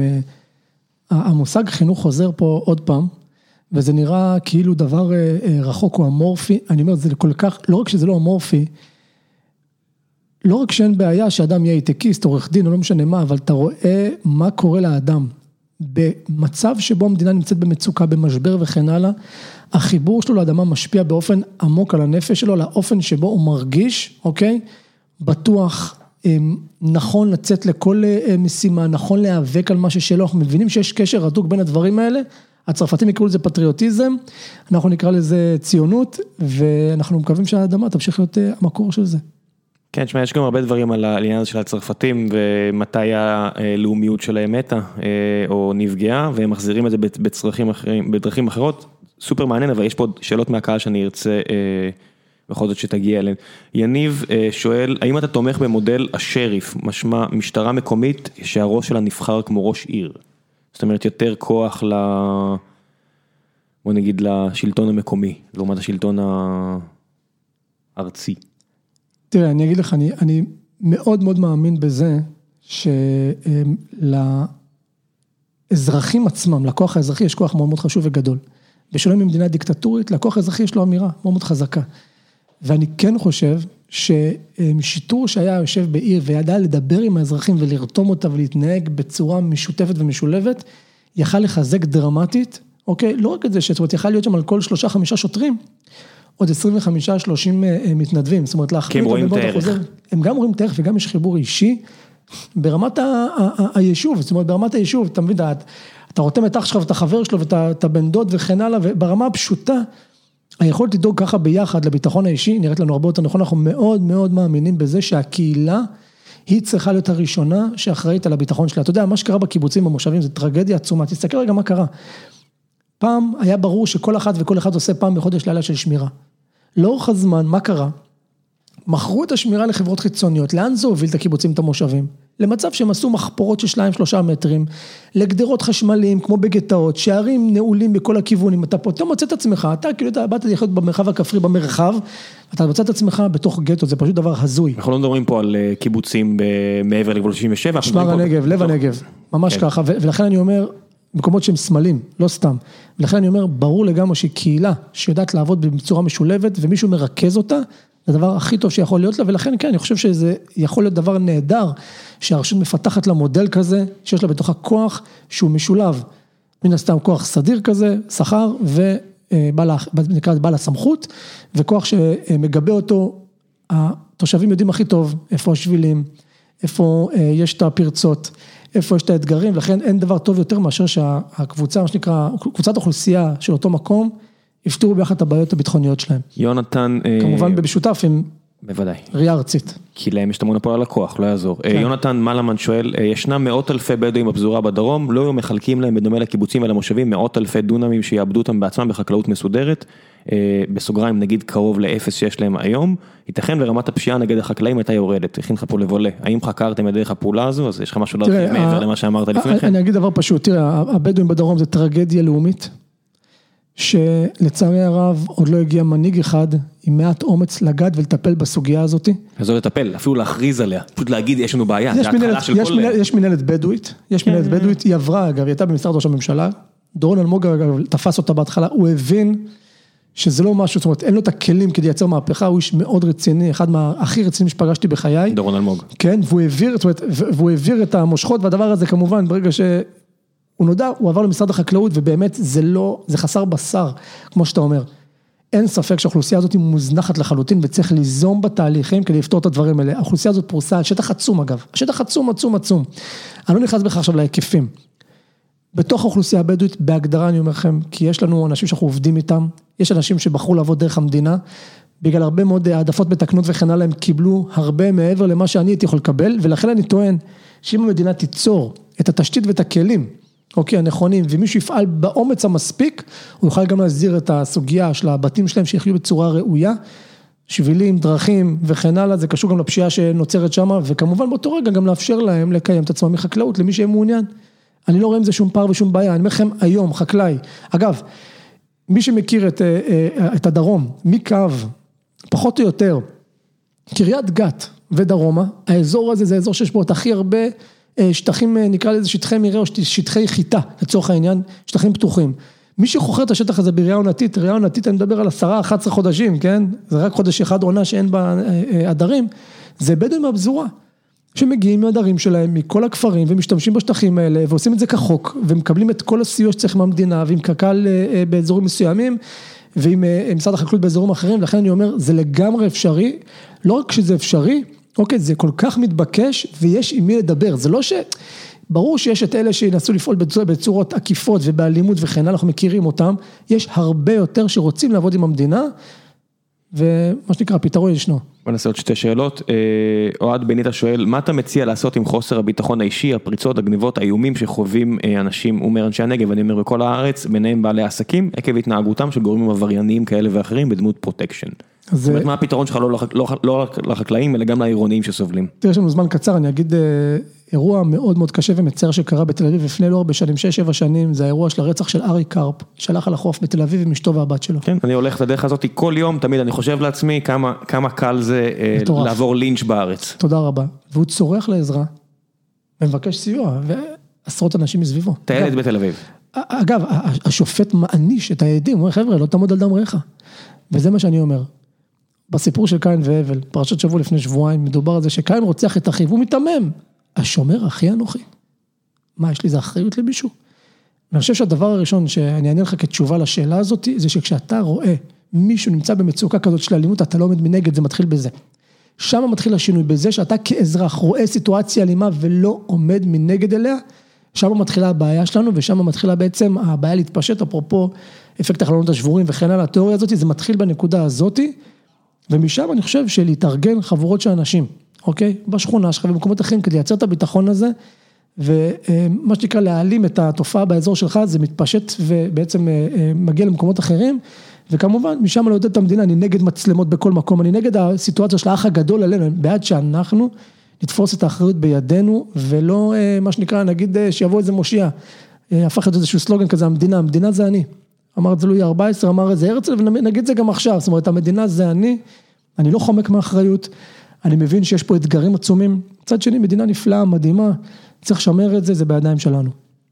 המושג חינוך חוזר פה עוד פעם, וזה נראה כאילו דבר רחוק או אמורפי, אני אומר, זה כל כך, לא רק שזה לא אמורפי, לא רק שאין בעיה שאדם יהיה הייטקיסט, עורך דין, או לא משנה מה, אבל אתה רואה מה קורה לאדם, במצב שבו המדינה נמצאת במצוקה, במשבר וכן הלאה, החיבור שלו לאדמה משפיע באופן עמוק על הנפש שלו, לאופן שבו הוא מרגיש, אוקיי? בטוח, נכון לצאת לכל משימה, נכון להיאבק על מה ששלו, אנחנו מבינים שיש קשר הדוק בין הדברים האלה, הצרפתים יקראו לזה פטריוטיזם, אנחנו נקרא לזה ציונות, ואנחנו מקווים שהאדמה תמשיך להיות המקור של זה. כן, שמה, יש גם הרבה דברים על העניין הזה של הצרפתים, ומתי הלאומיות שלהם מתה, או נפגעה, והם מחזירים את זה בדרכים אחרות, סופר מעניין, אבל יש פה שאלות מהקהל שאני ארצה בכל זאת שתגיע אליהן. יניב שואל, האם אתה תומך במודל השריף, משמע משטרה מקומית שהראש שלה נבחר כמו ראש עיר? זאת אומרת, יותר כוח בוא נגיד, לשלטון המקומי, לעומת השלטון הארצי. תראה, אני אגיד לך, אני מאוד מאוד מאמין בזה, שלאזרחים עצמם, לכוח האזרחי יש כוח מאוד מאוד חשוב וגדול. בשונה ממדינה דיקטטורית, לכוח האזרחי יש לו אמירה מאוד מאוד חזקה. ואני כן חושב ששיטור שהיה יושב בעיר וידע לדבר עם האזרחים ולרתום אותה ולהתנהג בצורה משותפת ומשולבת, יכל לחזק דרמטית, אוקיי? לא רק את זה, זאת אומרת, יכל להיות שם על כל 3-5 שוטרים, עוד 25-30 מתנדבים, זאת אומרת, כי הם רואים את הערך. הם גם רואים את הערך וגם יש חיבור אישי, ברמת היישוב, זאת אומרת, ברמת היישוב, אתה מבין, אתה רותם את אח שלך ואת החבר שלו ואת הבן דוד וכן הלאה, וברמה הפשוטה, היכולת לדאוג ככה ביחד לביטחון האישי, נראית לנו הרבה יותר נכון, אנחנו מאוד מאוד מאמינים בזה שהקהילה, היא צריכה להיות הראשונה שאחראית על הביטחון שלה. אתה יודע, מה שקרה בקיבוצים, במושבים, זה טרגדיה עצומה. תסתכל רגע מה קרה. פעם היה ברור שכל אחד וכל אחד עושה פעם בחודש לילה של שמירה. לאורך הזמן, מה קרה? מכרו את השמירה לחברות חיצוניות. לאן זה הוביל את הקיבוצים, את המושבים? למצב שהם עשו מחפורות של 2-3 מטרים, לגדרות חשמליים, כמו בגטאות, שערים נעולים בכל הכיוונים. אתה פה, אתה מוצא את עצמך, אתה כאילו אתה באת לחיות במרחב הכפרי, במרחב, אתה מוצא את עצמך בתוך גטו, זה פשוט דבר הזוי. אנחנו לא מדברים פה על קיבוצים מעבר לגבול 67. שמר הנגב, לב הנגב, ממש ככה, ולכן אני אומר, מקומות שהם סמלים, לא סתם. ולכן אני אומר, ברור לגמרי שקהילה שיודעת לעבוד בצורה משולבת, ומישהו מרכז אותה, זה הדבר הכי טוב שיכול להיות לה, ולכן כן, אני חושב שזה יכול להיות דבר נהדר, שהרשות מפתחת לה מודל כזה, שיש לה בתוכה כוח שהוא משולב, מן הסתם כוח סדיר כזה, שכר, ונקרא בעל הסמכות, וכוח שמגבה אותו, התושבים יודעים הכי טוב, איפה השבילים, איפה יש את הפרצות, איפה יש את האתגרים, ולכן אין דבר טוב יותר מאשר שהקבוצה, מה שנקרא, קבוצת אוכלוסייה של אותו מקום, יפתרו ביחד את הבעיות הביטחוניות שלהם. יונתן... כמובן במשותף עם... בוודאי. ראייה ארצית. כי להם יש את המונופול על הכוח, לא יעזור. יונתן מלמן שואל, ישנם מאות אלפי בדואים בפזורה בדרום, לא היו מחלקים להם בדומה לקיבוצים ולמושבים, מאות אלפי דונמים שיעבדו אותם בעצמם בחקלאות מסודרת, בסוגריים נגיד קרוב לאפס שיש להם היום, ייתכן ורמת הפשיעה נגד החקלאים הייתה יורדת, הכין לך פה לבולה, האם חקרתם את דרך הפעולה הזו, אז יש לך משהו להרחיב מעבר למה שאמרת לפני כן? אני אגיד דבר פשוט, תראה, הבדואים בדרום זה טרגדיה לאומית, שלצערי הרב עוד לא הגיע מנהיג אחד עם מעט אומץ לגעת ולטפל בסוגיה הזאת. אז לא לטפל, אפילו להכריז עליה, פשוט להגיד יש לנו בעיה, זה התחלה של כל... יש מנהלת בדואית, היא עברה אגב, היא הייתה במשרד ראש הממשלה, דורון אלמוג אגב תפס אותה בהתחלה, הוא הבין שזה לא משהו, זאת אומרת אין לו את הכלים כדי לייצר מהפכה, הוא איש מאוד רציני, אחד מהכי רציניים שפגשתי בחיי. דורון אלמוג. כן, והוא העביר את המושכות, והדבר הזה כמובן ברגע הוא נודע, הוא עבר למשרד החקלאות, ובאמת זה חסר בשר, כמו שאתה אומר. אין ספק שהאוכלוסייה הזאת היא מוזנחת לחלוטין, וצריך ליזום בתהליכים כדי לפתור את הדברים האלה. האוכלוסייה הזאת פרוסה על שטח עצום אגב, השטח עצום. אני לא נכנס בכך עכשיו להיקפים. בתוך האוכלוסייה הבדואית, בהגדרה אני אומר לכם, כי יש לנו אנשים שאנחנו עובדים איתם, יש אנשים שבחרו לעבוד דרך המדינה, בגלל הרבה מאוד העדפות בתקנות וכן הלאה, הם קיבלו הרבה מעבר למה שאני הייתי יכול לקבל, ולכן אני טוען שאם המדינה תיצור את התשתית ואת הכלים, אוקיי, הנכונים, ומישהו יפעל באומץ המספיק, הוא יוכל גם להסדיר את הסוגיה של הבתים שלהם שיחיו בצורה ראויה, שבילים, דרכים וכן הלאה, זה קשור גם לפשיעה שנוצרת שם, וכמובן באותו רגע גם לאפשר להם לקיים את עצמם מחקלאות, למי שיהיה מעוניין. אני לא רואה עם זה שום פער ושום בעיה, אני אומר לכם היום, חקלאי, אגב, מי שמכיר את הדרום, מקו, פחות או יותר, קריית גת ודרומה, האזור הזה זה האזור שיש בו את הכי הרבה שטחים, נקרא לזה שטחי מרעה או שטחי חיטה, לצורך העניין, שטחים פתוחים. מי שחוכר את השטח הזה בראייה עונתית, ראייה עונתית אני מדבר על 10-11 חודשים, כן? זה רק חודש אחד עונה שאין בה עדרים, זה בדואים מהפזורה, שמגיעים מהעדרים שלהם, מכל הכפרים, ומשתמשים בשטחים האלה, ועושים את זה כחוק, ומקבלים את כל הסיוע שצריך מהמדינה, ועם קק"ל באזורים מסוימים, ועם משרד החקלאות באזורים אחרים, לכן אני אומר, זה לגמרי אפשרי, לא רק שזה אפשרי, אוקיי, זה כל כך מתבקש, ויש עם מי לדבר, זה לא ברור שיש את אלה שינסו לפעול בצורות עקיפות ובאלימות וכן, אנחנו מכירים אותם, יש הרבה יותר שרוצים לעבוד עם המדינה, ומה שנקרא, הפתרון ישנו. בוא נעשה עוד שתי שאלות, אוהד בניטה שואל, מה אתה מציע לעשות עם חוסר הביטחון האישי, הפריצות, הגניבות, האיומים שחווים אנשים, אומר אנשי הנגב, אני אומר בכל הארץ, ביניהם בעלי עסקים, עקב התנהגותם של גורמים עברייניים כאלה ואחרים, בדמות פרוטקשן. זאת אומרת, מה הפתרון שלך לא רק לחקלאים, אלא גם לעירוניים שסובלים? תראה, יש לנו זמן קצר, אני אגיד אירוע מאוד מאוד קשה ומצער שקרה בתל אביב לפני לא הרבה שנים, 6-7 שנים, זה האירוע של הרצח של ארי קרפ, שהלך על החוף בתל אביב עם אשתו והבת שלו. כן, אני הולך את הדרך הזאת כל יום, תמיד אני חושב לעצמי כמה קל זה לעבור לינץ' בארץ. תודה רבה. והוא צורח לעזרה, ומבקש סיוע, ועשרות אנשים מסביבו. טיילת בתל אביב. אגב, השופט מעניש את העדים, הוא אומר, חבר'ה, לא תעמוד על דם רעך. וזה מה שאני אומר. בסיפור של קין והבל, פרשת שבוע לפני שבועיים, מדובר על זה שקין רוצח את אחיו, הוא מתמם. השומר אחי אנוכי. מה, יש לי זה אחריות למישהו? ואני חושב שהדבר הראשון שאני אענה לך כתשובה לשאלה הזאת, זה שכשאתה רואה מישהו נמצא במצוקה כזאת של אלימות, אתה לא עומד מנגד, זה מתחיל בזה. שם מתחיל השינוי, בזה שאתה כאזרח רואה סיטואציה אלימה ולא עומד מנגד אליה, שם מתחילה הבעיה שלנו, ושם מתחילה בעצם הבעיה להתפשט, אפרופו אפקט החלונות השבורים וכן הלאה, התיאוריה הזאת, זה מתחיל בנקודה הזאת, ומשם אני חושב שלהתארגן חבורות של אנשים, אוקיי? בשכונה שלך ובמקומות אחרים, כדי לייצר את הביטחון הזה, ומה שנקרא להעלים את התופעה באזור שלך, זה מתפשט ובעצם מגיע למקומות אחרים, וכמובן משם לעודד את המדינה, אני נגד מצלמות בכל מקום, אני נגד הסיטואציה של האח הגדול עלינו, בעד שאנחנו נתפוס את האחריות בידינו, ולא מה שנקרא, נגיד שיבוא איזה מושיע, הפך את איזשהו סלוגן כזה, המדינה זה אני, אמר את זה לואי 14, אמר את זה הרצל, ונגיד זה גם עכשיו, זאת אומרת, המדינה זה אני לא חומק מהאחריות, אני מבין שיש פה אתגרים עצומים, צד שני, מדינה נפלאה, מדהימה, צריך לשמר את זה, זה בידיים שלנו.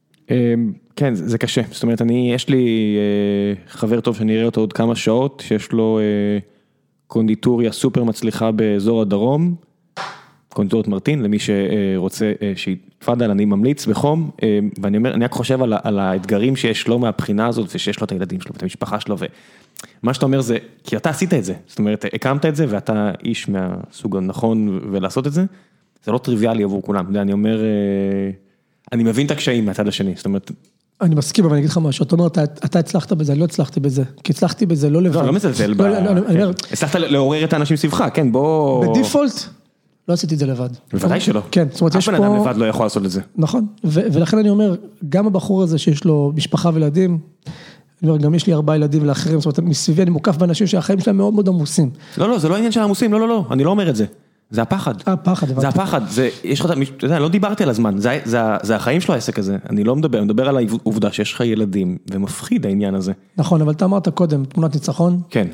כן, זה קשה, זאת אומרת, יש לי חבר טוב שאני אראה אותו עוד כמה שעות, שיש לו קונדיטוריה סופר מצליחה באזור הדרום, קונדיטורית מרטין, למי שרוצה שיתפדל, אני ממליץ בחום, ואני אומר, אני רק חושב על האתגרים שיש לו מהבחינה הזאת, ושיש לו את הילדים שלו, ואת המשפחה שלו, ומה שאתה אומר זה, כי אתה עשית את זה, זאת אומרת, הקמת את זה, ואתה איש מהסוג הנכון ולעשות את זה, זה לא טריוויאלי עבור כולם, אני אומר, אני מבין את הקשיים מהצד השני, זאת אומרת, אני מסכים, אבל אני אגיד לך משהו, אתה אומר, אתה הצלחת בזה, אני לא הצלחתי בזה, כי הצלחתי בזה, לא לבד. לא מזלזל, הצלחת לעורר את האנשים סביבך, כן, בוא... בדיפולט, לא עשיתי את זה לבד. בוודאי שלא. כן, זאת אומרת, יש פה... אף בן אדם לבד לא יכול לעשות את זה. נכון, ולכן אני אומר, גם הבחור הזה שיש לו משפחה וילדים, אני אומר, גם יש לי 4 ילדים ולאחרים, זאת אומרת, מסביבי אני מוקף באנשים שהחיים שלהם מאוד מאוד עמוסים. לא, זה לא עניין של עמוסים, לא, אני לא אומר את זה. זה הפחד. זה הפחד, יש לך, אתה יודע, לא דיברתי על הזמן, זה החיים שלו העסק הזה, אני לא מדבר, אני מדבר על העובדה שיש לך ילדים, ומפחיד העניין הזה. נכון, אבל אתה אמרת קודם, תמונת ניצחון. כן.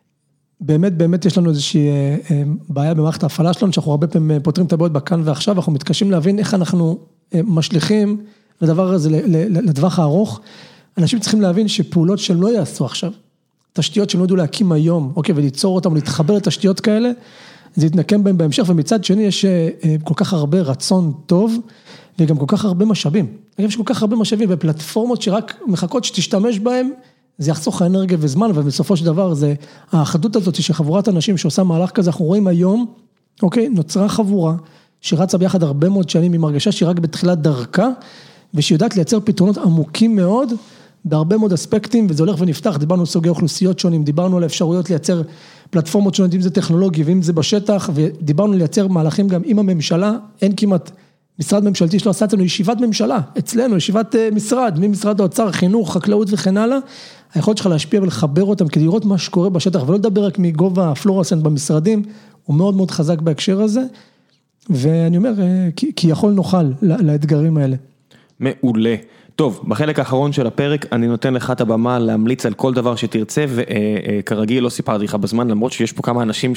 באמת יש לנו איזושהי בעיה במערכת ההפעלה שלנו, שאנחנו הרבה פעמים פותרים את הבעיות בכאן ועכשיו, אנחנו מתקשים להבין איך אנחנו משליכים לדבר הזה, לטווח הארוך. אנשים צריכים להבין שפעולות שהם לא יעשו עכשיו, תשתיות שהם לא ידעו להקים היום, אוקיי, וליצור אותם, להתחבר לתשתיות כאלה, זה יתנקם בהם בהמשך, ומצד שני יש כל כך הרבה רצון טוב, וגם כל כך הרבה משאבים. יש כל כך הרבה משאבים בפלטפורמות שרק מחכות שתשתמש בהם, זה יחסוך האנרגיה וזמן, אבל בסופו של דבר זה האחדות הזאת שחבורת אנשים שעושה מהלך כזה, אנחנו רואים היום, אוקיי, נוצרה חבורה, שרצה ביחד הרבה מאוד שנים, עם הרגשה שהיא רק בתחילת דרכה, ושהיא יודעת לייצר פתרונות עמוקים מאוד, בהרבה מאוד אספקטים, וזה הולך ונפתח, דיברנו על סוגי אוכלוסיות שונים, דיברנו על האפשרויות לייצר פלטפורמות שונות, אם זה טכנולוגי ואם זה בשטח, ודיברנו לייצר מהלכים גם עם הממשלה, אין כמעט משרד ממשלתי שלא עשה אצלנו ישיבת ממשלה, אצלנו ישיבת משרד, ממשרד האוצר, חינוך, חקלאות וכן הלאה, היכולת שלך להשפיע ולחבר אותם, כדי לראות מה שקורה בשטח, ולא לדבר רק מגובה הפלורסנט במשרדים, הוא מאוד מאוד חזק בהקשר הזה, ואני אומר, כי יכול נוכל לאתגרים האלה. מעולה. טוב, בחלק האחרון של הפרק אני נותן לך את הבמה להמליץ על כל דבר שתרצה, וכרגיל לא סיפרתי לך בזמן, למרות שיש פה כמה אנשים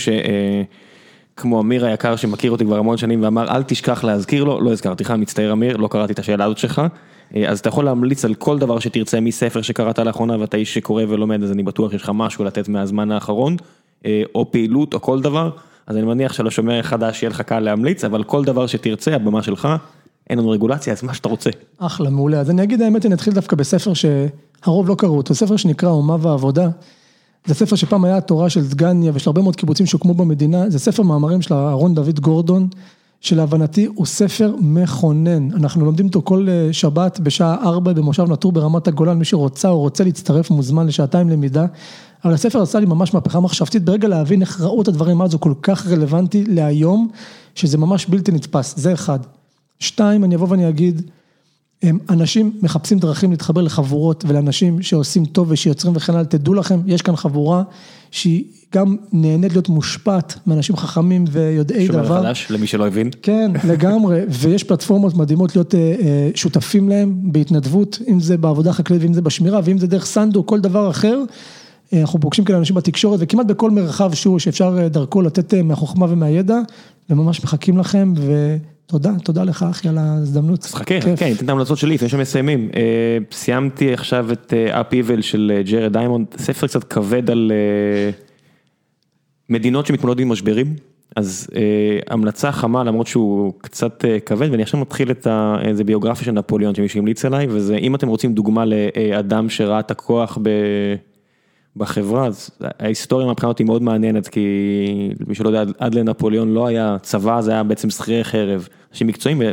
כמו אמיר היקר שמכיר אותי כבר המון שנים ואמר אל תשכח להזכיר לו, לא הזכרתי לך, מצטער אמיר, לא קראתי את השאלה הזאת שלך, אז אתה יכול להמליץ על כל דבר שתרצה מספר שקראת לאחרונה ואתה איש שקורא ולומד, אז אני בטוח שיש לך משהו לתת מהזמן האחרון, או פעילות או כל דבר, אז אני מניח שלשומע חדש יהיה לך קל להמליץ, אבל כל דבר שתרצה, הבמה שלך, אין לנו רגולציה, אז מה שאתה רוצה. אחלה, מעולה. אז אני אגיד האמת, אני אתחיל דווקא בספר שהרוב לא קראו אותו, ספר שנקרא אומה ועבודה, זה ספר שפעם היה התורה של דגניה, ויש הרבה מאוד קיבוצים שהוקמו במדינה, זה ספר מאמרים של אהרון דוד גורדון, שלהבנתי הוא ספר מכונן, אנחנו לומדים אותו כל שבת בשעה 4 במושב נטור ברמת הגולן, מי שרוצה או רוצה להצטרף מוזמן לשעתיים למידה, אבל הספר עשה לי ממש מהפכה מחשבתית, ברגע להבין איך ראו את הדברים, מה זה כל כך רלוונטי להיום, שזה ממש בלתי נתפס, זה אחד. 2, אני אבוא ואני אגיד, אנשים מחפשים דרכים להתחבר לחבורות ולאנשים שעושים טוב ושיוצרים וכן הלאה, תדעו לכם, יש כאן חבורה שהיא גם נהנית להיות מושפעת מאנשים חכמים ויודעי דבר. שומר חדש, למי שלא הבין. כן, לגמרי, ויש פלטפורמות מדהימות להיות שותפים להם בהתנדבות, אם זה בעבודה חקלאית ואם זה בשמירה, ואם זה דרך סנדו, כל דבר אחר, אנחנו פוגשים כאלה אנשים בתקשורת, וכמעט בכל מרחב שאפשר דרכו לתת מהחוכמה ומהידע, וממש מחכים לכם תודה לך אחי על ההזדמנות. אז חכה, כן, ניתן את ההמלצות שלי, לפני שמסיימים. סיימתי עכשיו את Upheaval של ג'רד דיימונד, ספר קצת כבד על מדינות שמתמודדות עם משברים, אז המלצה חמה, למרות שהוא קצת כבד, ואני עכשיו מתחיל את איזה ביוגרפיה של נפוליאון, שמישהו המליץ עליי, וזה אם אתם רוצים דוגמה לאדם שראה את הכוח בחברה, אז ההיסטוריה מבחינת היא מאוד מעניינת, כי מי שלא יודע, עד לנפוליאון לא היה צבא, זה היה בעצם שכירי חרב, אנשים מקצועיים,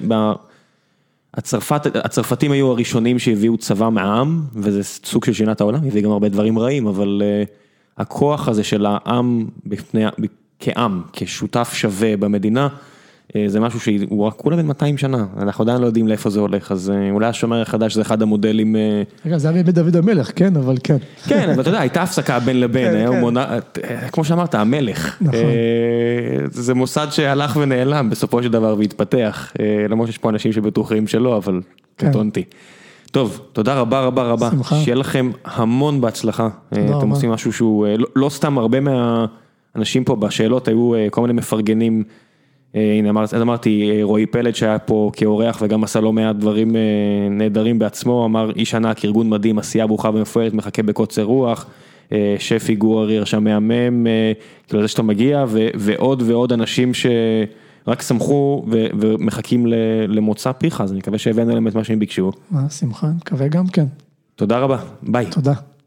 הצרפתים היו הראשונים שהביאו צבא מהעם, וזה סוג של שינת העולם, הביא גם הרבה דברים רעים, אבל הכוח הזה של העם כעם, כשותף שווה במדינה, זה משהו שהוא רק כולה בין 200 שנה, אנחנו עדיין לא יודעים לאיפה זה הולך, אז אולי השומר החדש זה אחד המודלים. רגע, זה היה באמת דוד המלך, כן, אבל כן. כן, אבל אתה יודע, הייתה הפסקה בין לבין, כמו שאמרת, המלך. זה מוסד שהלך ונעלם בסופו של דבר והתפתח, למרות שיש פה אנשים שבטוחים שלא, אבל קטונתי. טוב, תודה רבה רבה רבה, שיהיה לכם המון בהצלחה, אתם עושים משהו שהוא, לא סתם הרבה מהאנשים פה בשאלות היו כל מיני מפרגנים, הנה אמרתי רועי פלד שהיה פה כאורח וגם עשה לא מעט דברים נהדרים בעצמו, אמר איש ענק, ארגון מדהים, עשייה ברוכה ומפוארת, מחכה בקוצר רוח, שפי גור אריר שם מהמם, כאילו זה שאתה מגיע ועוד ועוד אנשים שרק שמחו ומחכים למוצא פיך, אז אני מקווה שהבאנו להם את מה שהם ביקשו. שמחה, מקווה גם כן. תודה רבה, ביי. תודה.